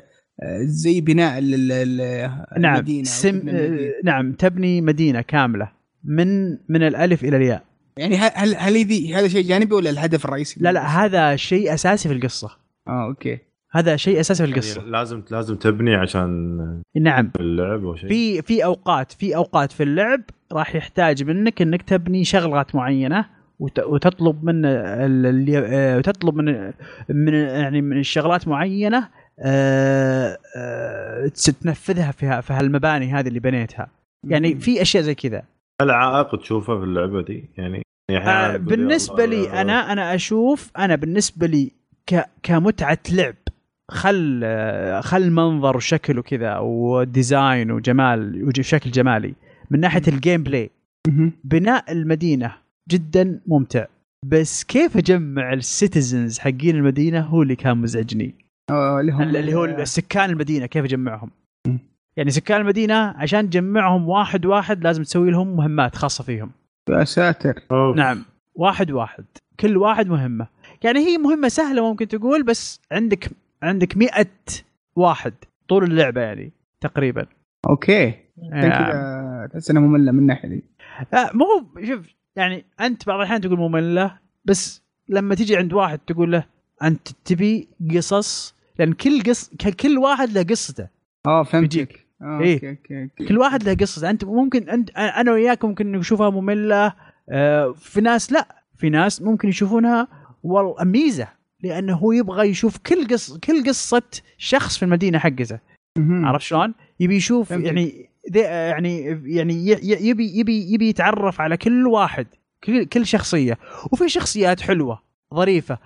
زي بناء المدينه. نعم سم... نعم تبني مدينه كامله من من الالف الى الياء. يعني هل هل هذه هذا شيء جانبي ولا الهدف الرئيسي؟ لا لا هذا شيء اساسي في القصه. اه اوكي هذا شيء اساسي في القصه. يعني لازم لازم تبني عشان نعم اللعب او شيء. في في اوقات في اوقات في اللعب راح يحتاج منك انك تبني شغلات معينه وتطلب من اللي وتطلب من من يعني من الشغلات معينه أه أه تنفذها في في هالمباني هذه اللي بنيتها. يعني في اشياء زي كذا. هل عائق تشوفها في اللعبه دي يعني؟ أه بالنسبه لي انا انا اشوف انا بالنسبه لي ك كمتعه لعب خل خل منظر وشكل وكذا وديزاين وجمال وشكل جمالي من ناحيه الجيم بلاي. بناء المدينه جدا ممتع، بس كيف اجمع السيتيزنز حقين المدينه هو اللي كان مزعجني. اللي هو السكان المدينه كيف اجمعهم. يعني سكان المدينه عشان تجمعهم واحد واحد لازم تسوي لهم مهمات خاصه فيهم. يا ساتر. نعم واحد واحد كل واحد مهمه. يعني هي مهمه سهله ممكن تقول، بس عندك عندك مئة واحد طول اللعبه يعني تقريبا. اوكي كذا تحس انها ممله من ناحيه دي. لا مو شوف يعني انت بعض الاحيان تقول ممله، بس لما تيجي عند واحد تقول له انت تبي قصص، لان كل قص كل واحد له قصته. اه فهمتك. آه إيه؟ أوكي أوكي. كل واحد له قصته. انت ممكن انت انا وياك ممكن نشوفها ممله، آه في ناس لا، في ناس ممكن يشوفونها والله ميزه، لانه هو يبغى يشوف كل قص كل قصه شخص في المدينه حقته. عرفت شلون؟ يبي يشوف يعني يعني يعني يبي يبي يبي يتعرف على كل واحد، كل كل شخصيه. وفي شخصيات حلوه ظريفه،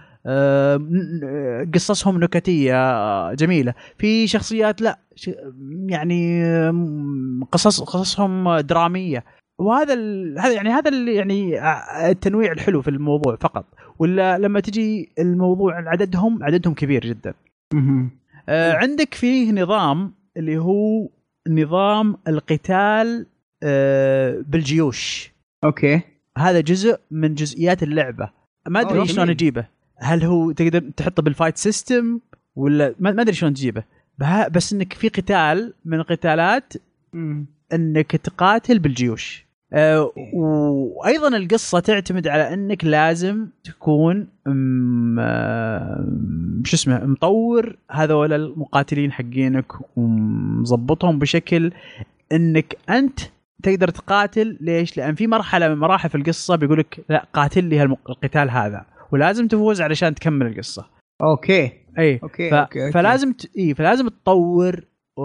قصصهم نكتيه جميله. في شخصيات لا يعني قصص قصصهم دراميه. وهذا هذا يعني هذا يعني التنويع الحلو في الموضوع فقط. ولا لما تجي الموضوع عددهم عددهم كبير جدا. آه عندك فيه نظام اللي هو نظام القتال آه بالجيوش. اوكي هذا جزء من جزئيات اللعبه. ما ادري شلون اجيبه. هل هو تقدر تحطه بالفايت سيستم ولا ما ادري شلون تجيبه، بس انك في قتال من القتالات انك تقاتل بالجيوش. أه وايضا القصه تعتمد على انك لازم تكون شو اسمه مطور هذول المقاتلين حقينك ومظبطهم بشكل انك انت تقدر تقاتل. ليش؟ لان في مرحله من مراحل في القصه بيقولك لا قاتل لي القتال هذا ولازم تفوز علشان تكمل القصه. اوكي اي أوكي. ف... أوكي. أوكي. فلازم ت... اي فلازم تطور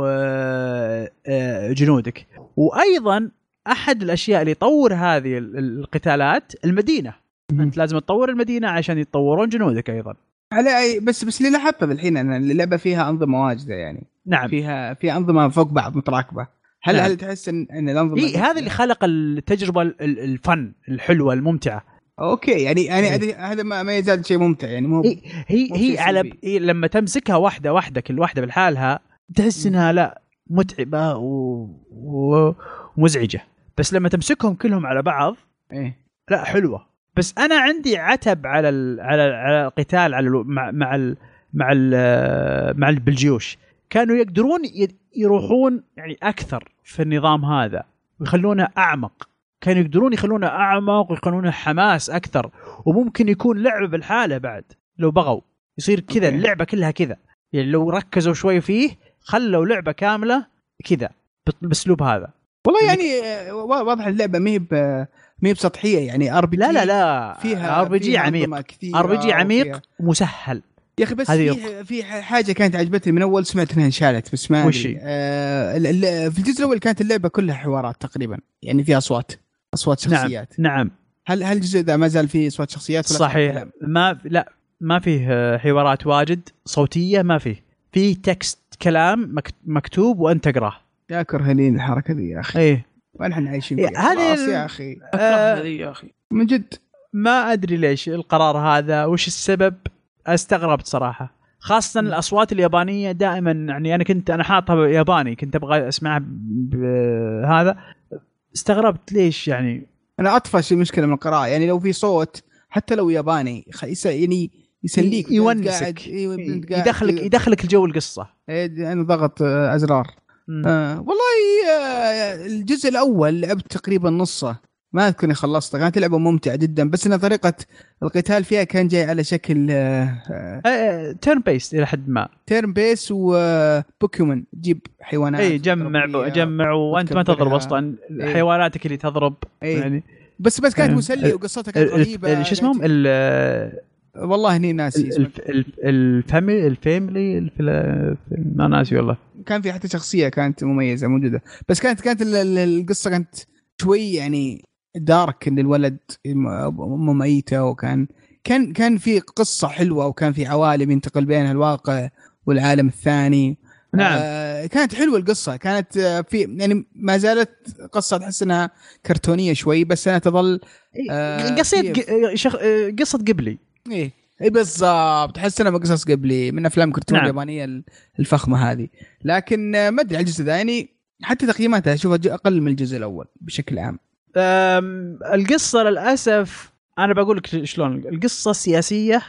جنودك. وايضا احد الاشياء اللي يطور هذه القتالات المدينه. م- انت لازم تطور المدينه عشان يتطورون جنودك ايضا. على بس بس اللي لاحظته الحين ان اللعبه فيها انظمه واجده يعني. نعم فيها في انظمه فوق بعض متراكبه. هل نعم. هل تحس ان ان الانظمه إيه هذا اللي خلق التجربه الفن الحلوه الممتعه. اوكي يعني يعني إيه؟ هذا ما, ما يزال شيء ممتع يعني مو هي هي, هي على ب... إيه لما تمسكها واحده واحده كل واحده بالحالها تحس انها لا متعبه و... و... ومزعجه، بس لما تمسكهم كلهم على بعض ايه لا حلوه. بس انا عندي عتب على ال... على على القتال على ال... مع مع ال... مع ال... مع بالجيوش. كانوا يقدرون يروحون يعني اكثر في النظام هذا ويخلونه اعمق. كانوا يقدرون يخلونه اعمق ويخلونه حماس اكثر، وممكن يكون لعبه بالحاله بعد لو بغوا يصير كذا اللعبه كلها كذا. يعني لو ركزوا شوي فيه خلوا لعبه كامله كذا باسلوب هذا. والله يعني واضح اللعبه ما هي ما هي بسطحيه يعني ار بي جي. لا لا لا فيها ار بي جي عميق ار بي جي عميق ومسهل يا اخي. بس في في حاجه كانت عجبتني من اول سمعت انها انشالت بس ما ادري. آه في الجزء الاول كانت اللعبه كلها حوارات تقريبا يعني فيها اصوات اصوات شخصيات. نعم, نعم. هل هل الجزء ذا ما زال فيه اصوات شخصيات ولا صحيح؟ ما لا ما فيه حوارات واجد صوتيه. ما فيه في تكست كلام مكتوب وانت تقراه. يا كرهنين الحركه دي يا اخي. ايه ونحن عايشين فيها هذه يا اخي. اكره هذه يا اخي من جد. ما ادري ليش القرار هذا وش السبب. استغربت صراحه، خاصه م. الاصوات اليابانيه دائما يعني انا كنت انا حاطها ياباني كنت ابغى اسمعها بهذا. استغربت ليش يعني. انا اطفش المشكله من القراءه يعني لو في صوت حتى لو ياباني خ... يعني يسليك يونسك يدخلك يدخلك الجو القصة يعني ضغط أزرار. آه والله آه الجزء الأول لعبت تقريبا نصه ما أذكرني خلصته. كانت لعبة ممتعة جدا بس إن طريقة القتال فيها كان جاي على شكل آه تيرن بيس إلى حد ما تيرن بيس وبوكيمون جيب حيوانات اي جمع جمع وأنت ما تضرب أصلا إيه. حيواناتك اللي تضرب إيه. يعني بس بس كانت مسلية وقصتها كانت رهيبة. شو اسمهم والله هني ناسي الفاميلي الفاميلي ما ناسي والله. كان في حتى شخصية كانت مميزة موجودة بس كانت كانت القصة كانت شوي يعني دارك ان الولد امه ميتة وكان كان كان في قصة حلوة وكان في عوالم ينتقل بينها الواقع والعالم الثاني. نعم آه كانت حلوة القصة كانت في يعني ما زالت قصة تحس انها كرتونية شوي بس انا تظل آه قصة شخ... قصة قبلي ايه اي بالضبط تحس انها قصص قبلي من افلام كرتون نعم. يابانية الفخمة هذه. لكن ما ادري على الجزء ده يعني حتى تقييماتها اشوفها اقل من الجزء الاول بشكل عام. القصة للأسف أنا بقول لك شلون القصة السياسية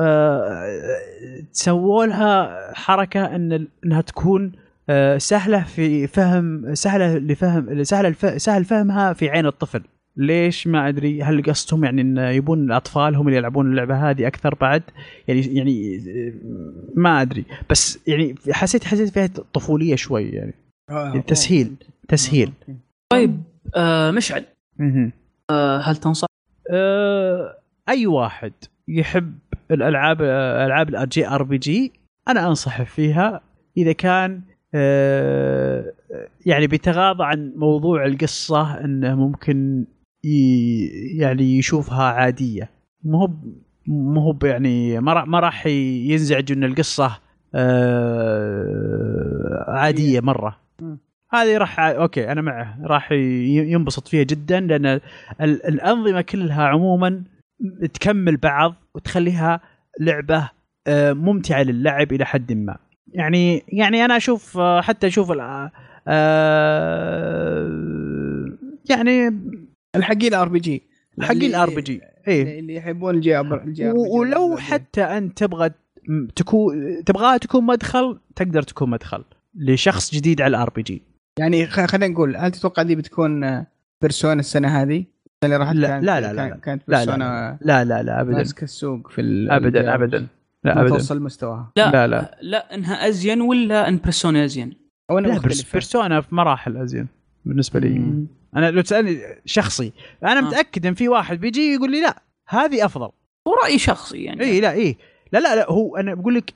تسووا لها حركة إن إنها تكون سهلة في فهم سهلة لفهم سهل الف... سهل فهمها في عين الطفل. ليش ما أدري هل قصتهم يعني إن يبون الأطفال هم اللي يلعبون اللعبة هذه أكثر بعد يعني يعني ما أدري بس يعني حسيت حسيت فيها طفولية شوي يعني تسهيل تسهيل. طيب آه مشعل آه هل تنصح آه اي واحد يحب الالعاب العاب الار جي ار بي جي انا انصح فيها اذا كان آه يعني بيتغاضى عن موضوع القصه انه ممكن يعني يشوفها عاديه مو مو يعني ما راح ينزعج ان القصه آه عاديه مره. هذه راح اوكي انا معه راح ينبسط فيها جدا لان الانظمه كلها عموما تكمل بعض وتخليها لعبه ممتعه للعب الى حد ما. يعني يعني انا اشوف حتى اشوف يعني الحقين ار بي جي حقين الار بي جي ايه اللي يحبون الجي ار بي جي ولو حتى انت تبغى تكون تبغاها تكون مدخل تقدر تكون مدخل لشخص جديد على الار بي جي. يعني خلينا نقول هل تتوقع دي بتكون بيرسونا السنه هذه اللي راح لا كانت لا لا لا كانت بيرسونا لا لا لا ابدا ماسك السوق في ابدا ابدا لا ابدا توصل مستواها لا لا لا لا انها ازين ولا ان بيرسونا ازين او لا بيرسونا في مراحل ازين بالنسبه لي. مم. انا لو تسالني شخصي انا آه. متاكد ان في واحد بيجي يقول لي لا هذه افضل. هو راي شخصي يعني اي لا اي لا لا لا هو انا بقول لك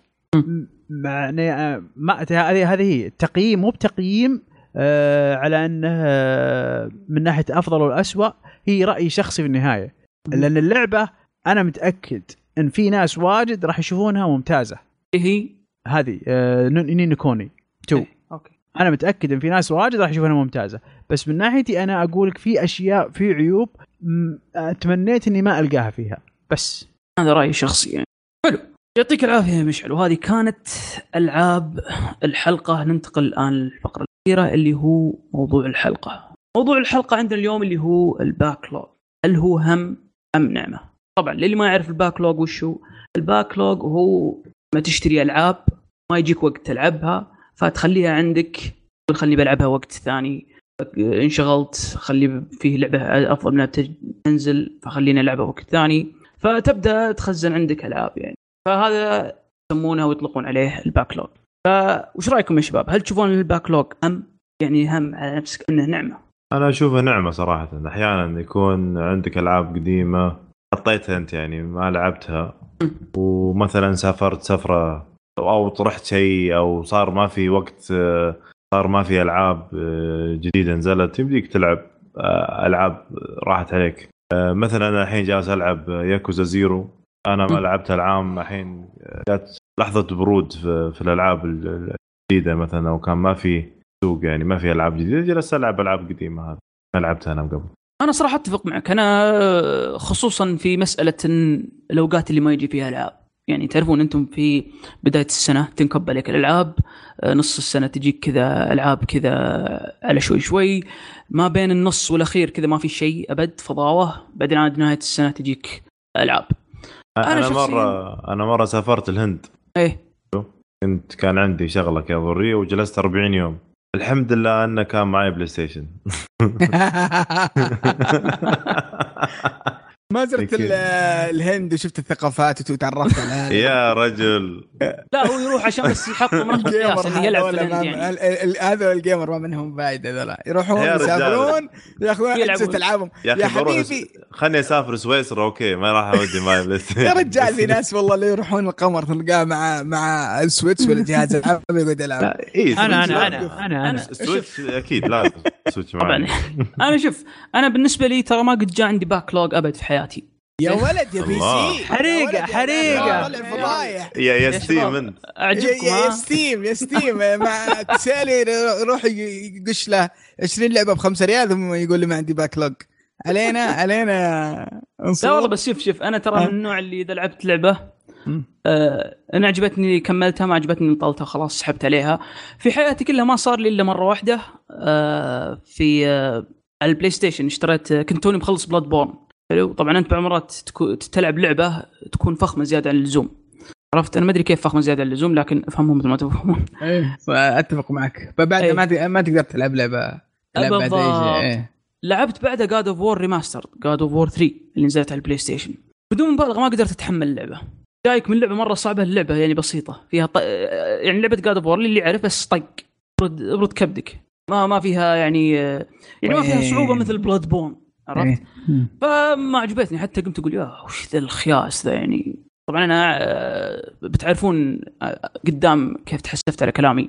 يعني ما هذه هذه هي التقييم مو بتقييم آه على انه آه من ناحيه افضل والاسوأ هي راي شخصي في النهايه. لان اللعبه انا متاكد ان في ناس واجد راح يشوفونها ممتازه. هي هذه آه نيني كوني تو اوكي انا متاكد ان في ناس واجد راح يشوفونها ممتازه بس من ناحيتي انا اقول لك في اشياء في عيوب تمنيت اني ما القاها فيها بس هذا راي شخصي يعني. حلو يعطيك العافيه يا مشعل. وهذه كانت العاب الحلقه. ننتقل الان للفقره الاخيره اللي هو موضوع الحلقه. موضوع الحلقه عندنا اليوم اللي هو الباكلوج. هل هو هم ام نعمه؟ طبعا للي ما يعرف الباكلوج وشو الباكلوج هو ما تشتري العاب ما يجيك وقت تلعبها فتخليها عندك خلني بلعبها وقت ثاني انشغلت خلي فيه لعبه افضل منها تنزل فخلينا نلعبها وقت ثاني فتبدا تخزن عندك العاب يعني. فهذا يسمونه ويطلقون عليه الباكلوج. فوش رايكم يا شباب؟ هل تشوفون الباكلوج ام يعني هم على نفسك انه نعمه؟ انا اشوفها نعمه صراحه. احيانا يكون عندك العاب قديمه حطيتها انت يعني ما لعبتها ومثلا سافرت سفره او طرحت شيء او صار ما في وقت صار ما في العاب جديده نزلت يمديك تلعب العاب راحت عليك. مثلا انا الحين جالس العب ياكوزا زيرو انا ما لعبتها العام. الحين جات لحظه برود في, في الالعاب الجديده مثلا او كان ما في سوق يعني ما في العاب جديده جلست العب العاب قديمه هذه ما لعبتها انا قبل. انا صراحه اتفق معك. انا خصوصا في مساله الاوقات اللي ما يجي فيها العاب. يعني تعرفون انتم في بدايه السنه تنكب عليك الالعاب نص السنه تجيك كذا العاب كذا على شوي شوي ما بين النص والاخير كذا ما في شيء ابد فضاوه. بعدين عاد نهايه السنه تجيك العاب. انا, أنا مره انا مره سافرت الهند. ايه كنت كان عندي شغله كذا ضروريه وجلست أربعين يوم. الحمد لله انه كان معي بلاي ستيشن. ما زرت الهند وشفت الثقافات وتعرفت على يا رجل. لا هو يروح عشان بس يحط منطقة قياس اللي يلعب في الهند يعني. هذا الجيمر ما منهم فايدة ذولا يروحون يسافرون ياخذون أجهزة ألعابهم. يا حبيبي خلني أسافر سويسرا أوكي ما راح أودي معي بلاي ستيشن. يا رجال في ناس والله اللي يروحون القمر تلقاه مع مع السويتش ولا جهاز العاب يقعد يلعب. أنا أنا أنا أنا أنا سويتش أكيد لازم سويتش معي. أنا شوف أنا بالنسبة لي ترى ما قد جاء عندي باكلوج أبد في حياتي. يا ولد يا بي سي حريقة حريقة يا يا ستيم انت اعجبكم يا ستيم يا ستيم مع تسالي يروح يقش له عشرين لعبة بخمسة ريال ثم يقول لي ما عندي باكلوج. علينا علينا لا والله بس شوف شوف انا ترى من النوع اللي اذا لعبت لعبة آه انا عجبتني كملتها ما عجبتني طلتها خلاص سحبت عليها. في حياتي كلها ما صار لي الا مرة واحدة آه في آه البلاي ستيشن اشتريت كنت توني مخلص بلاد بورن. حلو طبعا انت بعمرات تلعب لعبه تكون فخمه زياده عن اللزوم. عرفت انا ما ادري كيف فخمه زياده عن اللزوم لكن افهمهم مثل ما تفهمون. ايه اتفق معك. فبعد أيه. ما ما تقدر تلعب لعبه بعد ايه. لعبت بعدها جاد اوف وور ريماستر جاد اوف وور ثري اللي نزلت على البلاي ستيشن بدون مبالغه ما قدرت اتحمل اللعبه. جايك من لعبه مره صعبه اللعبه يعني بسيطه فيها ط... يعني لعبه جاد اوف وور اللي يعرف بس طق ابرد ابرد كبدك ما ما فيها يعني يعني ما فيها صعوبه مثل بلاد بون. عرفت فما عجبتني حتى قمت اقول يا وش ذا الخياس ذا يعني. طبعا انا بتعرفون قدام كيف تحسفت على كلامي.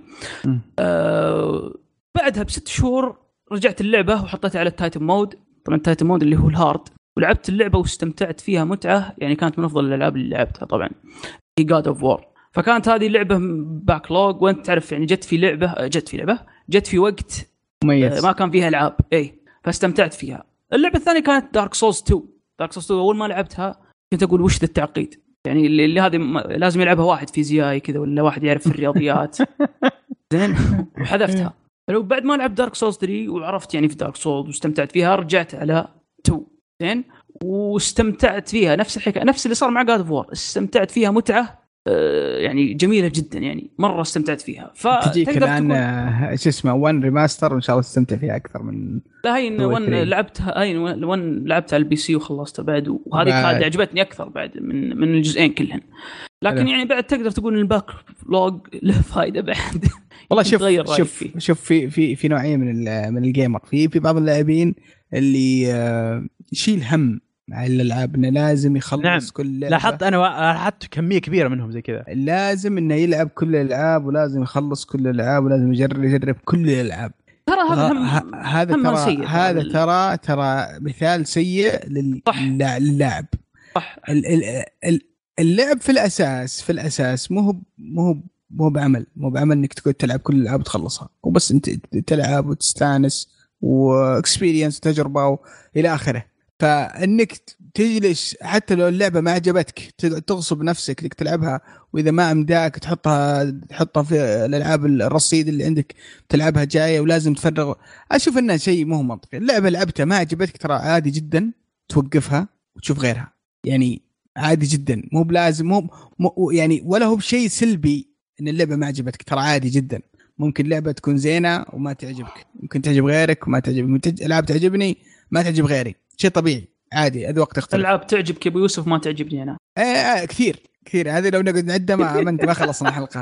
أه بعدها بست شهور رجعت اللعبه وحطيتها على التايتن مود. طبعا التايتن مود اللي هو الهارد ولعبت اللعبه واستمتعت فيها متعه يعني كانت من افضل الالعاب اللي لعبتها طبعا هي جاد اوف وور. فكانت هذه اللعبه باكلوج وانت تعرف يعني جت في لعبه جت في لعبه جت في وقت مميز ما كان فيها العاب اي فاستمتعت فيها. اللعبة الثانية كانت دارك سولز تو. دارك سولز تو أول ما لعبتها كنت أقول وش ذا التعقيد يعني اللي, اللي هذه لازم يلعبها واحد فيزيائي كذا ولا واحد يعرف في الرياضيات. زين وحذفتها. لو بعد ما لعبت دارك سولز ثري وعرفت يعني في دارك سولز واستمتعت فيها رجعت على تو. زين واستمتعت فيها نفس الحكاية نفس اللي صار مع جاد اوف وور استمتعت فيها متعة يعني جميلة جدا يعني مرة استمتعت فيها. فتجيك الآن ايش اسمه وان ريماستر وإن شاء الله تستمتع فيها أكثر من لا هين وان لعبتها هين وان لعبتها على البي سي وخلصتها بعد وهذه هذه عجبتني أكثر بعد من من الجزئين كلهن. لكن ألو. يعني بعد تقدر تقول إن الباك لوج له فائدة بعد. والله شوف شوف فيه. شوف في في في نوعية من من الجيمر في في بعض اللاعبين اللي يشيل هم مع الالعاب انه لازم يخلص نعم. كل لعبة. لاحظت انا لاحظت كميه كبيره منهم زي كذا لازم انه يلعب كل الالعاب ولازم يخلص كل الالعاب ولازم يجرب يجرب كل الالعاب. ترى هذا هم هذا هم ترى سيء. هذا ترى ترى مثال سيء للاعب. صح اللعب في الاساس في الاساس مو مو مو بعمل مو بعمل انك تقعد تلعب كل الالعاب وتخلصها وبس انت تلعب وتستانس واكسبيرينس تجربه الى اخره. فانك تجلس حتى لو اللعبه ما عجبتك تغصب نفسك انك تلعبها واذا ما امداك تحطها تحطها في الالعاب الرصيد اللي عندك تلعبها جايه ولازم تفرغ. اشوف انه شيء مو منطقي. اللعبه لعبتها ما عجبتك ترى عادي جدا توقفها وتشوف غيرها يعني عادي جدا مو بلازم مو, مو يعني ولا هو بشيء سلبي ان اللعبه ما عجبتك ترى عادي جدا. ممكن لعبه تكون زينه وما تعجبك ممكن تعجب غيرك وما تعجب ممكن العاب تعجبني ما تعجب غيري شيء طبيعي عادي أذواق تختلف. العاب تعجبك ابو يوسف ما تعجبني انا ايه, ايه كثير كثير هذه لو نقعد نعدها ما ما, ما خلصنا الحلقه.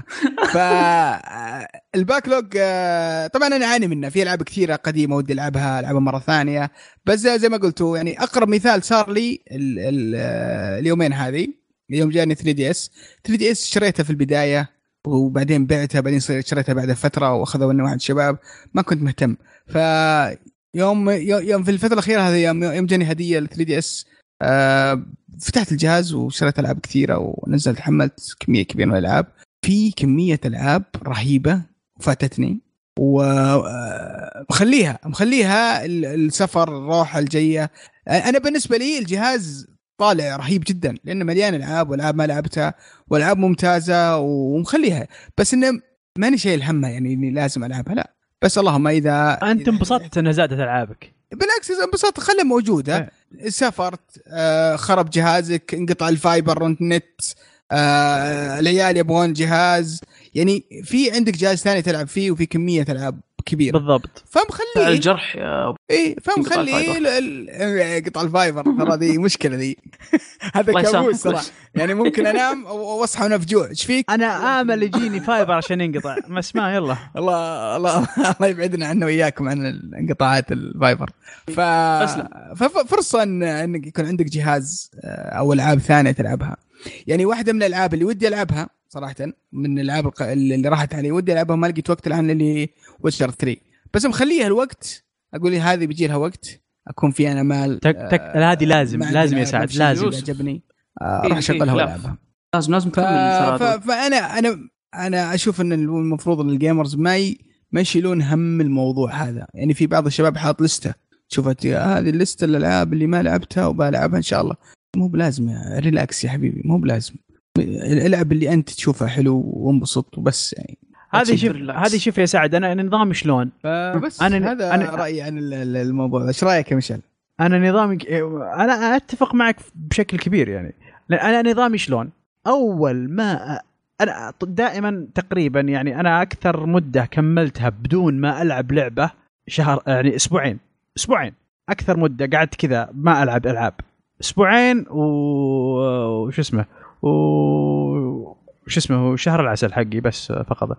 فالباكلوج طبعا انا اعاني منه في العاب كثيره قديمه ودي العبها العبها مره ثانيه بس زي ما قلتوا يعني اقرب مثال صار لي ال ال اليومين هذه يوم جاني ثري دي اس ثري دي اس شريتها في البدايه وبعدين بعتها بعدين شريتها بعد فتره واخذوا مني واحد شباب ما كنت مهتم. ف يوم يوم في الفترة الأخيرة هذا يوم يوم جاني هدية ل ثري دي اس آه فتحت الجهاز وشريت ألعاب كثيرة ونزلت حملت كمية كبيرة من الألعاب. في كمية ألعاب رهيبة فاتتني ومخليها مخليها السفر الروحة الجاية. أنا بالنسبة لي الجهاز طالع رهيب جدا لأنه مليان ألعاب والألعاب ما لعبتها والألعاب ممتازة ومخليها بس إنه ماني شايل همها يعني إني لازم ألعبها لا بس اللهم إذا أنت انبسطت أن زادت ألعابك بالعكس انبساط خلها موجوده. سافرت آه خرب جهازك انقطع الفايبر والنت آه العيال يبغون جهاز يعني في عندك جهاز ثاني تلعب فيه وفي كميه العاب كبيره بالضبط فمخليه الجرح يا ايه فمخليه قطع الفايبر ترى دي مشكله دي هذا كابوس ترى يعني ممكن انام واصحى وانا بجوع ايش فيك انا امل يجيني فايبر عشان ينقطع ما اسمع يلا الله الله الله يبعدنا عنه وياكم عن انقطاعات الفايبر ف ففرصه ان انك يكون عندك جهاز او العاب ثانيه تلعبها يعني واحده من الالعاب اللي ودي العبها صراحه من الالعاب اللي راحت علي ودي العبها ما لقيت وقت الان اللي ويتشر ثري بس مخليها الوقت اقول لي هذه بيجي لها وقت اكون في انا مال تك تك آه هذه لازم لازم يا سعد لازم يعجبني آه راح اشغلها والعبها لازم لازم ف... ف... فانا انا انا اشوف ان المفروض ان الجيمرز ما ي... ما يشيلون هم الموضوع هذا يعني في بعض الشباب حاط لسته شوفت هذه اللسته الالعاب اللي ما لعبتها وبلعبها ان شاء الله مو بلازم يا ريلاكس يا حبيبي مو بلازم الالعاب اللي انت تشوفها حلو وانبسط وبس يعني هذه شوف هذه شوف يا سعد انا نظامي شلون بس انا هذا أنا رايي عن الموضوع ايش رايك يا مشعل انا نظامي انا اتفق معك بشكل كبير يعني انا نظامي شلون اول ما انا دائما تقريبا يعني انا اكثر مده كملتها بدون ما العب لعبه شهر يعني اسبوعين اسبوعين اكثر مده قعدت كذا ما العب العاب اسبوعين وش اسمه وش اسمه شهر العسل حقي بس فقط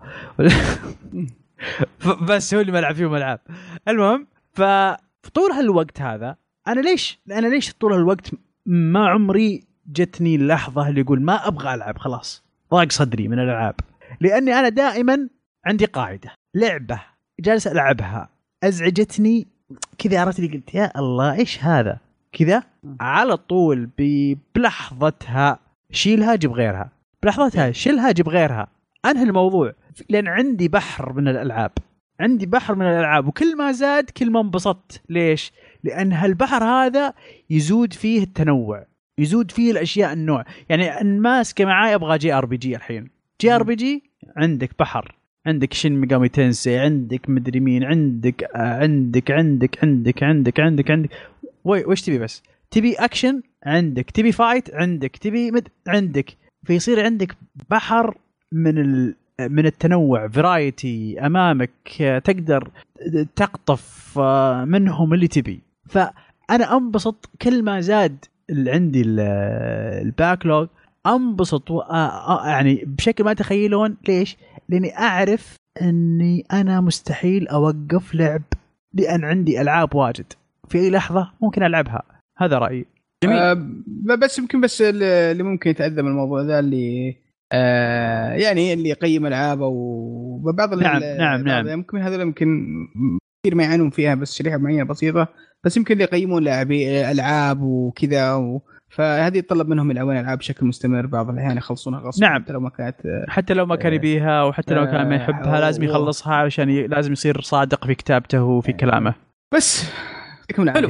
بس هو اللي ما العب فيهم العاب المهم فطول هالوقت هذا انا ليش انا ليش طول هالوقت ما عمري جتني اللحظه اللي يقول ما ابغى العب خلاص ضاق صدري من الالعاب لاني انا دائما عندي قاعده لعبه جالس العبها ازعجتني كذا عرفت لي قلت يا الله ايش هذا كذا على طول بلحظتها شيلها جيب غيرها بلحظتها شيلها جيب غيرها انهي الموضوع لان عندي بحر من الالعاب عندي بحر من الالعاب وكل ما زاد كل ما انبسطت ليش لان هالبحر هذا يزود فيه التنوع يزود فيه الاشياء النوع يعني ماسكه معاي ابغى جي ار بي جي الحين جي ار بي جي عندك بحر عندك شين ميجامي تنسي عندك مدري مين عندك آه عندك عندك عندك عندك عندك عندك وش تبي بس تبي اكشن عندك تبي فايت عندك تبي مد عندك فيصير عندك بحر من ال... من التنوع فرايتي امامك تقدر تقطف منهم اللي تبي فانا انبسط كل ما زاد عندي الباكلوج انبسط و... يعني بشكل ما تخيلون ليش لاني اعرف اني انا مستحيل اوقف لعب لان عندي العاب واجد في اي لحظه ممكن العبها هذا رايي جميل. أه بس يمكن بس اللي ممكن يتأذى من الموضوع ذا اللي أه يعني اللي يقيم العابه وبعض نعم نعم نعم ممكن هذول يمكن كثير ما يعانون فيها بس شريحه معينه بسيطه بس يمكن اللي يقيمون لاعبي العاب وكذا و... فهذه يطلب منهم يلعبون العاب بشكل مستمر بعض الاحيان يخلصونها غصب نعم. حتى لو ما كانت حتى لو ما كان يبيها وحتى لو كان ما يحبها لازم يخلصها عشان ي... لازم يصير صادق في كتابته وفي كلامه بس يكون حلو.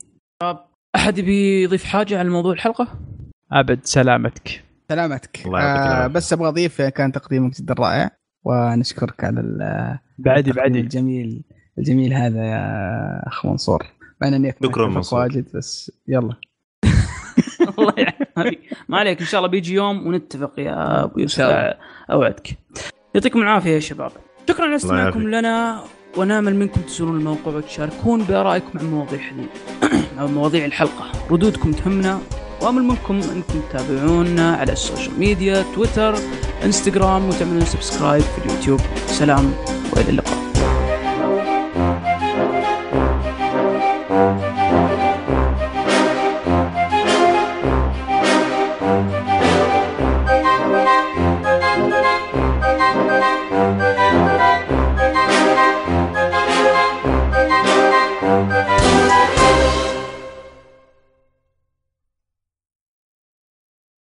أحد بيضيف حاجة على موضوع الحلقة؟ أبد سلامتك سلامتك آه بس أبغى أضيف كان تقديمك جدا رائع ونشكرك على بعدي بعدي الجميل الجميل هذا يا أخ منصور مع أنني أتفق واجد بس يلا الله يعني ما عليك إن شاء الله بيجي يوم ونتفق يا أبو يوسف أوعدك يعطيكم العافية يا شباب شكرا على استماعكم لنا ونامل منكم تزورون الموقع وتشاركون بآرائكم عن مواضيع عن مواضيع الحلقة ردودكم تهمنا وأمل منكم أنكم تتابعونا على السوشيال ميديا تويتر انستغرام وتعملون سبسكرايب في اليوتيوب سلام وإلى اللقاء.